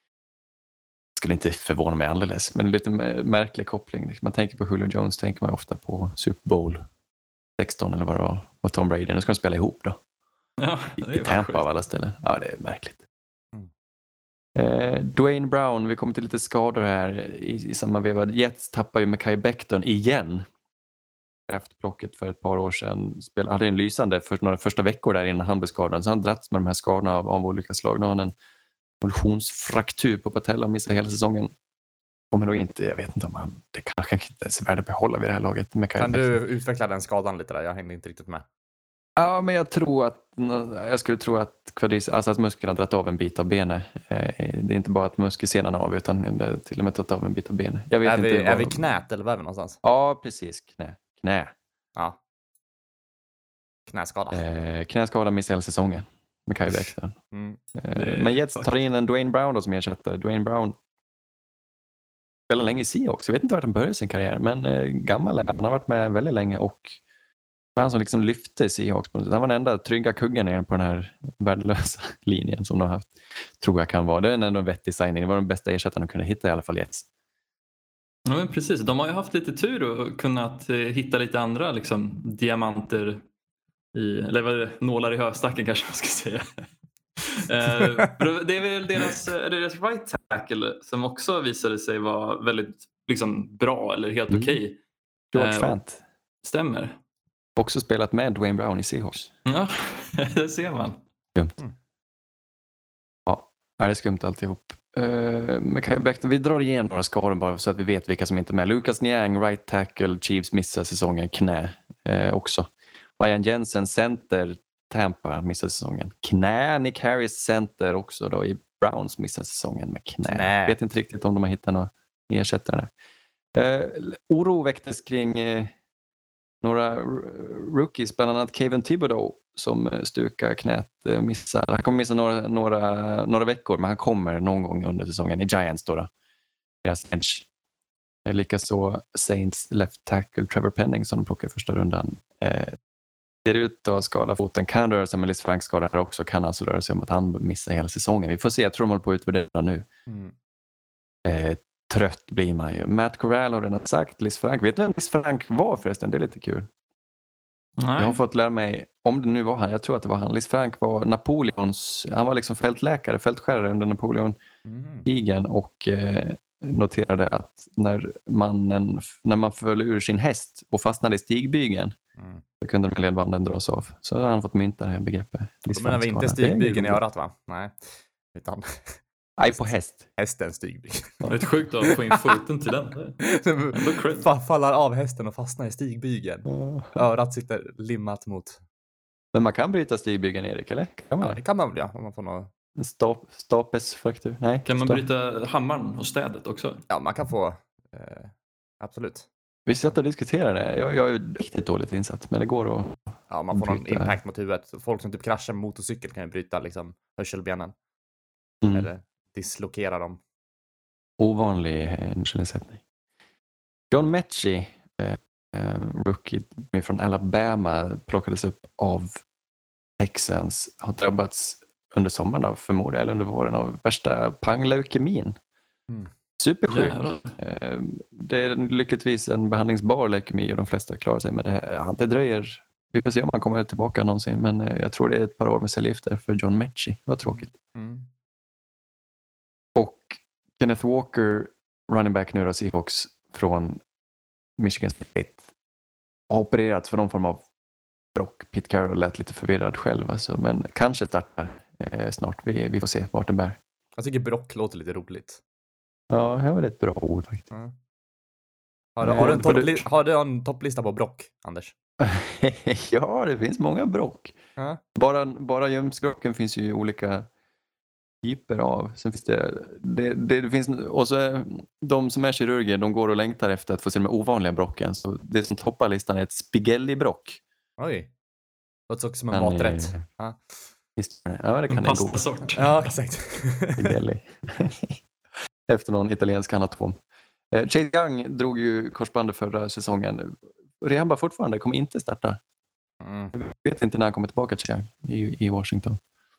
Skulle inte förvåna mig alldeles, men lite märklig koppling. Man tänker på Julio Jones, tänker man ofta på Super Bowl sexton eller vad det var, och Tom Brady. Nu ska de spela ihop då. Ja, det är I Tampa av alla ställen. Ja, det är märkligt. Eh, Dwayne Brown, vi kommer till lite skador här i, i samma veva. Jets tappar ju Mekhi Becton igen. Efter blocket för ett par år sedan. Spel, hade en lysande för några första veckor där innan han blev skadad. Så han dragits med de här skadorna av, av olika slag. Nu har han en evolutionsfraktur på patella och missar hela säsongen. Kommer nog inte, jag vet inte om han, det kanske inte är värd att behålla vid det här laget. Mekhi Kan Becton. du utveckla den skadan lite där? Jag hängde inte riktigt med. Ja, men jag tror att jag skulle tro att kvadris, alltså att muskeln har dragit av en bit av benet. Det är inte bara att muskelsenan av, utan det är till och med tagit av en bit av benet. Jag vet är, inte vi, vad... är vi knät eller var är vi någonstans? Ja, precis. Knä. Knä. Ja. Knäskada. Eh, knäskada missar hela säsongen med Mekhi Becton. Mm. Eh, men Jets tar in en Dwayne Brown då som ersätter. Dwayne Brown spelar länge i Seahawks. Jag vet inte vart han började sin karriär, men eh, gammal. Han har varit med väldigt länge och han som liksom lyfte Seahawks. Han var den enda trygga kuggen ner på den här värdelösa linjen som de har haft. Tror jag kan vara. Det är en ändå vettig signing. Det var den bästa ersättaren de kunde hitta i alla fall Jets. Ja, men precis. De har ju haft lite tur och kunnat eh, hitta lite andra liksom, diamanter i, eller vad är det, nålar i höstacken kanske man ska säga. eh, det är väl deras, är det deras right tackle som också visade sig vara väldigt liksom, bra eller helt Mm. okej. George Eh, Fant. Stämmer. Också spelat med Dwayne Brown i Seahawks. Ja, det ser man. Skumt. Mm. Ja, det är skumt alltihop. Uh, Mekhi Becton, vi drar igen några skador bara så att vi vet vilka som inte är med. Lucas Niang, right tackle, Chiefs missar säsongen, knä uh, också. Ryan Jensen, center, Tampa missar säsongen, knä. Nick Harris, center också då i Browns missar säsongen med knä. knä. Vet inte riktigt om de har hittat några ersättare. Uh, oro väcktes kring uh, några rookies, bland annat Kevin Thibodeau som stukar knät, missar. Han kommer missa några, några, några veckor, men han kommer någon gång under säsongen i Giants då. då. Deras edge. Likaså Saints left tackle Trevor Penning som de plockar i första rundan. Eh, ser ut att skada foten, kan röra sig med Liz Frank skadar också, kan alltså röra sig om att han missar hela säsongen. Vi får se, jag tror de håller på att utvärdera nu. Mm. Eh, trött blir man ju. Matt Corral har redan sagt, Liz Frank. Vet du vem Liz Frank var förresten? Det är lite kul. Jag har Nej. fått lära mig, om det nu var han, jag tror att det var han, Liz Frank var Napoleons, han var liksom fältläkare, fältskärare under Napoleon-krigen och eh, noterade att när, mannen, när man föll ur sin häst och fastnade i stigbygeln Mm. så kunde de ledbanden dras av. Så har han fått mynta det här begreppet. Liz Då menar vi Frank inte skada. Det är stigbygeln i ju- örat va? Nej. Utan Nej, på häst. hästens stigbygeln. Det är rätt sjukt att få in foten till den. Ändå cred. Fa- Fallar av hästen och fastnar i stigbygeln. Örat sitter limmat mot... Men man kan bryta stigbygeln, Erik, eller? Kan man? Ja, det kan man väl ja, om man får något... En stap, stapesfraktur? Nej. Kan man stap- bryta hammaren och städet också? Ja, man kan få... Eh, absolut. Vi satt och diskuterade det. Jag, jag är riktigt dåligt insatt, men det går att... Ja, man får någon Bryta. impact mot huvudet. Folk som typ kraschar med motorcykel kan ju bryta liksom hörselbenen. Mm. Eller dislokera dem. Ovanlig händelsesättning. John Mechie, eh, eh, rookie från Alabama, plockades upp av Texans. Har drabbats under sommaren av förmodligen, eller under våren, av värsta pangleukemin. Mm. Supersjuk. Jävlar. Eh, det är lyckligtvis en behandlingsbar leukemi och de flesta klarar sig med det. Ja, det dröjer. Vi får se om han kommer tillbaka någonsin, men eh, jag tror det är ett par år med cellgifter för John Mechie. Vad tråkigt. Mm. Och Kenneth Walker, running back nu då, Seahawks från Michigan State, har opererats för någon form av brock. Pete Carroll lät lite förvirrad själv, alltså, men kanske startar eh, snart. Vi, vi får se vart den bär. Jag tycker brock låter lite roligt. Ja, det var ett bra ord faktiskt. Mm. Har, du, Eh, har, du en för det- toppli- har du en topplista på brock, Anders? Ja, det finns många brock. Ja. Bara, bara ljumskbrocken finns ju olika typer av. Sen finns det, det, det, det finns, och så är, de som är kirurger, de går och längtar efter att få se de ovanliga brocken. Så det som toppar listan är ett spaghetti-brock. Oj. Låter också som en Men, maträtt. eh, Ja, Ja, det kan En ni googla. pastasort. ja exakt. Spaghetti. Efter någon italiensk anatom. Eh, Chase Young drog ju korsbandet förra säsongen. Rehabbar fortfarande, kommer inte starta. Mm. Jag vet inte när han kommer tillbaka till Young i, i Washington.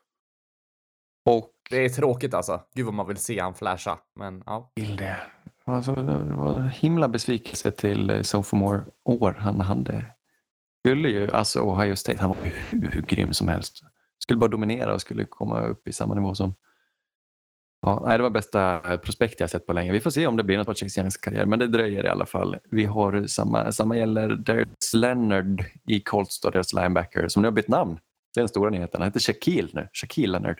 Och Det är tråkigt alltså. Gud vad man vill se han flasha. Men ja. till det. Alltså, det var en himla besvikelse till eh, sophomore år han hade. Skulle ju, alltså Ohio State, han var ju hur, hur grym som helst. Skulle bara dominera och skulle komma upp i samma nivå som... Ja, nej, det var bästa prospekt jag sett på länge. Vi får se om det blir något på Chase Youngs karriär, men det dröjer i alla fall. Vi har samma, samma gäller Darius Leonard i Colts, då, deras linebacker, som nu har bytt namn. Det är den stora nyheten. Han heter Shaquille nu. Shaquille Leonard.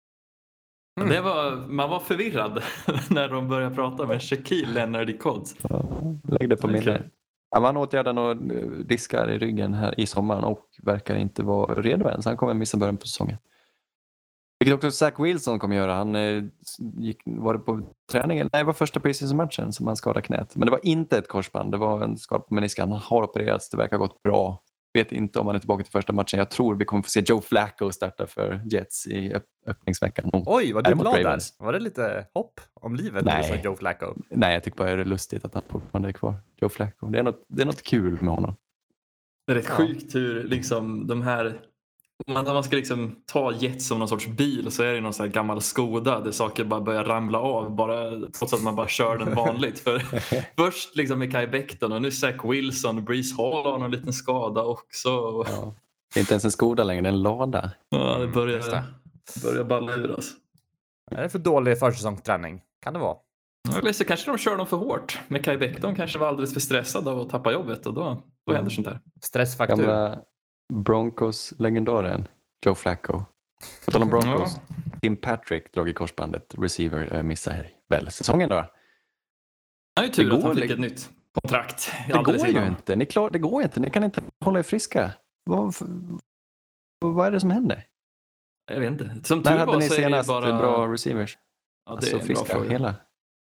Ja, Det var, man var förvirrad när de började prata med Shaquille Leonard i Colts. Ja, lägg det på Okej. minne. Ja, han åtgärdar några diskar i ryggen här i sommaren och verkar inte vara redo än, så han kommer missa början på säsongen. Vilket också Zach Wilson kommer göra. Han eh, gick, var det på träningen? Nej, det var första preseason-matchen som han skadade knät. Men det var inte ett korsband, det var en skada på meniskan. Han har opererats, det verkar ha gått bra. Vet inte om han är tillbaka till första matchen. Jag tror vi kommer få se Joe Flacco starta för Jets i öpp- öppningsveckan. Oj, vad du Är det mot glad där. Ravens? Var det lite hopp om livet? Nej. när du sa Joe Flacco? Nej, jag tycker bara det är lustigt att han fortfarande är kvar. Joe Flacco. Det är något, det är något kul med honom. Det är rätt Ja. sjukt hur liksom de här... Man, man ska liksom ta Jets som någon sorts bil och så är det någon sån här gammal Skoda där saker bara börjar ramla av bara, trots att man bara kör den vanligt. För först liksom med Kai Becton och nu Zach Wilson och Breece Hall har någon liten skada också. Ja. Det är inte ens en Skoda längre, det är en lada. Ja, det Mm, just börjar, det. börjar balla ur alltså. Är det för dålig försäsongsträning? Kan det vara? Eller så kanske de kör dem för hårt. Med Kai Becton kanske var alldeles för stressad av att tappa jobbet och då, då händer sånt här. Stressfaktur. Gamla Broncos-legendaren Joe Flacco. På tal om Broncos, Tim Patrick drog i korsbandet, receiver, äh, missar väl säsongen då. Det är ju tur Det att han går- fick ett nytt kontrakt. Det går alldeles ju innan. inte, ni klar, det går inte, ni kan inte hålla er friska. Vad, vad är det som händer? Jag vet inte. Som När tur hade var ni så är det senast bara... bra receivers? Ja, det Alltså är en bra friska, fråga. hela?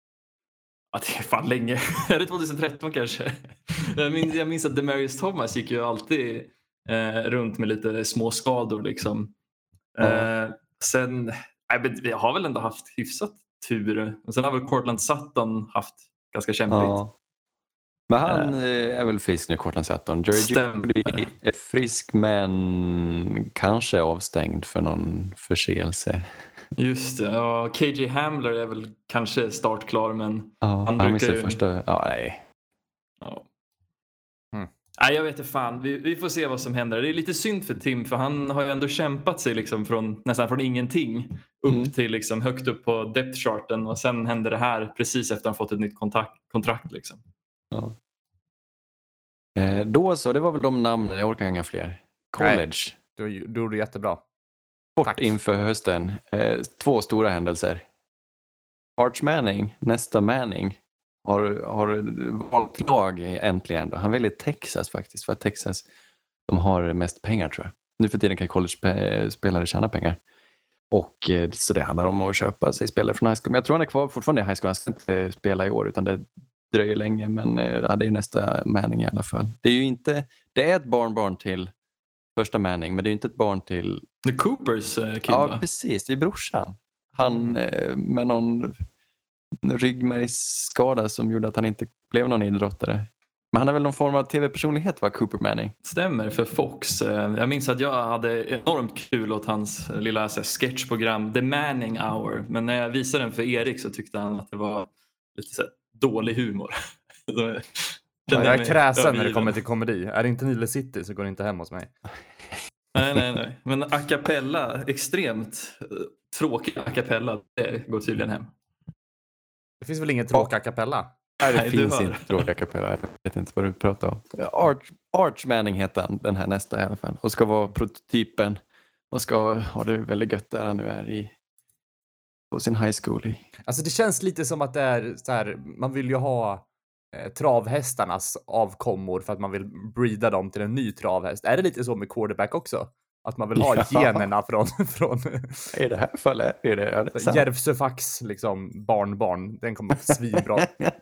Ja, det är fan länge. Är det tjugohundratretton kanske? Jag minns, jag minns att Demarius Thomas gick ju alltid eh, runt med lite små skador liksom. Ja. Eh, sen, nej, men vi har väl ändå haft hyfsat tur. Och sen har väl Cortland Sutton haft ganska kämpigt. Ja. Men han eh, är väl frisk nu, Cortland Sutton. Jerry Stämmer. Jeudy är frisk men kanske avstängd för någon förseelse. Just det. Ja, K J Hamler är väl kanske startklar men Ja, Han han brukar missade ju- första... Ja, nej. ja. Mm. Nej, jag vet inte fan. Vi, vi får se vad som händer. Det är lite synd för Tim, för han har ju ändå kämpat sig liksom från, nästan från ingenting upp Mm. till liksom högt upp på depth charten, och sen händer det här precis efter att han fått ett nytt kontrakt. kontrakt liksom. Ja. Eh, då så, det var väl de namnen. Jag orkar inga fler. College. Du, du gjorde jättebra. Kort Tack. inför hösten. Eh, två stora händelser. Arch Manning, nästa Manning, har, har valt lag äntligen. Då. Han väljer Texas faktiskt, för att Texas de har mest pengar tror jag. Nu för tiden kan college-spelare tjäna pengar. Och eh, så det handlar om att köpa sig spelare från high school. Men jag tror han är kvar fortfarande i high school. Han ska inte spela i år, utan det dröjer länge. Men eh, ja, det är nästa Manning i alla fall. Det är ju inte, det är ett barnbarn till första Manning, men det är ju inte ett barn till... The Coopers eh, kid, Ja, va? precis. Det är brorsan. Han eh, med någon ryggmärgsskada som gjorde att han inte blev någon idrottare. Men han är väl någon form av tv-personlighet, va, Cooper Manning? Stämmer för Fox. Eh, Jag minns att jag hade enormt kul åt hans lilla så här, sketchprogram The Manning Hour. Men när jag visade den för Erik så tyckte han att det var lite så här, dålig humor. Så Jag är mig kräsen när det övergiven. kommer till komedi. Är det inte Nile City så går det inte hem hos mig. Nej, nej, nej. Men a cappella, extremt eh, tråkig a cappella, det går tydligen hem. Det finns väl ingen tråkig a cappella? Nej, det Nej, du finns hör. inte tråkiga kapella. Jag vet inte vad du pratar om. Arch, Arch Manning heter han, den här nästa i alla fall. Och ska vara prototypen. Och ska ha det väldigt gött där han nu är i på sin high school. I. Alltså det känns lite som att det är så här, man vill ju ha eh, travhästarnas avkommor för att man vill breeda dem till en ny travhäst. Är det lite så med quarterback också? Att man vill ha Ja. generna från, från I det här fallet är det, ja, det är sant. Järvsöfax liksom barnbarn. Den kommer att svinbra.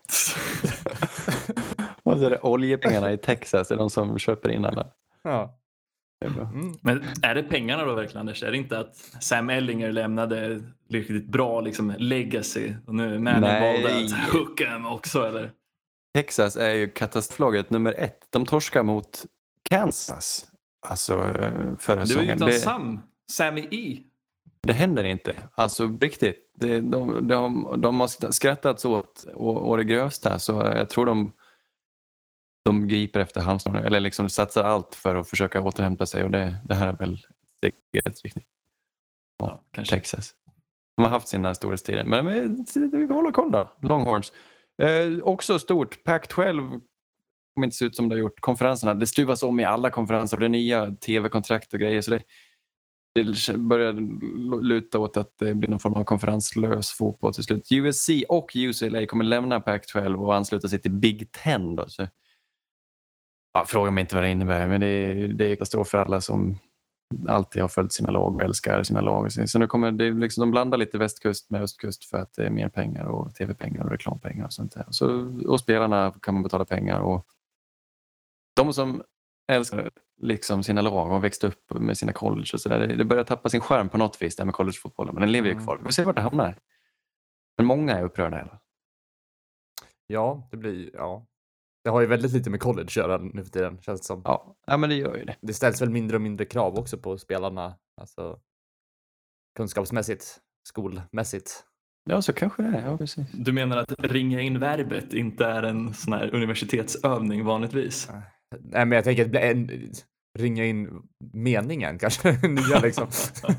Och så är det oljepengarna i Texas, det är de som köper in alla. Ja. Det är bra. Mm. Men är det pengarna då verkligen, Anders? Är det inte att Sam Ellinger lämnade riktigt bra liksom, legacy och nu Manning Nej. valde att hooka hem också, eller? Texas är ju katastroflaget nummer ett. De torskar mot Kansas. Alltså eh, förra Du är ju säsongen. utan Det, Sam, Sammy E. det händer inte. Alltså riktigt. Det, de, de, de har skrattats åt och, och det grövsta. Så jag tror de, de griper efter halmstrån. Eller liksom satsar allt för att försöka återhämta sig. Och det, det här är väl steget riktigt. Ja, kanske. Texas. De har haft sina stora strider. Men, men vi får hålla koll då. Longhorns. Eh, också stort. Pac tolv kommer inte se ut som det har gjort. Konferenserna. Det stuvas om i alla konferenser. Det är nya tv-kontrakt och grejer. Så det, det börjar luta åt att det blir någon form av konferenslös fotboll till slut. U S C och U C L A kommer lämna Pac tolv och ansluta sig till Big Ten. Då. Så, ja, fråga mig inte vad det innebär. Men det är, det är katastrof för alla som alltid har följt sina lag och älskar sina lag. Så nu kommer det liksom, de blandar lite västkust med östkust för att det är mer pengar och tv-pengar och reklampengar och sånt där. Så, och spelarna kan man betala pengar och de som älskar liksom sina lag och växt upp med sina college och sådär, det börjar tappa sin skärm på något vis där med collegefotbollen, men den lever ju kvar. Vi får se vart det hamnar. Men många är upprörda hela. Ja, det blir, ja. Det har ju väldigt lite med college att göra nu för tiden, känns det som. Ja, ja men det gör ju det. Det ställs väl mindre och mindre krav också på spelarna, alltså kunskapsmässigt, skolmässigt. Ja, så kanske det är. Ja, precis. Du menar att ringa in verbet inte är en sån här universitetsövning vanligtvis? Nej, men jag tänker att en, ringa in meningen kanske, nya liksom.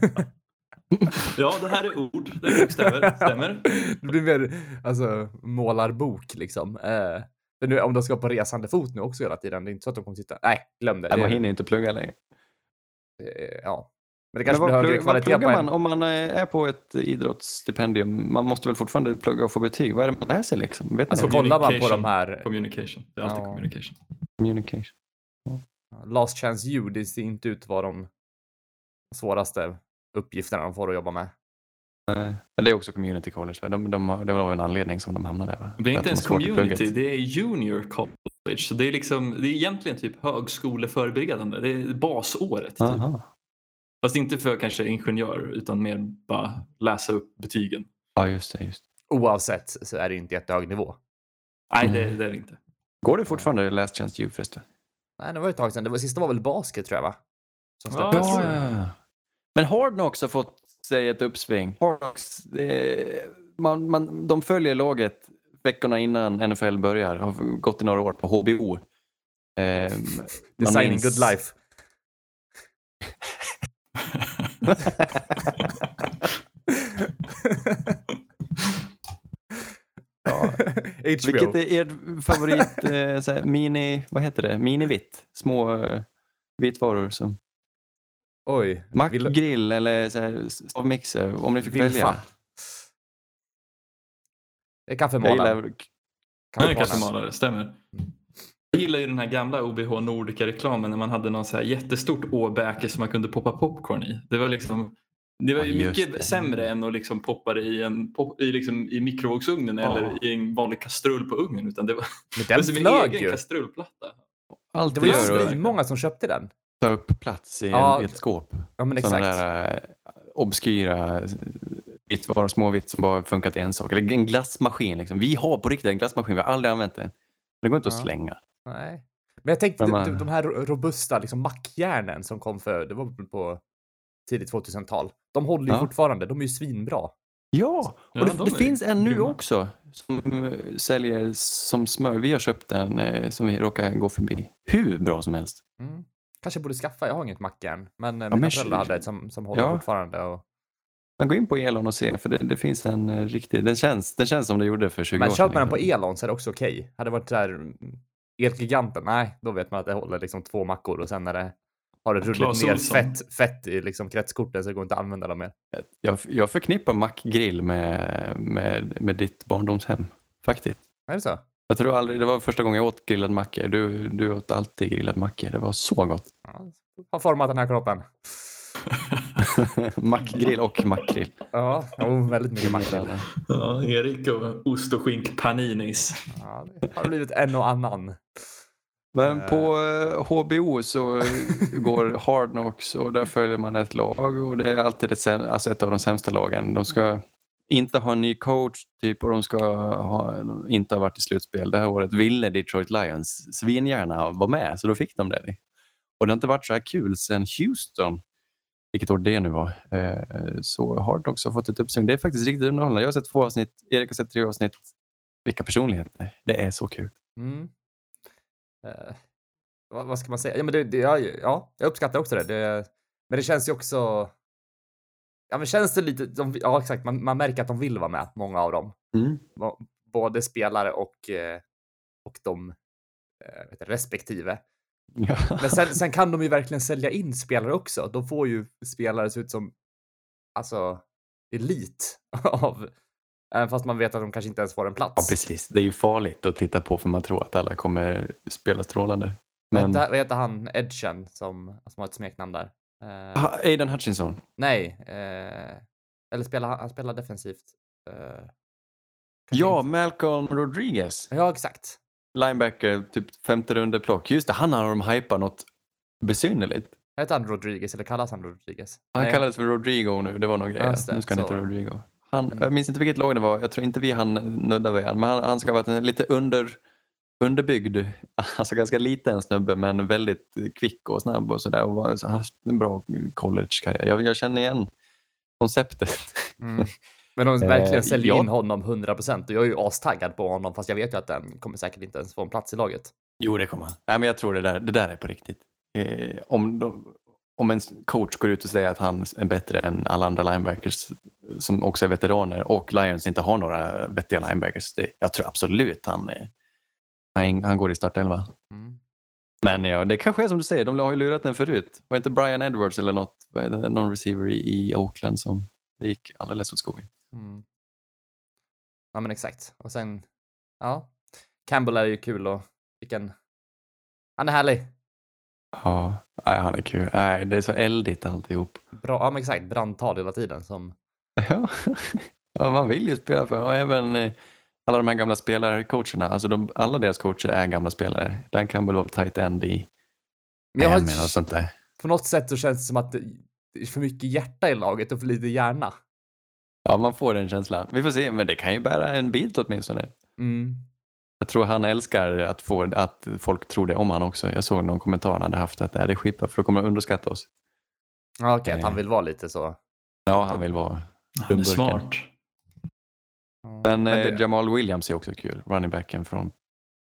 Ja, det här är ord. Det är bokstäver. Stämmer. Det blir mer, alltså, målarbok liksom. Eh, men nu, om de ska på resande fot nu också hela tiden, det är inte så att de kommer sitta. Nej, glöm det. Nej, man det hinner inte plugga längre. eh, ja. Men det Men kanske vad, blir högre plugg, vad kvalitet på pluggar en... man om man är på ett idrottsstipendium? Man måste väl fortfarande plugga och få betyg. Vad är det man lär sig liksom? Vet Alltså ni? kollar man på Communication. de här Communication. Det är alltid Ja. communication. Communication. Last Chance U, det ser inte ut vad de svåraste uppgifterna de får att jobba med. Nej, men det är också community college. Va? De, de, har- det var en anledning som de hamnade där. Va? Det är För inte att de ens har svårt i community, plugget. det är junior college. Så det är, liksom, det är egentligen typ högskoleförberedande. Det är basåret. Typ. Aha. Fast inte för kanske ingenjör utan mer bara läsa upp betygen. Ja, just det, just det. Oavsett så är det inte jättehög nivå. Nej, det, det är det inte. Går det fortfarande Last Chance U förresten? Nej, det var ett tag sedan. Det var, sista var väl basket tror jag, va? Som Ja, släpptes. jag tror det. ja. Men Hard Knocks har fått sig ett uppsving. Hard Knocks, det, man, man, de följer laget veckorna innan N F L börjar. Har gått i några år på H B O. Eh, Designing minns... good life. Ja. Vilket är er favorit eh, så här, mini, vad heter det? Mini-vitt. Små eh, vitvaror som Oj. mackgrill eller så här, stavmixer om ni fick Vilfa. välja. Det är kaffemålare. Jag gillar... Han är kaffemålare, stämmer. Jag gillar ju den här gamla O B H Nordica-reklamen när man hade någon så här jättestort åbäke som man kunde poppa popcorn i. Det var liksom det var ju Ja, mycket det. sämre än att liksom poppa det i, en, pop, i, liksom, i mikrovågsugnen Ja. eller i en vanlig kastrull på ugnen. Utan det var, Men det var den som en flög egen ju. kastrullplatta. Allt Det det var gör ju att många som köpte den. ta upp plats i, Ja. en, i ett skåp. Ja, men Sådana exakt. där äh, obskyra vitvaror, småvitt som bara funkat i en sak. Eller en glassmaskin. Liksom. Vi har på riktigt en glassmaskin, vi har aldrig använt den. Det går inte Ja. att slänga. Nej. Men jag tänkte Men de, man- de här robusta liksom, mackjärnen som kom för, det var väl på tidigt tvåtusental. De håller ju Ja. fortfarande, de är ju svinbra. Ja, och Ja, det, de det är finns en nu grymma. också som uh, säljer som smör. Vi har köpt en uh, som vi råkar gå förbi. Hur bra som helst. Mm. Kanske borde skaffa, jag har inget mackjärn. Men ja, men mina sh- föräldrar hade ett som, som håller Ja. fortfarande. Och... Men gå in på Elon och se, för det, det finns en uh, riktig... Den känns, den känns som det gjorde för tjugo Men år sedan. köper man den på liksom. Elon så är det också okej. Hade det varit där mm, Elgiganten, nej, då vet man att det håller liksom två mackor och sen när det har det rullat Clas ner Ohlson. fett, fett i liksom kretskorten så det går inte att använda dem mer. Jag, jag förknippar mackgrill med, med, med ditt barndomshem, faktiskt. Är det så? Jag tror aldrig, det var första gången jag åt grillad macka. Du, du åt alltid grillad macka. Det var så gott. Ja, har format den här kroppen. Mackgrill och mackgrill. Ja, oh, väldigt mycket mackor. Ja, Erik och ost och skink paninis. Ja, det har blivit en och annan. Men Eh. på eh, H B O så går Hard Knocks och där följer man ett lag och det är alltid ett, säm- alltså ett av de sämsta lagen. De ska inte ha en ny coach typ och de ska ha, inte ha varit i slutspel. Det här året ville Detroit Lions svingärna vara med så då fick de det. Och det har inte varit så här kul sedan Houston, vilket år det nu var. Eh, så Hard Knocks har fått ett uppsving. Det är faktiskt riktigt underhållande. Jag har sett två avsnitt, Erik har sett tre avsnitt. Vilka personligheter. Det är så kul. Mm. Eh, vad, vad ska man säga? Ja, men det, det, ja, ja, jag uppskattar också det. det. Men det känns ju också... Ja, men känns det lite... De, ja, exakt. Man, man märker att de vill vara med, många av dem. Mm. Va- Både spelare och, eh, och de eh, vet du, respektive. Ja. Men sen, sen kan de ju verkligen sälja in spelare också. De får ju spelare se ut som alltså elit av... Även fast man vet att de kanske inte ens får en plats. Ja, precis. Det är ju farligt att titta på för man tror att alla kommer spela strålande. Men... Vad heter- vad heter han? Edgen som, som har ett smeknamn där? Eh, Ah, Aiden Hutchinson. nej. Eh, eller spelar han, han spelar defensivt. Eh, kanske Ja, inte. Malcolm Rodriguez. Ja, exakt. Linebacker, typ femte runde plock. Just det, han har de hypat något besynnerligt. Heter han Rodriguez eller kallas han Rodriguez? Han Nej. kallades för Rodrigo nu, det var någon grej. Ja, just det, Nu ska han så. heta Rodrigo. Han, Mm. Jag minns inte vilket lag det var, jag tror inte vi hann nudda vid han. Men han, han ska ha varit en lite under, underbyggd, alltså ganska liten snubbe men väldigt kvick och snabb och sådär. Och var, så haft en bra college-karriär. Jag, jag känner igen konceptet. Mm. Men de Eh, verkligen säljer ja. in honom hundra procent och jag är ju astaggad på honom fast jag vet ju att den kommer säkert inte ens få en plats i laget. Jo, det kommer han. Nej, men jag tror det där, det där är på riktigt. Eh, om, de, om en coach går ut och säger att han är bättre än alla andra linebackers som också är veteraner och Lions inte har några vettiga linebackers. Det, jag tror absolut han, är, han, han går i startelva. Mm. Men ja, det kanske är som du säger, de har ju lurat den förut. Var inte Brian Edwards eller något, vad är det, någon receiver i, i Oakland som det gick alldeles åt skogen. Mm. Ja men exakt. Och sen, ja. Campbell är ju kul och vilken... Han är härlig. Ja, nej, han är kul. Nej, det är så eldigt alltihop. Bra, ja men exakt. Brandtal hela tiden som... Ja. Ja, man vill ju spela för. Och även eh, alla de här gamla spelarcoacherna. Alltså de, alla deras coacher är gamla spelare. Dan Campbell var tight end i Men jag har, Miami och sånt där. på något sätt så känns det som att det är för mycket hjärta i laget och för lite hjärna. Ja, man får den känslan. Vi får se, men det kan ju bära en bit åtminstone. Mm. Jag tror han älskar att, få, att folk tror det om han också. Jag såg någon kommentar han hade haft att det är skitbra för då kommer de underskatta oss. Ja, okej, att Eh. han vill vara lite så. Ja, han vill vara Han är dumburken. smart. Ja. Men, Men eh, det- Jamal Williams är också kul. Running backen från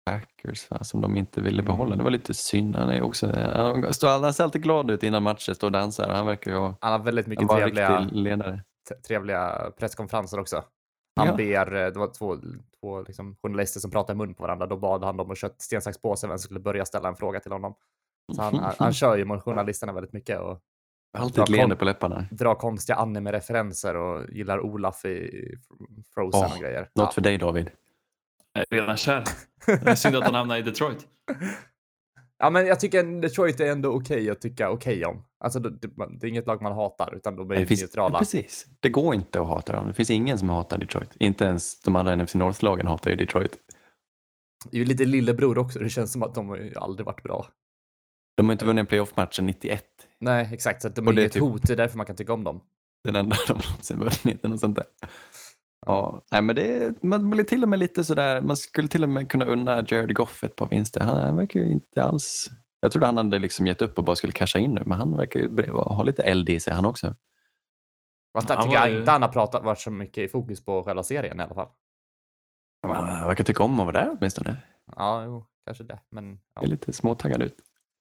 Packers va, som de inte ville behålla. Det var lite synd. Han är också, han, står, han ser alltid glad ut innan matcher, står och dansar. Han verkar ju ha, Han har väldigt mycket vara trevliga, riktig ledare. t- trevliga presskonferenser också. Han Ja. ber, eh, det var två, två liksom, journalister som pratade i mun på varandra. Då bad han dem att köra sten, sax, påse vem som skulle börja ställa en fråga till honom. Så han, han, han kör ju mot journalisterna väldigt mycket och Alltid ett drar, leende kon- på läpparna. drar konstiga anime-referenser och gillar Olaf i Frozen Åh, och grejer. Något Ja. för dig David. Jag är redan kär. Det är synd att han hamnar i Detroit. Ja, men jag tycker Detroit är ändå okej att tycka okej om. Alltså det, det, det är inget lag man hatar, utan de är Det finns, neutrala. precis. Det går inte att hata dem. Det finns ingen som hatar Detroit. Inte ens de andra N F C North-lagen hatar ju Detroit. Det är ju lite lillebror också. Det känns som att de har ju aldrig varit bra. De har inte vunnit en playoff-match sedan nittioett. Nej, exakt. Så att de Och är det är inget typ- hot. Det är därför man kan tycka om dem. Den enda de någonsin vunnit. Och sånt där. Ja, nej, men det är, man blir till och med lite sådär, man skulle till och med kunna unna Jared Goff ett par vinster. Han, han verkar ju inte alls, jag trodde han hade liksom gett upp och bara skulle casha in nu, men han verkar ju ha lite eld i sig han också. Fast jag Han tycker var jag ju- inte han har pratat, varit så mycket i fokus på själva serien i alla fall. Han verkar tycka om att vara där åtminstone. Ja, jo, kanske det. Men ja. Det är lite småtaggad ut.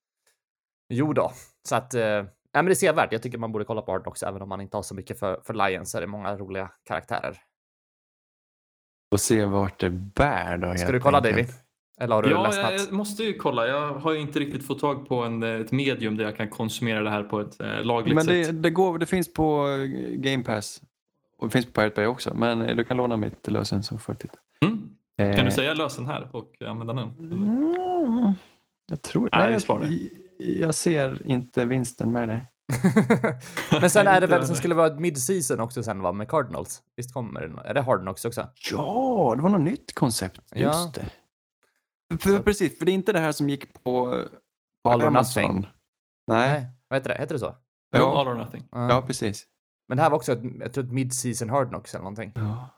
Jo då. Så att, eh, nej, men det ser värt. Jag tycker man borde kolla på Hard Knocks, även om man inte har så mycket för, för Lions. Så är det många roliga karaktärer. Och se vart det bär då. Ska helt du kolla enkelt. David? Eller har du Ja, ledsnat? jag måste ju kolla. Jag har ju inte riktigt fått tag på en, ett medium där jag kan konsumera det här på ett eh, lagligt Men det, sätt. det, går, det finns på eh, Game Pass och det finns på Pirate Bay också, men eh, du kan låna mitt lösen så får du titta. Mm. Kan Eh, du säga lösen här och använda den? Mm, jag tror Nej, nej, vi sparar jag, jag ser inte vinsten med det. Men sen är det väl Inte som skulle vara ett mid-season också sen va, med Cardinals. Visst kommer det? Är det Hard Knocks också? Ja, det var något nytt koncept. Ja. Just det. För, precis, för det är inte det här som gick på, på All or Amazon. nothing. Nej, Nej, vad heter det? Heter det så? Ja. ja, All or nothing. Ja. ja, precis. Men det här var också ett, jag tror ett mid-season Hard Knocks eller någonting. Ja.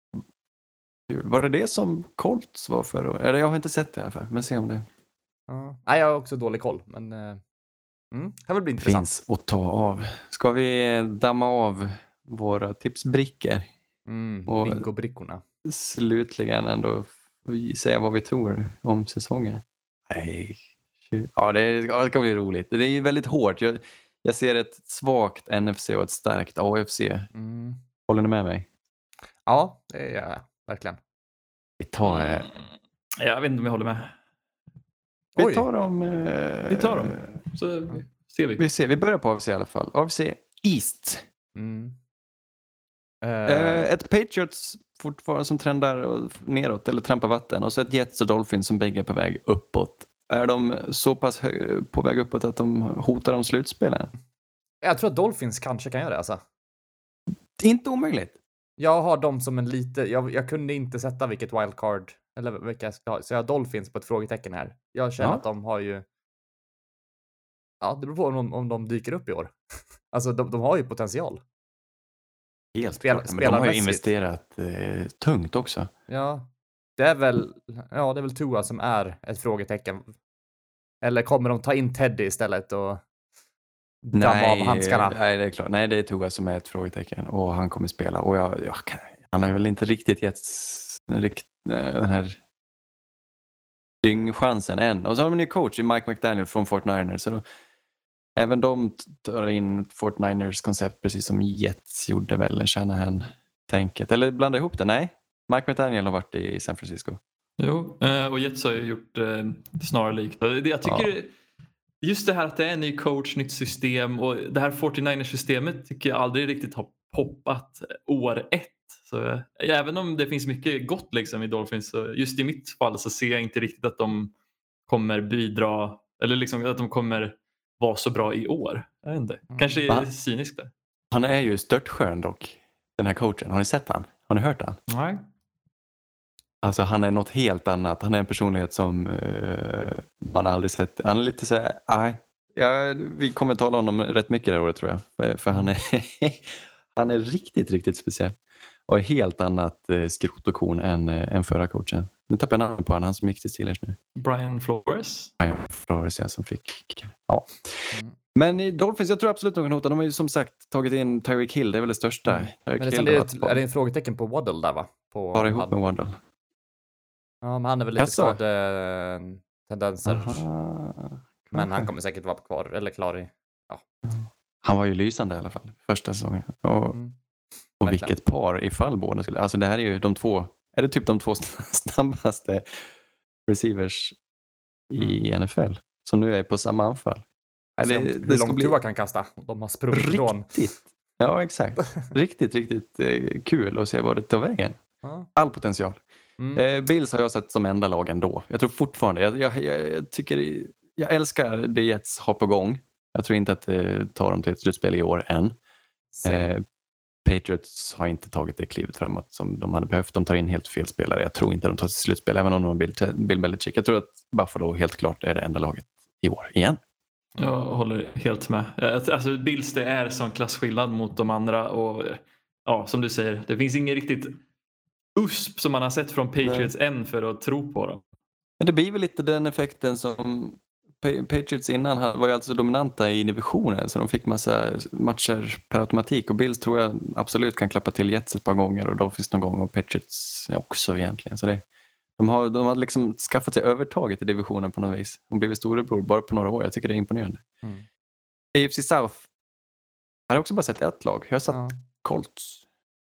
Kul. Var det det som Colts var för? då? Eller jag har inte sett det i alla fall, men se om det Ja. Nej, jag har också dålig koll, men eh, mm, det väl bli intressant. finns att ta av. Ska vi damma av våra tipsbrickor? Mm, Och- bingo-brickorna. Slutligen ändå säga vad vi tror om säsongen. Nej. Ja, det, ja, det ska bli roligt. Det är ju väldigt hårt. Jag, jag ser ett svagt N F C och ett starkt A F C. Mm. Håller ni med mig? Ja, det gör jag verkligen. Vi tar, eh, Jag vet inte om jag håller med. vi Oj. tar dem. Eh, Vi tar dem. Så ser vi. Vi, ser, vi börjar på A F C i alla fall. A F C East. Mm. Eh, Eh, ett Patriots fortfarande som trendar och- neråt eller trampar vatten. Och så ett Jets och Dolphins som bägge är på väg uppåt. Är de så pass hö- på väg uppåt att de hotar om slutspelen? jag tror att Dolphins kanske kan göra det alltså. Inte omöjligt. Jag har dem som en lite, jag, jag kunde inte sätta vilket wildcard eller vilka jag ska ha. Så jag har Dolphins på ett frågetecken här. Jag känner Ja. att de har ju, ja det beror på om, om de dyker upp i år. Alltså de, de har ju potential. Helt Spel- klart. Men de har ju spelarmässigt. investerat eh, tungt också. Ja, det är väl, ja det är väl Tua som är ett frågetecken. Eller kommer de ta in Teddy istället och damma av handskarna? nej, det är klart. Nej, det är Tua som är ett frågetecken och han kommer spela. Och jag, jag kan, han har väl inte riktigt gett rikt, den här dyngchansen än. Och så har de en ny coach i Mike McDaniel från Fortniners. Så då, även de tar in Fortniners koncept precis som Jets gjorde väl, Shanahan-tänket. Eller blanda ihop det? Nej, Mike McDaniel har varit i San Francisco. Jo, eh, och Jets har ju gjort eh, snarlikt. Och det- Jag tycker just det här att det är en ny coach, nytt system och det här Fortniners-systemet tycker jag aldrig riktigt har poppat år ett. Så eh, även om det finns mycket gott liksom i Dolphins, så just i mitt fall så ser jag inte riktigt att de kommer bidra eller liksom att de kommer vara så bra i år. Jag vet inte. Kanske är Va? det cyniskt där. Han är ju störtskön dock, den här coachen. Har ni sett han? Har ni hört han? Nej. Alltså han är något helt annat. Han är en personlighet som uh, man aldrig sett. Han är lite så här, nej. Ja, vi kommer tala om honom rätt mycket det här året tror jag. För, för han, är han är riktigt, riktigt speciell. Och helt annat uh, skrot och korn än, uh, än förra coachen. Nu tappar jag namnet på honom, han som gick till Steelers nu. Brian Flores. Brian Flores, ja, som fick. Ja. Mm. Men i Dolphins, jag tror absolut de kan hota. De har ju som sagt tagit in Tyreek Hill, det är väl det största. Mm. Tyreek Men det, Hill är, har det, varit är det en frågetecken på Waddle där va? På, bara ihop med Waddle. Ja, men han är väl lite Jaså? skadetendenser. Aha. Men Okej. han kommer säkert vara kvar, eller klar i. Han var ju lysande i alla fall första säsongen. Och, Mm. och Verkligen. vilket par ifall båda skulle... Alltså det här är ju de två... Är det typ de två snabbaste receivers i N F L som nu är på samma anfall? Se Det, om- det, hur ska långt bli Tua kan kasta. De har sprungit ifrån. riktigt... Ja, exakt. Riktigt, riktigt eh, kul att se vad det tar vägen. Ja. All potential. Mm. Eh, Bills har jag sett som enda lag ändå. Jag tror fortfarande, jag, jag, jag, jag tycker, jag älskar det Jets har på gång. Jag tror inte att det tar dem till ett slutspel i år än. Eh, Patriots har inte tagit det klivet framåt som de hade behövt. De tar in helt fel spelare. Jag tror inte att de tar till slutspel, även om de har Bill, Bill Belichick. Jag tror att Buffalo helt klart är det enda laget i år igen. Jag håller helt med. Alltså Bills, det är sån klassskillnad mot de andra och ja, som du säger, det finns ingen riktigt U S P som man har sett från Patriots än för att tro på dem. Men det blir väl lite den effekten som Pa- Patriots innan hade- var ju alltså dominanta i divisionen, så de fick massa matcher per automatik, och Bills tror jag absolut kan klappa till Jets ett par gånger och Dolphins någon gång och Patriots också egentligen. Så det, de har, de har liksom skaffat sig övertaget i divisionen på något vis. De blivit storebror bara på några år. Jag tycker det är imponerande. Mm. A F C South har jag också bara sett ett lag. Jag har satt Ja. Colts.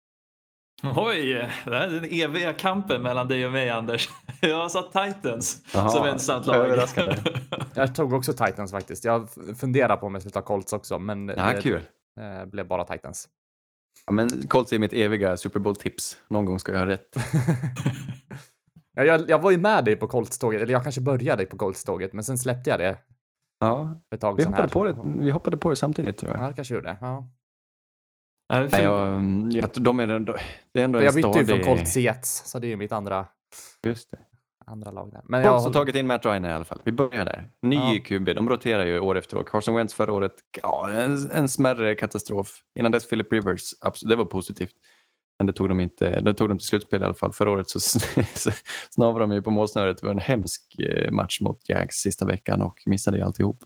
Oj, det här är den eviga kampen mellan dig och mig, Anders. Jag har satt Titans Jaha, som ensamt lag. överraskande. Jag tog också Titans faktiskt. Jag f- funderar på om jag skulle ta Colts också, men Ja, det kul. eh, blev bara Titans. Ja, men Colts är mitt eviga Super Bowl-tips. Någon gång ska jag ha rätt. Ja, jag, jag var ju med dig på Colts-tåget, eller jag kanske började på Colts-tåget, men sen släppte jag det Ja, för ett tag vi sedan hoppade, här. på det, vi hoppade på det samtidigt tror jag. Ja, det kanske gjorde. Ja. Nej, Nej, jag, jag, de är, ändå- det är ändå en Jag bytte ju stadig... från Colts till Jets, så det är ju mitt andra, Just det. andra lag där. Men Colts jag, har tagit in Matt Ryan i alla fall. Vi börjar där. Ny Ja. Q B, de roterar ju år efter år. Carson Wentz förra året, ja, en, en smärre katastrof. Innan dess Philip Rivers, absolut, det var positivt. Men det tog de inte, det tog de till slutspel i alla fall. Förra året så, så snavade de ju på målsnöret. Det var en hemsk eh, match mot Jags sista veckan och missade ju alltihop.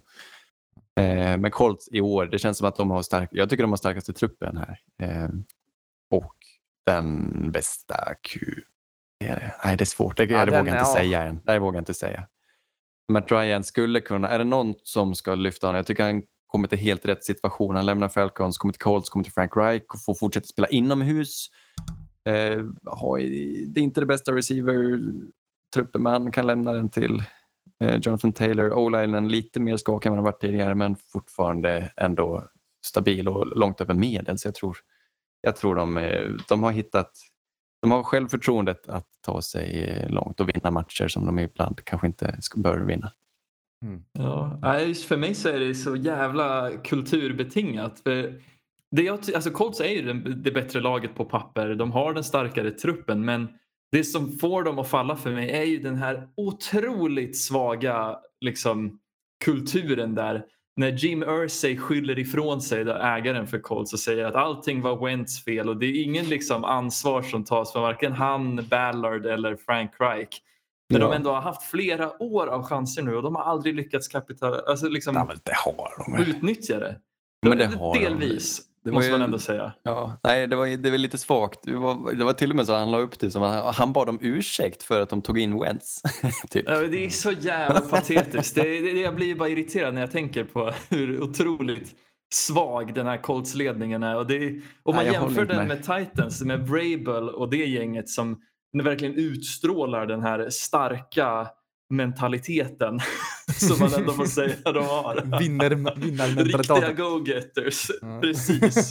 Eh, men Colts i år, det känns som att de har stark, jag tycker de har starkaste truppen här. Eh, och den bästa Q. Är det? Nej, det är svårt. Det, Ja, det den- vågar jag inte ja. säga än. Det vågar jag inte säga. Matt Ryan skulle kunna, är det någon som ska lyfta honom? Jag tycker han kommer till helt rätt situation. Han lämnar Falcons, kommer till Colts, kommer till Frank Reich och får fortsätta spela inomhus. Eh, har, det är inte det bästa receiver-truppen, men han kan lämna den till eh, Jonathan Taylor. O-linen lite mer skakig än vad han varit tidigare, men fortfarande ändå stabil och långt över medel. Så jag tror, jag tror de, eh, de har hittat, de har självförtroendet att ta sig eh, långt och vinna matcher som de ibland kanske inte ska- bör vinna. Ja, nej, just för mig så är det så jävla kulturbetingat. För det jag, ty- alltså Colts är ju den, det bättre laget på papper. De har den starkare truppen. Men det som får dem att falla för mig är ju den här otroligt svaga liksom, kulturen där. När Jim Irsay skyller ifrån sig, där ägaren för Colts, och säger att allting var Wentz fel. Och det är ingen liksom, ansvar som tas för varken han, Ballard eller Frank Reich. När Ja. de ändå har haft flera år av chanser nu och de har aldrig lyckats kapital, alltså liksom Ja, men det har de. utnyttja det. Men det har de. Delvis, Det var måste ju- man ändå säga. Ja, nej, det var, det var lite svagt. Det var, det var till och med så att han la upp det som att han bad om ursäkt för att de tog in Wentz. typ. Ja, men det är så jävla patetiskt. Det, det, jag blir bara irriterad när jag tänker på hur otroligt svag den här Colts-ledningen är. Och det, om man Nej, jag håller jämför inte den med. med Titans, med Vrabel och det gänget som verkligen utstrålar den här starka mentaliteten som man ändå får säga de har. vinner, Riktiga vinnarmentaliteten. go-getters. Ja. Precis.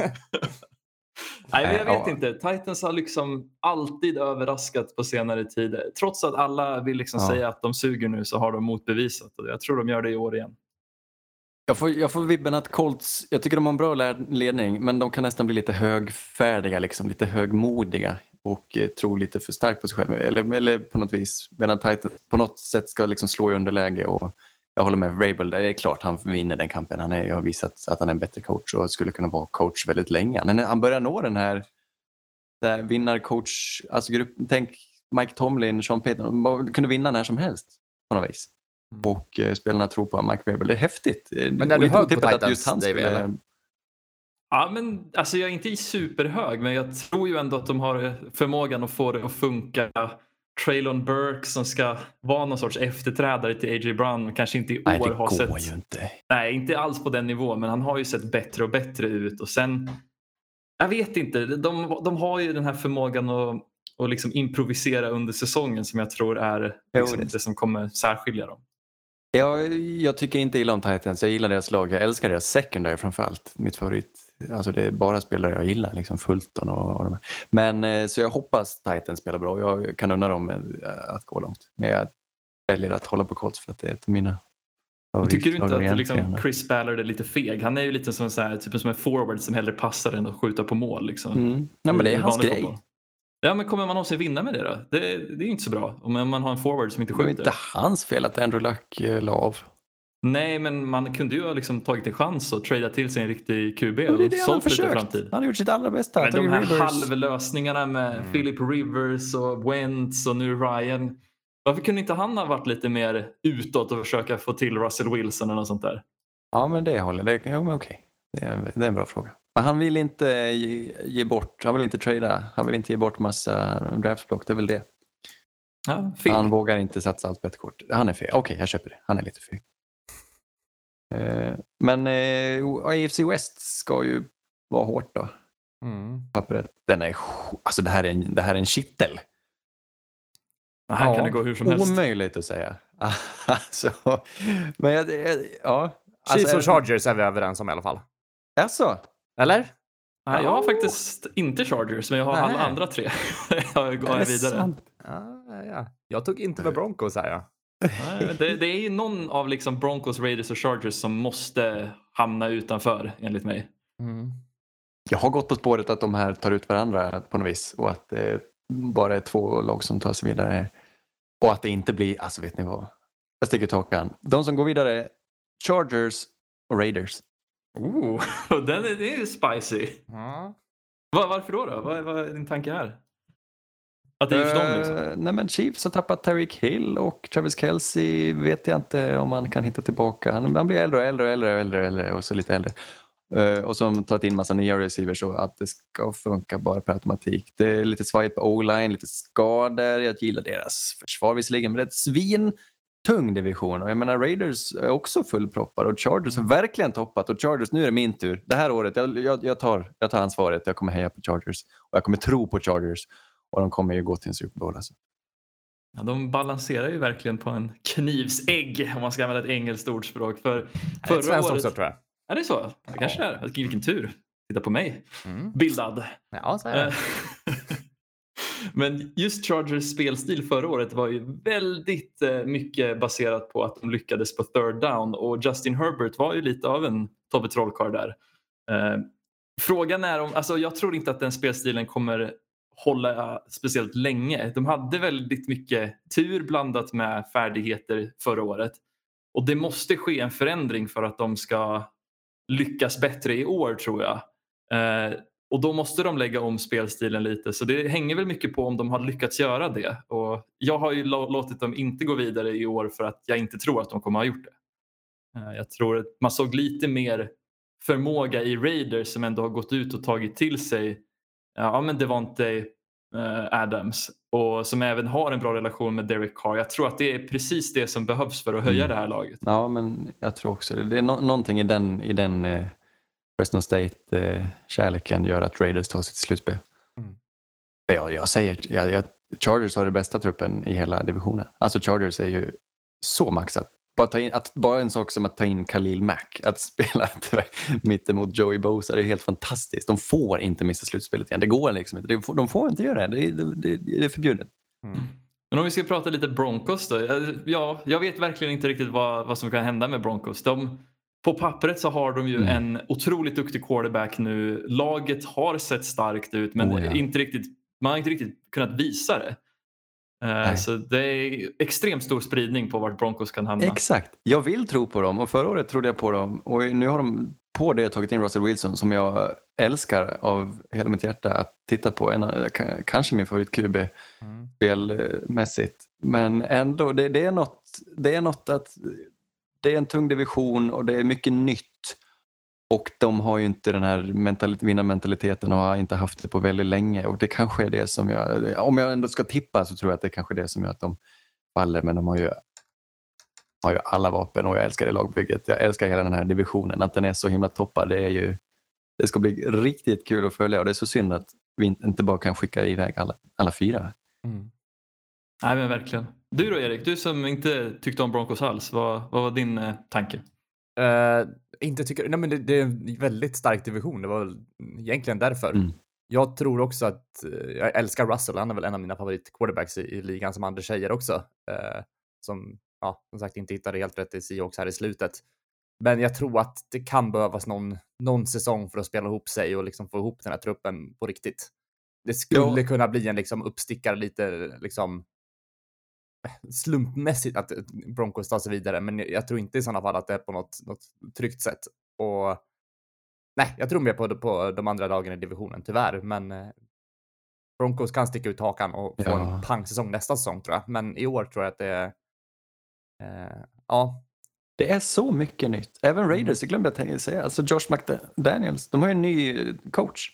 Nej, men jag vet Ja. inte. Titans har liksom alltid överraskat på senare tid. Trots att alla vill liksom Ja. säga att de suger nu så har de motbevisat. Och jag tror de gör det i år igen. Jag får, jag får vibben att Colts, jag tycker de har en bra led- ledning, men de kan nästan bli lite högfärdiga, liksom, lite högmodiga och eh, tror lite för starkt på sig själva. Eller, eller på något vis, medan Titans på något sätt ska liksom slå i underläge. Och jag håller med Vrabel, det är klart han vinner den kampen. Han är, har visat att han är en bättre coach och skulle kunna vara coach väldigt länge. Men när han börjar nå den här, där vinnarcoach, alltså grupp, tänk Mike Tomlin, Sean Payton, de kunde vinna när som helst på något vis. Och eh, spelarna tror på Mike Vrabel. Det är häftigt. Men är du hög på Otippat att Titans, just han David, skulle- eller? Ja, men alltså jag är inte superhög, men jag tror ju ändå att de har förmågan att få det att funka Traylon Burke som ska vara någon sorts efterträdare till A J Brown kanske inte i år Nej, det har går sett... ju inte. Nej, inte alls på den nivån, men han har ju sett bättre och bättre ut. Och sen, jag vet inte, de, de har ju den här förmågan att, att liksom improvisera under säsongen som jag tror är liksom Jo, det. det som kommer särskilja dem. Jag, jag tycker inte illa om Titans. Jag gillar deras lag. Jag älskar deras secondary framförallt. Mitt favorit. Alltså det är bara spelare jag gillar. Liksom Fulton och, och de här. Men eh, så jag hoppas Titans spelar bra. Jag kan undra dem eh, att gå långt. Men jag väljer att hålla på Colts för att det är ett av mina Tycker du inte att liksom egentligen. Chris Ballard är lite feg? Han är ju lite som, så här, typ som en forward som hellre passar än att skjuta på mål. Liksom, Mm. Nej, men det är i hans vanlig grej. fotboll. Ja, men kommer man någonsin vinna med det då? Det, det är ju inte så bra om man har en forward som inte Det är skjuter. inte hans fel att Andrew Luck eh, la av. Nej, men man kunde ju ha liksom tagit en chans och trada till sig en riktig Q B Men det är och det han har sålt lite försökt. framtid. Han har gjort sitt allra bästa. Men de Tagit här Rivers. halvlösningarna med Mm. Philip Rivers och Wentz och nu Ryan. Varför kunde inte han ha varit lite mer utåt och försöka få till Russell Wilson eller något sånt där? Ja, men det håller. Det, ja, men okej. Det är, det är en bra fråga. Men han vill inte ge, ge bort, han vill inte trada, han vill inte ge bort massa draftblock, det är väl det. Ja, fel. Han vågar inte satsa allt på ett kort. Han är fel. Okej, jag köper det. Han är lite fel. Eh, men eh, A F C West ska ju vara hårt då. Mm. Pappret. Den är, sk- alltså det här är en, det här är en kittel. Ja, här Ja, kan det gå hur som helst. Omöjligt att säga. Alltså, men jag, jag, ja. Chiefs Alltså, och Chargers är vi överens om i alla fall. alltså, Eller? Nej, jag har faktiskt inte Chargers, men jag har Nej. alla andra tre. jag går är det vidare. sant? Ja, ja, ja. Jag tog inte med Broncos här, ja. Nej, men det, det är ju någon av liksom Broncos, Raiders och Chargers som måste hamna utanför, enligt mig. Mm. Jag har gått på spåret att de här tar ut varandra på något vis och att det bara är två lag som tar sig vidare och att det inte blir, alltså vet ni vad, jag sticker ut hakan. De som går vidare, Chargers och Raiders. Oh, den är, det är ju spicy. Ja. Var, varför då? då? Vad, vad är din tanke här? Att det är just dem liksom? Uh, nej men Chiefs har tappat Tyreek Hill och Travis Kelce vet jag inte om man kan hitta tillbaka. Han, han blir äldre och äldre och äldre och äldre, och äldre och så lite äldre. Uh, och som tagit in massa nya receivers så att det ska funka bara per automatik. Det är lite svajigt på O-line, lite skador. Jag gillar deras försvar visserligen, men det är ett svin tung division. Och jag menar Raiders är också fullproppar och Chargers har verkligen toppat. Och Chargers, nu är det min tur. Det här året, jag, jag, jag, tar, jag tar ansvaret. Jag kommer heja på Chargers och jag kommer tro på Chargers. Och de kommer ju gå till en Super Bowl alltså. Ja, de balanserar ju verkligen på en knivsägg om man ska använda ett engelskt ordspråk. För Det är förra ett svenskt året... också, tror jag. Är det så? Det kanske det är. Vilken tur. Titta på mig. Mm. Bildad. Ja, så är det. Men just Chargers spelstil förra året var ju väldigt mycket baserat på att de lyckades på third down. Och Justin Herbert var ju lite av en Tobbe Trollkarl där. Frågan är om... Alltså jag tror inte att den spelstilen kommer hålla speciellt länge. De hade väldigt mycket tur blandat med färdigheter förra året. Och det måste ske en förändring för att de ska lyckas bättre i år, tror jag. Eh, och då måste de lägga om spelstilen lite. Så det hänger väl mycket på om de har lyckats göra det. Och jag har ju låtit dem inte gå vidare i år för att jag inte tror att de kommer ha gjort det. Eh, jag tror att man såg lite mer förmåga i Raiders som ändå har gått ut och tagit till sig ja, men Devontae eh, Adams och som även har en bra relation med Derek Carr. Jag tror att det är precis det som behövs för att höja Mm. det här laget. Ja, men jag tror också det. Det är no- någonting i den, i den eh, Fresno State-kärleken eh, gör att Raiders tar sitt slutspel. Mm. Jag, jag säger, jag, jag, Chargers har det bästa truppen i hela divisionen. Alltså Chargers är ju så maxat. Bara, ta in, att, bara en sak som att ta in Khalil Mack, att spela mittemot Joey Bosa, det är helt fantastiskt. De får inte missa slutspelet igen. Det går liksom inte. De får, de får inte göra det. Det, det, det, det är förbjudet. Mm. Men om vi ska prata lite Broncos då. Ja, jag vet verkligen inte riktigt vad, vad som kan hända med Broncos. De, på pappret så har de ju Mm. en otroligt duktig quarterback nu. Laget har sett starkt ut men Oh, ja. inte riktigt, man har inte riktigt kunnat visa det. Uh, så det är extremt stor spridning på vart Broncos kan hamna. Exakt. Jag vill tro på dem och förra året trodde jag på dem och nu har de på det tagit in Russell Wilson som jag älskar av hela mitt hjärta att titta på. En, kanske min favorit Q B Mm. spelmässigt. Men ändå, det, det, är något, det är något att det är en tung division och det är mycket nytt. Och de har ju inte den här mentalit- vinnarmentaliteten och har inte haft det på väldigt länge. Och det kanske är det som jag, om jag ändå ska tippa så tror jag att det kanske är det som gör att de faller. Men de har ju, har ju alla vapen och jag älskar det lagbygget. Jag älskar hela den här divisionen. Att den är så himla toppad. Det är ju, det ska bli riktigt kul att följa och det är så synd att vi inte bara kan skicka iväg alla, alla fyra. Mm. Nej men verkligen. Du då Erik, du som inte tyckte om Broncos alls, vad, vad var din eh, tanke? Uh, inte tycker, nej men det, det är en väldigt stark division, det var väl egentligen därför. Mm. Jag tror också att, uh, jag älskar Russell, han är väl en av mina favorit quarterbacks i, i ligan som Anders säger också. Uh, som, ja, som sagt inte hittade helt rätt i Seahawks här i slutet. Men jag tror att det kan behövas någon, någon säsong för att spela ihop sig och liksom få ihop den här truppen på riktigt. Det skulle ja. kunna bli en liksom uppstickare lite liksom slumpmässigt att Broncos tar sig vidare, men jag tror inte i sådana fall att det är på något, något tryggt sätt. Och nej, jag tror mer på, på de andra lagen i divisionen, tyvärr, men eh, Broncos kan sticka ut hakan och få ja. en pangsäsong nästa säsong tror jag, men i år tror jag att det är eh, ja. Det är så mycket nytt. Även Raiders, jag glömde att säga, alltså Josh McDaniels, de har ju en ny coach.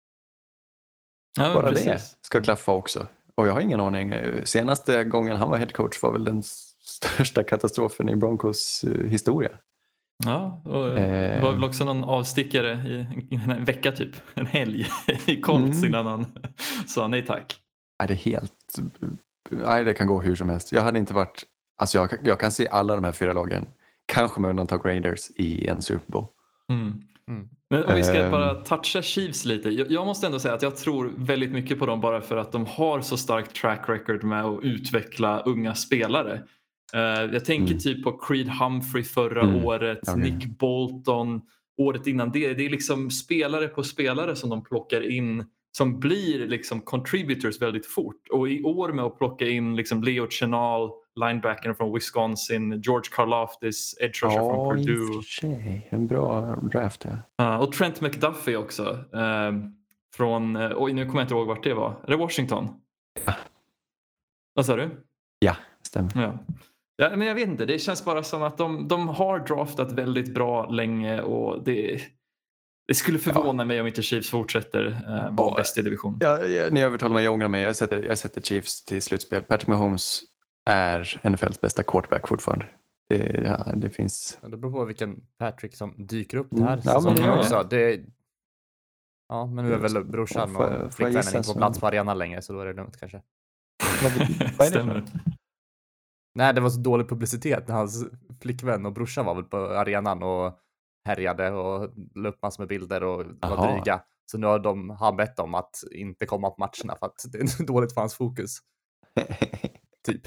Ja, bara precis. Det ska klaffa också. Och jag har ingen aning. Senaste gången han var head coach var väl den största katastrofen i Broncos uh, historia. Ja, och det var väl också någon avstickare i en vecka typ. En helg i Colts mm. innan han sa nej tack. Nej, det är helt... Nej, det kan gå hur som helst. Jag hade inte varit... Alltså jag, jag kan se alla de här fyra lagen, kanske med undantag Raiders, i en Super Bowl. Mm. Mm. Men om vi ska bara toucha Chiefs lite. Jag, jag måste ändå säga att jag tror väldigt mycket på dem bara för att de har så starkt track record med att utveckla unga spelare. Uh, jag tänker mm. typ på Creed Humphrey förra mm. året, okay. Nick Bolton året innan det. Det är liksom spelare på spelare som de plockar in som blir liksom contributors väldigt fort. Och i år med att plocka in liksom Leo Chenal, linebacker från Wisconsin, George Karlaftis, edge rusher oh, från Purdue. Tjej. En bra draft här. Uh, och Trent McDuffie också. Uh, från, uh, oj nu kommer jag inte ihåg vart det var. Är det Washington? Ja. Vad sa du? Ja, stämmer. Ja. Ja, men jag vet inte, det känns bara som att de, de har draftat väldigt bra länge och det, det skulle förvåna ja. mig om inte Chiefs fortsätter uh, vara ja. bäst i division. Ja, ja, ni övertalar mig, jag ångrar mig. Jag sätter, jag sätter Chiefs till slutspel. Patrick Mahomes är N F L:s bästa quarterback fortfarande. Det, ja, det finns... Ja, det beror på vilken Patrick som dyker upp det här. Mm. Ja, men det också. Det, ja, men nu är väl brorsan får, och flickvännen inte på plats på arenan längre, så då är det lugnt kanske. Vad är det? Nej, det var så dålig publicitet när hans flickvän och brorsan var väl på arenan och härjade och la upp massor med bilder och var dryga. Så nu har de har bett om att inte komma på matcherna för att det är dåligt för hans fokus. Typ.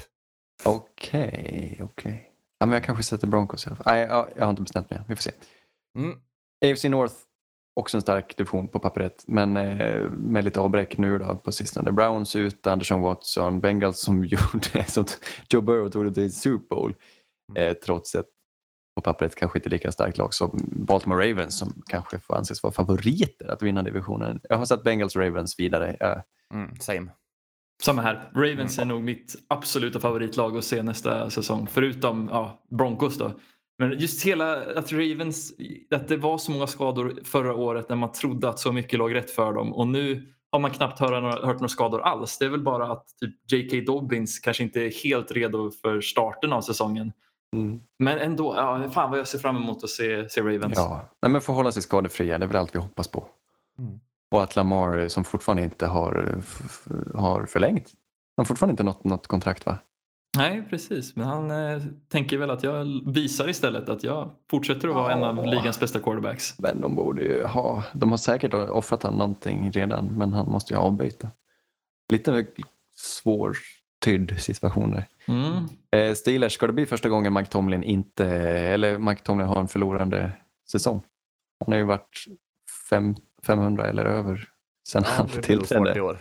Okej, okay, okej. Okay. Ja, men jag kanske sätter Broncos i alla fall. Nej, jag, jag har inte bestämt mig. Vi får se. Mm. A F C North, också en stark division på pappret, men eh, med lite avbräck nu då på sistone. Browns utan Anderson Watson, Bengals som gjorde som Joe Burrow tog det till Super Bowl, eh, trots att på pappret kanske inte lika starkt lag som Baltimore Ravens som kanske får anses vara favoriter att vinna divisionen. Jag har satt Bengals Ravens vidare. Ja. Mm, same. Samma här. Ravens är nog mitt absoluta favoritlag att se nästa säsong. Förutom ja, Broncos då. Men just hela att Ravens, att det var så många skador förra året när man trodde att så mycket låg rätt för dem. Och nu har man knappt hört några, hört några skador alls. Det är väl bara att typ J K. Dobbins kanske inte är helt redo för starten av säsongen. Mm. Men ändå, ja, fan vad jag ser fram emot att se, se Ravens. Ja, nej, men få hålla sig skadefria, det är väl allt vi hoppas på. Mm. Och att Lamar som fortfarande inte har, f- har förlängt. Han har fortfarande inte nått något kontrakt, va? Nej, precis. Men han eh, tänker väl att jag visar istället att jag fortsätter att vara ja. en av ligans bästa quarterbacks. Men de borde ju ha, de har säkert offrat han någonting redan, men han måste ju avbyta. Lite svår tydd situationer. Mm. Eh, Steelers, ska det bli första gången Mike Tomlin inte, eller Mike Tomlin har en förlorande säsong? Han har ju varit fem, femhundra eller över sen ja, han tillträdde.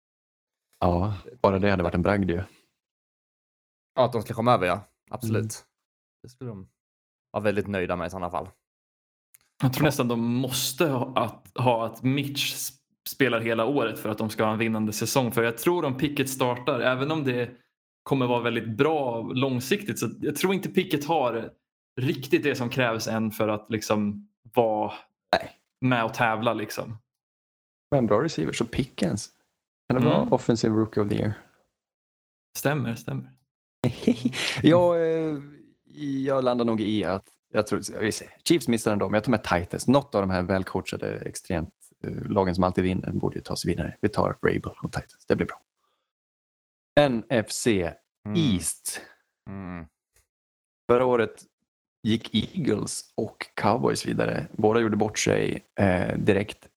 Ja, bara det hade varit en bragd ju. Ja, att de ska komma över, ja. Absolut. Mm. Det skulle de vara väldigt nöjda med i sådana fall. Jag tror nästan de måste ha att, ha att Mitch spelar hela året för att de ska ha en vinnande säsong. För jag tror om Pickett startar, även om det kommer vara väldigt bra långsiktigt, så jag tror inte Pickett har riktigt det som krävs än för att liksom vara Nej. med att tävla liksom. Men bra receiver, så Pickens. Kan det vara Mm. offensive rookie of the year? Stämmer, stämmer. jag, eh, jag landar nog i att jag tror, jag se, Chiefs missar ändå, men jag tar med Titans. Något av de här välcoachade, extremt uh, lagen som alltid vinner borde ju ta sig vidare. Vi tar Vrabel och Titans, det blir bra. N F C Mm. East. Mm. Förra året gick Eagles och Cowboys vidare. Båda gjorde bort sig eh, direkt.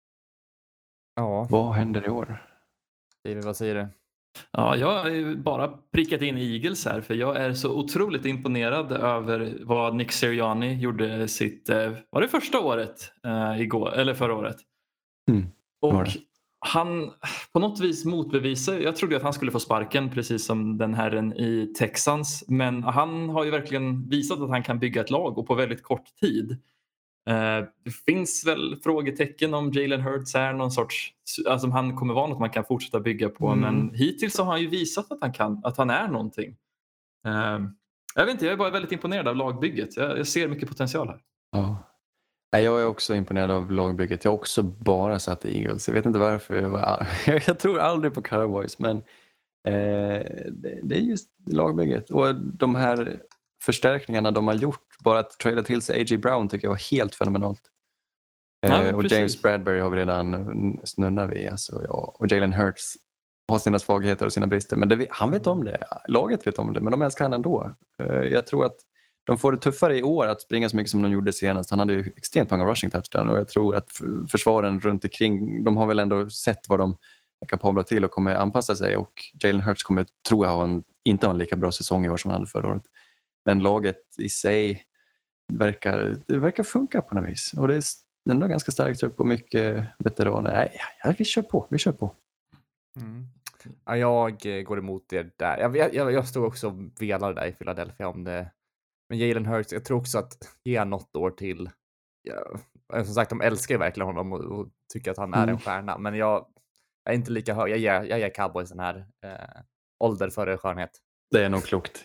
Ja, Vad händer i år? David, vad säger du? Ja, jag har ju bara prickat in Eagles här för jag är så otroligt imponerad över vad Nick Sirianni gjorde sitt, eh, var det första året eh, igår, eller förra året. Mm, Och var det. han på något vis motbevisar, jag trodde att han skulle få sparken precis som den herren i Texans, men han har ju verkligen visat att han kan bygga ett lag och på väldigt kort tid. Uh, det finns väl frågetecken om Jalen Hurts är någon sorts, alltså om han kommer vara något man kan fortsätta bygga på, Mm. men hittills så har han ju visat att han kan, att han är någonting. Uh, jag vet inte, jag är bara väldigt imponerad av lagbygget. Jag, jag ser mycket potential här. Ja. Nej, jag är också imponerad av lagbygget. Jag har också bara satt Eagles. Jag vet inte varför. Jag, var, jag tror aldrig på Cowboys, men eh, det, det är just lagbygget. Och de här förstärkningarna de har gjort, bara att trada till sig A J Brown tycker jag var helt fenomenalt. Ja, eh, och precis. James Bradbury har vi redan snunnat vid. Alltså, ja. Och Jalen Hurts har sina svagheter och sina brister, men det, han vet om det. Laget vet om det, men de älskar han ändå. Eh, jag tror att de får det tuffare i år att springa så mycket som de gjorde senast. Han hade ju extremt många rushing touchdown och jag tror att försvaren runt omkring, de har väl ändå sett vad de är kapabla till och kommer anpassa sig, och Jalen Hurts kommer, tror jag, ha en, inte ha en lika bra säsong i år som han hade förra året. Men laget i sig verkar, det verkar funka på något vis. Och det är ändå ganska starkt upp och mycket veteraner. Nej, ja, vi kör på, vi kör på. Mm. Ja, jag går emot er där. Jag, jag, jag stod också och velade där i Philadelphia om det. Men Jalen Hurts, jag tror också att ge han något år till. Ja, som sagt, de älskar ju verkligen honom och, och tycker att han är Mm. en stjärna. Men jag, jag är inte lika hög. Jag ger, jag ger Cowboys den här eh, ålder före skönhet. Det är nog klokt.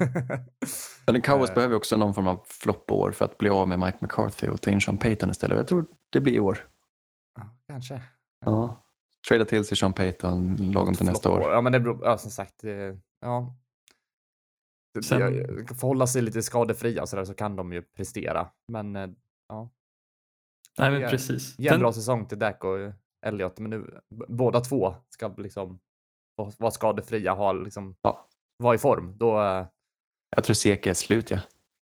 Men Cowboys Eh. behöver också någon form av floppår för att bli av med Mike McCarthy och ta in Sean Payton istället. Jag tror det blir i år. Ja, kanske. Ja. Trada till sig Sean Payton lagom till nästa år. Ja, men det beror, ja, som sagt, eh, ja. Sen- Jag, jag får hålla sig lite skadefria så, där, så kan de ju prestera. Men eh, ja. Nej, men Ja. precis. Ge en Sen- bra säsong till Dak och Elliot, men nu b- båda två ska liksom vara- vara skadefria, ha liksom Ja. vara i form. Då eh, Jag tror Seke är slut, ja.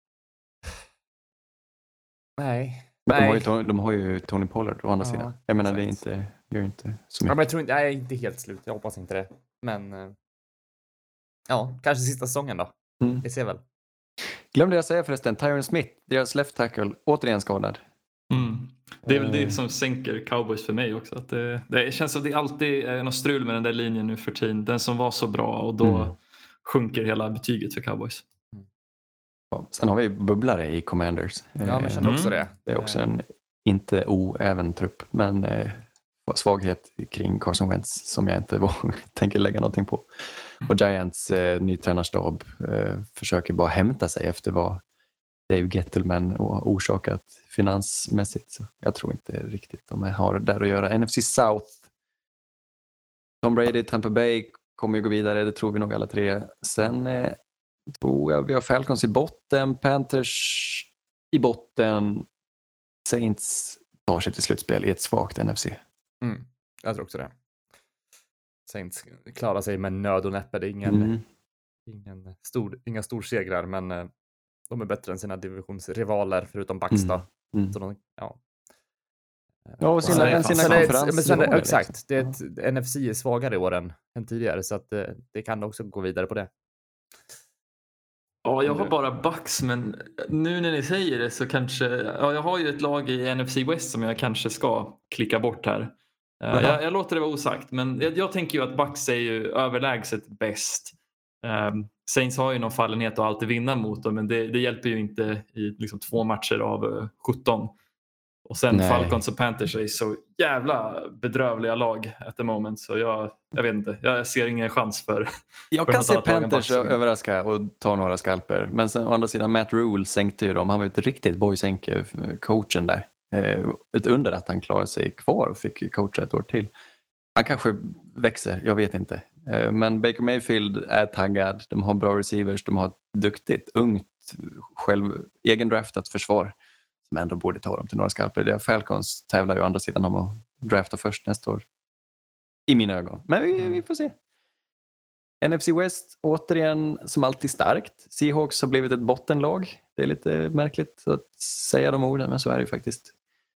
nej. Men de nej. har, ju, Tony- de har ju Tony Pollard å andra Ja, sidan. Jag menar, det är exakt. inte, gör inte så Ja, mycket. men jag tror inte, nej, inte helt slut. Jag hoppas inte det. Men eh, ja, kanske sista säsongen då. Mm. Vi ser väl. Glömde jag säga förresten, Tyron Smith, deras left tackle, återigen skadad. Mm. Det är väl Eh. det som sänker Cowboys för mig också. Att det, det känns som det alltid är något strul med den där linjen nu för tiden. Den som var så bra, och då Mm. sjunker hela betyget för Cowboys. Ja, sen har vi bubblare i Commanders. Ja, men jag Eh, känner också Mm. det. Det är också en inte oäven trupp, men eh, svaghet kring Carson Wentz som jag inte vågar- tänker lägga någonting på. Och Giants eh, ny tränarstab eh, försöker bara hämta sig efter vad Dave Gettleman har orsakat finansmässigt. Så jag tror inte riktigt de har där att göra. N F C South. Tom Brady, Tampa Bay kommer ju gå vidare, det tror vi nog alla tre. Sen eh, tror jag vi har Falcons i botten, Panthers i botten, Saints tar sig till slutspel i ett svagt N F C. Mm, jag tror också det. Saints klarar sig med nöd och näppe. Det är ingen, Mm. ingen stor, inga storsegrar, men eh, de är bättre än sina divisionsrivaler förutom Bucks då. Mm. Så de, ja. Ja, och sina, Sen är än det sina Sen är det- konferensrivaler, men sen är det- liksom. exakt, det är ett, N F C är svagare i år än, än tidigare, så att eh, det kan också gå vidare på det. Ja, jag har bara Bucks, men nu när ni säger det så kanske... Ja, jag har ju ett lag i N F C West som jag kanske ska klicka bort här. Uh, Jaha. jag, jag låter det vara osagt, men jag, jag tänker ju att Bucks är ju överlägset bäst. Um, Saints har ju någon fallenhet att alltid vinna mot dem, men det, det hjälper ju inte i liksom två matcher av uh, sjutton. Och sen Nej. Falcons och Panthers är så jävla bedrövliga lag at the moment, så jag, jag vet inte, jag ser ingen chans för... Jag för kan något se annat lag än Panthers Bucks. överraska och ta några skalper. Men sen å andra sidan, Matt Rule sänkte ju dem. Han var ju ett riktigt boysänke, coachen där. Eh, ett under att han klarade sig kvar och fick coacha ett år till. Han kanske växer, jag vet inte. Eh, men Baker Mayfield är taggad. De har bra receivers, de har ett duktigt, ungt, själv, egendraftat försvar som ändå borde ta dem till några skarper. Det Falcons tävlar ju å andra sidan om att drafta först nästa år. I mina ögon. Men vi, vi får se. N F C West återigen som alltid starkt. Seahawks har blivit ett bottenlag. Det är lite märkligt att säga de orden, men så är det ju faktiskt.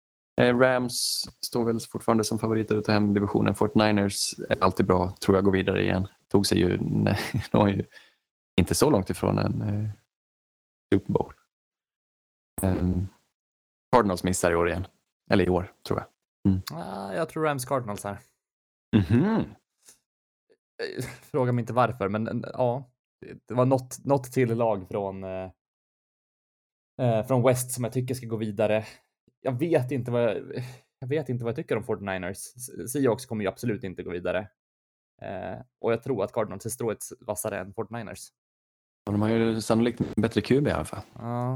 Rams står väl fortfarande som favoriter att ta hem divisionen. forty-niners är alltid bra, tror jag går vidare igen. Tog sig ju, nej, de var ju inte så långt ifrån en uh, Super Bowl. Um, Cardinals missar i år igen. Eller i år, tror jag. Mm. Ah, jag tror Rams Cardinals här. Mm-hmm. Fråga mig inte varför, men ja, det var något, något till lag från eh, från West som jag tycker ska gå vidare. Jag vet inte vad jag, jag vet inte vad jag tycker om forty-niners. Seahawks kommer ju absolut inte gå vidare. Eh, och jag tror att Cardinals är strået vassare än forty-niners. De har ju sannolikt en bättre Q B i alla fall. Ja.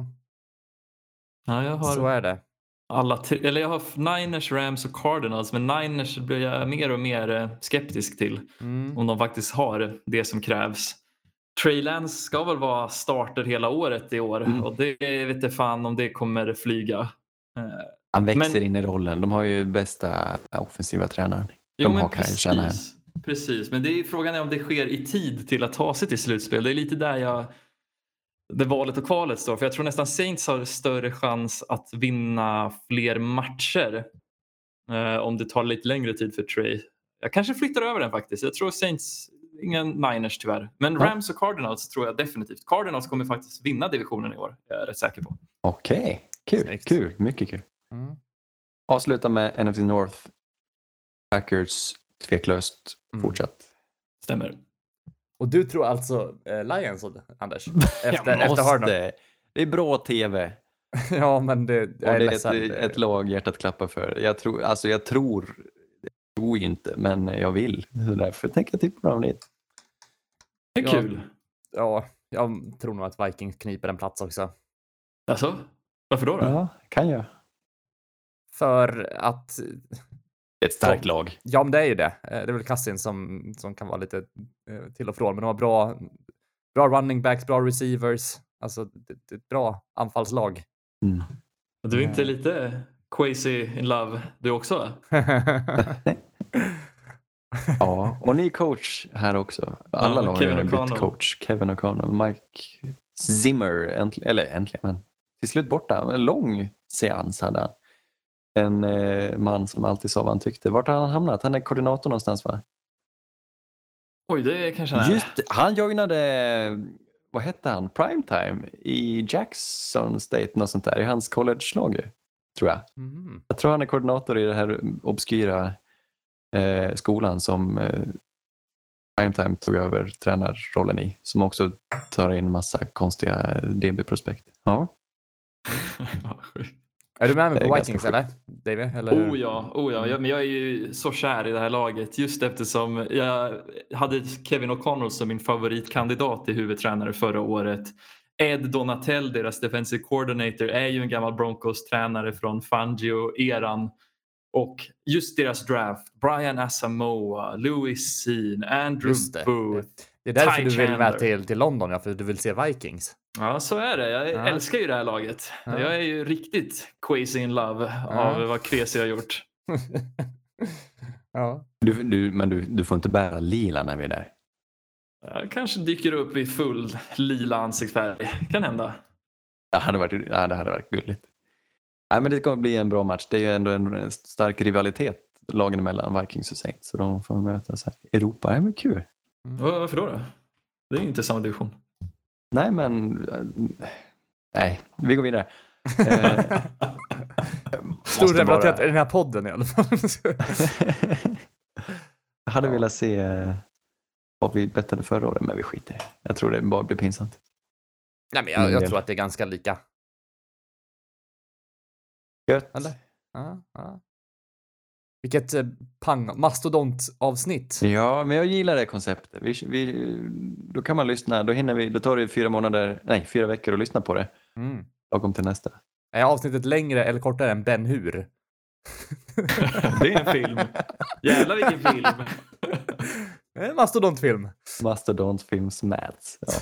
Ja, jag har Så är det. Alla t- eller jag har Niners, Rams och Cardinals, men Niners blir jag mer och mer skeptisk till. Mm. Om de faktiskt har det som krävs. Trey Lance ska väl vara starter hela året i år. Mm. Och det vet inte fan om det kommer flyga. Han växer men, in i rollen. De har ju bästa offensiva tränaren. De jo, har men precis, precis. Men det är frågan är om det sker i tid till att ta sig till slutspel. Det är lite där jag... Det valet och kvalet står. För jag tror nästan Saints har större chans att vinna fler matcher. Eh, om det tar lite längre tid för Trey. Jag kanske flyttar över den faktiskt. Jag tror Saints, ingen Niners tyvärr. Men ja. Rams och Cardinals tror jag definitivt. Cardinals kommer faktiskt vinna divisionen i år. Jag är rätt säker på. Okej, okay. Kul, Snyggt. kul, mycket kul. Mm. Avsluta med N F C North. Packers tveklöst mm. fortsatt. Stämmer. Och du tror alltså eh, Lions, Anders? Efter, efter Harden. Det är bra tv. Ja, men det, jag är, det är ett, ett lag hjärtat klappar för. Jag tror, alltså jag tror, jag tror inte, men jag vill. Så därför tänker jag tippa dem lite. Det är ja, kul. Ja, jag tror nog att Vikings kniper en plats också. Alltså? Varför då? då? Ja, kan jag. För att... Ett starkt så, lag. Ja, men det är ju det. Det är väl Cousins som, som kan vara lite eh, till och från. Men de har bra, bra running backs, bra receivers. Alltså det, det är ett bra anfallslag. Mm. Du är inte lite crazy in love du också? Ja, och ni coach här också. Alla ja, lag har en bytt coach. Kevin O'Connell, Mike Zimmer. Äntligen, eller äntligen, men till slut borta. En lång seans hade han. En eh, man som alltid sa vad han tyckte. Vart har han hamnat? Han är koordinator någonstans, va? Oj, det är kanske han är. Just, han joinade, vad hette han? Primetime i Jackson State, något sånt där. I hans college-lag, tror jag. Mm. Jag tror han är koordinator i det här obskyra eh, skolan som eh, Primetime tog över tränarrollen i. Som också tar in massa konstiga D B-prospekt. Ja. Är du med mig på Vikings eller? David, eller? Oh ja, oh ja. Jag, men jag är ju så kär i det här laget just eftersom jag hade Kevin O'Connell som min favoritkandidat till huvudtränare förra året. Ed Donatell, deras defensive coordinator, är ju en gammal Broncos-tränare från Fangio-eran. Och just deras draft, Brian Asamoah, Louis Sean, Andrew det. Booth. Det är därför du vill med till, till London, ja, för du vill se Vikings. Ja, så är det. Jag ja. älskar ju det här laget. Ja. Jag är ju riktigt crazy in love ja. av vad Crazy har gjort. ja. du, du, men du, du får inte bära lila när vi är där. Jag kanske dyker upp i full lila ansiktsfärg. Kan hända. Det hade varit, ja, det hade varit gulligt. Nej, men det kommer bli en bra match. Det är ju ändå en, en stark rivalitet lagen emellan Vikings och Saints. Så de får mötas här. Europa är väl kul. Mm. Varför då då? Det är inte samma division. Nej, men... Nej, vi går vidare. Stor rivalitet bara... i den här podden i alla fall. Jag hade ja. velat se vad vi bettade förra året, men vi skiter. Jag tror det bara blir pinsamt. Nej, men jag, jag tror att det är ganska lika. Gött. Eller? Ja, ja. Vilket eh, pang, mastodont-avsnitt. Ja, men jag gillar det konceptet. Vi, vi, då kan man lyssna, då hinner vi, då tar det fyra månader, nej, fyra veckor att lyssna på det. Mm. Lagom till nästa. Är avsnittet längre eller kortare än Ben Hur? Det är en film. Jävlar vilken film. Det är en mastodontfilm. Mastodontfilms Mats. Ja.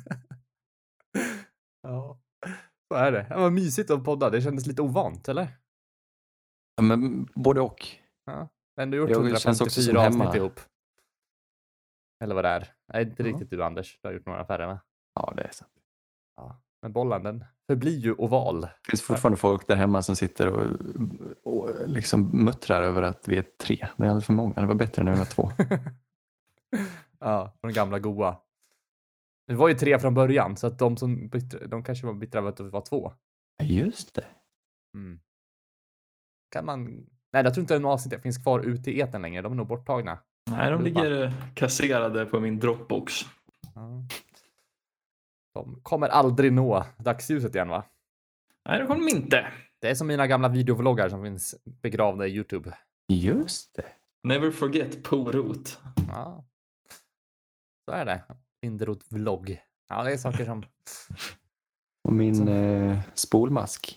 Ja, så är det. Det var mysigt att podda. Det kändes lite ovant, eller? Ja, men både och. Ja. Men du har Det gjort känns också som hundrafemtiofyra hemma. avsnitt ihop. Eller vad det är. Nej, inte Ja. riktigt du, Anders. Du har gjort några färre, va? Ja, det är sant. Ja. Men bollen, den förblir ju oval. Det finns fortfarande folk där hemma som sitter och, och liksom muttrar över att vi är tre. Det är alldeles för många. Det var bättre när vi var två. Ja, de gamla goa. Det var ju tre från början, så att de som bittra, de kanske var bittra över att det var två. Ja, just det. Mm. Kan man... Nej, jag tror inte att några avsnitt finns kvar ute i etern längre. De är nog borttagna. Nej, de ligger kasserade på min Dropbox. Ja. De kommer aldrig nå dagsljuset igen, va? Nej, det kommer de inte. Det är som mina gamla videovloggar som finns begravda i YouTube. Just det. Never forget Porot. Ja. Så är det. Linderoth vlogg. Ja, det är saker som... Och min Så. eh, spolmask.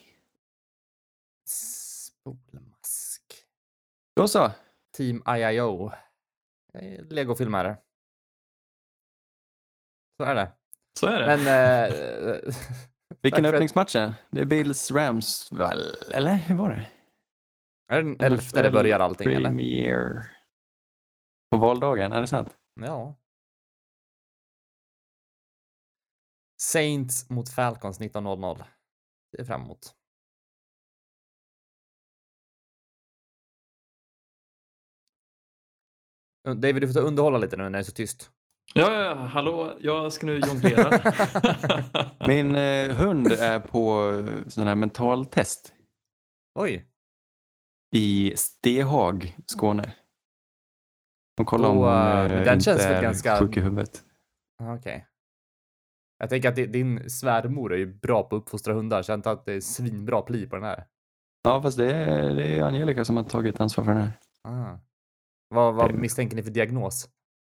Spolmask. Då så. Team I I O. Det är Lego-filmare. Så är det. Så är det. Men... Eh, Vilken Tack för öppningsmatch är? Det är Bills Rams, väl? Eller hur var det? är det den elfte det börjar allting, eller? Premiere. På valdagen, är det sant? Ja. Saints mot Falcons nitton noll noll. Det är fram emot. David, du får ta underhålla lite nu när det är så tyst. Ja, ja, hallå, jag ska nu jonglera. Min eh, hund är på sån här mentaltest Oj. i Stehag, Skåne. De kollar om Då, hon eh, eh, den inte känns väl är ganska- sjuk i huvudet. Okej. Okay. Jag tänker att din svärmor är ju bra på att uppfostra hundar, så jag antar att det är svinbra pli på den här. Ja, fast det är, det är Angelica som har tagit ansvar för den här. Ah. Vad, vad Det- misstänker ni för diagnos?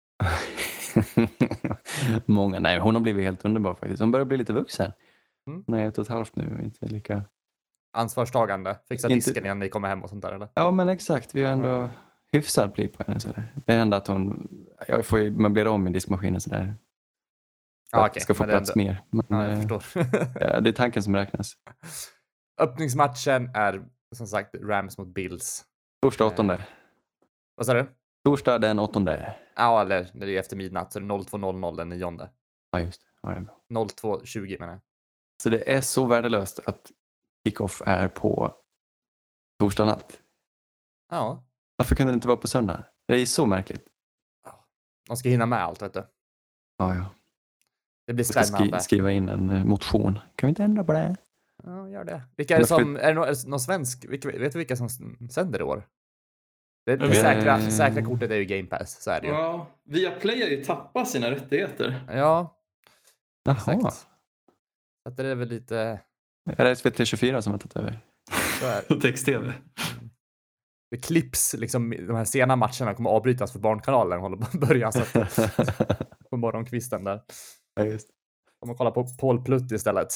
Många, nej, hon har blivit helt underbar faktiskt. Hon börjar bli lite vuxen. Mm. Hon är ett och ett halvt nu, inte lika... Ansvarstagande? Fixa Inte- disken innan ni kommer hem och sånt där, eller? Ja, men exakt. Vi har ändå hyfsad pli på henne. Sådär. Det händer att hon... Jag får ju möblera om i diskmaskinen sådär. Ja, Att okej. ska få Men det är plats ändå- mer. Men, Ja, jag eh, förstår. ja, det är tanken som räknas. Öppningsmatchen är som sagt Rams mot Bills. Torsdag åttonde. Vad sa du? Torsdag den åttonde. Ja, eller det är efter midnatt, så det är noll två noll noll den nionde. Ja, just det. Ja, det är bra. noll två tjugo menar jag. Så det är så värdelöst att kickoff är på torsdag natt. Ja, Varför kunde det inte vara på söndag? Det är så märkligt. de ska hinna med allt, vet du. Ja, ja. Det blir Jag ska spännande. skri- skriva in en eh, motion. Kan vi inte ändra på det? Ja, gör det. Vilka är det Varför- som, är det någon, är det någon svensk, vilka, vet du vilka som s- sänder i år? Det, det Jag vet- säkra, säkra kortet är ju Game Pass, så är det ju. Ja, Viaplay har ju tappat sina rättigheter. Ja, exakt. Jaha. Så att det är väl lite, Är det S V T tjugofyra som har tagit över? så är, Text-tv. det klipps liksom, de här sena matcherna kommer avbrytas för Barnkanalen håller på att börja så att, på morgonkvisten där. Ja, just. Om man kollar på Paul Plutt istället.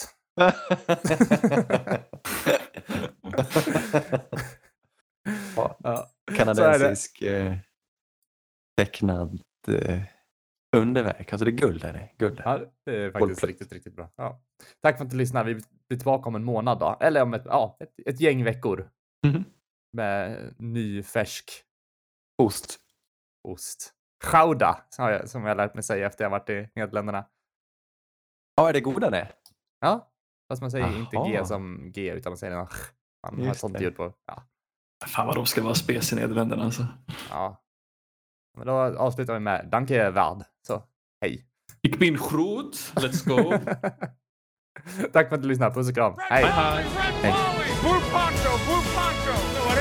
Ja, Ja. kanadensisk eh, tecknad eh, underverk. Alltså det är guld är det. Guld. Ja, det är Paul faktiskt Plutt. riktigt, riktigt bra. Ja. Tack för att du lyssnade. Vi blir tillbaka om en månad då. Eller om ett, ja, ett, ett gäng veckor. Mhm. Med ny färsk Ost. ost. Gouda, som jag, som jag lärt mig säga efter jag varit i Nederländerna. Ja, är det goda det? Ja, fast man säger inte G Aha. som G utan man säger en ch. Man har ett Just sånt det. ljud på. Ja. Fan vad de ska vara spes i Nederländerna alltså. Ja. Men då avslutar vi med Danke Vard. Så, hej. Ich bin Groot, let's go. Tack för att du lyssnade. Puss och kram. Hej. Hej hej. Red Polly! Blue poncho! Blue poncho!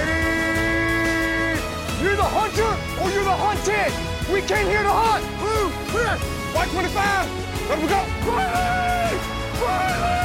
You're the hunter or you're the hunted! We came here to hunt! Blue! Clear! White twenty-five! Let we go! Riley! Riley!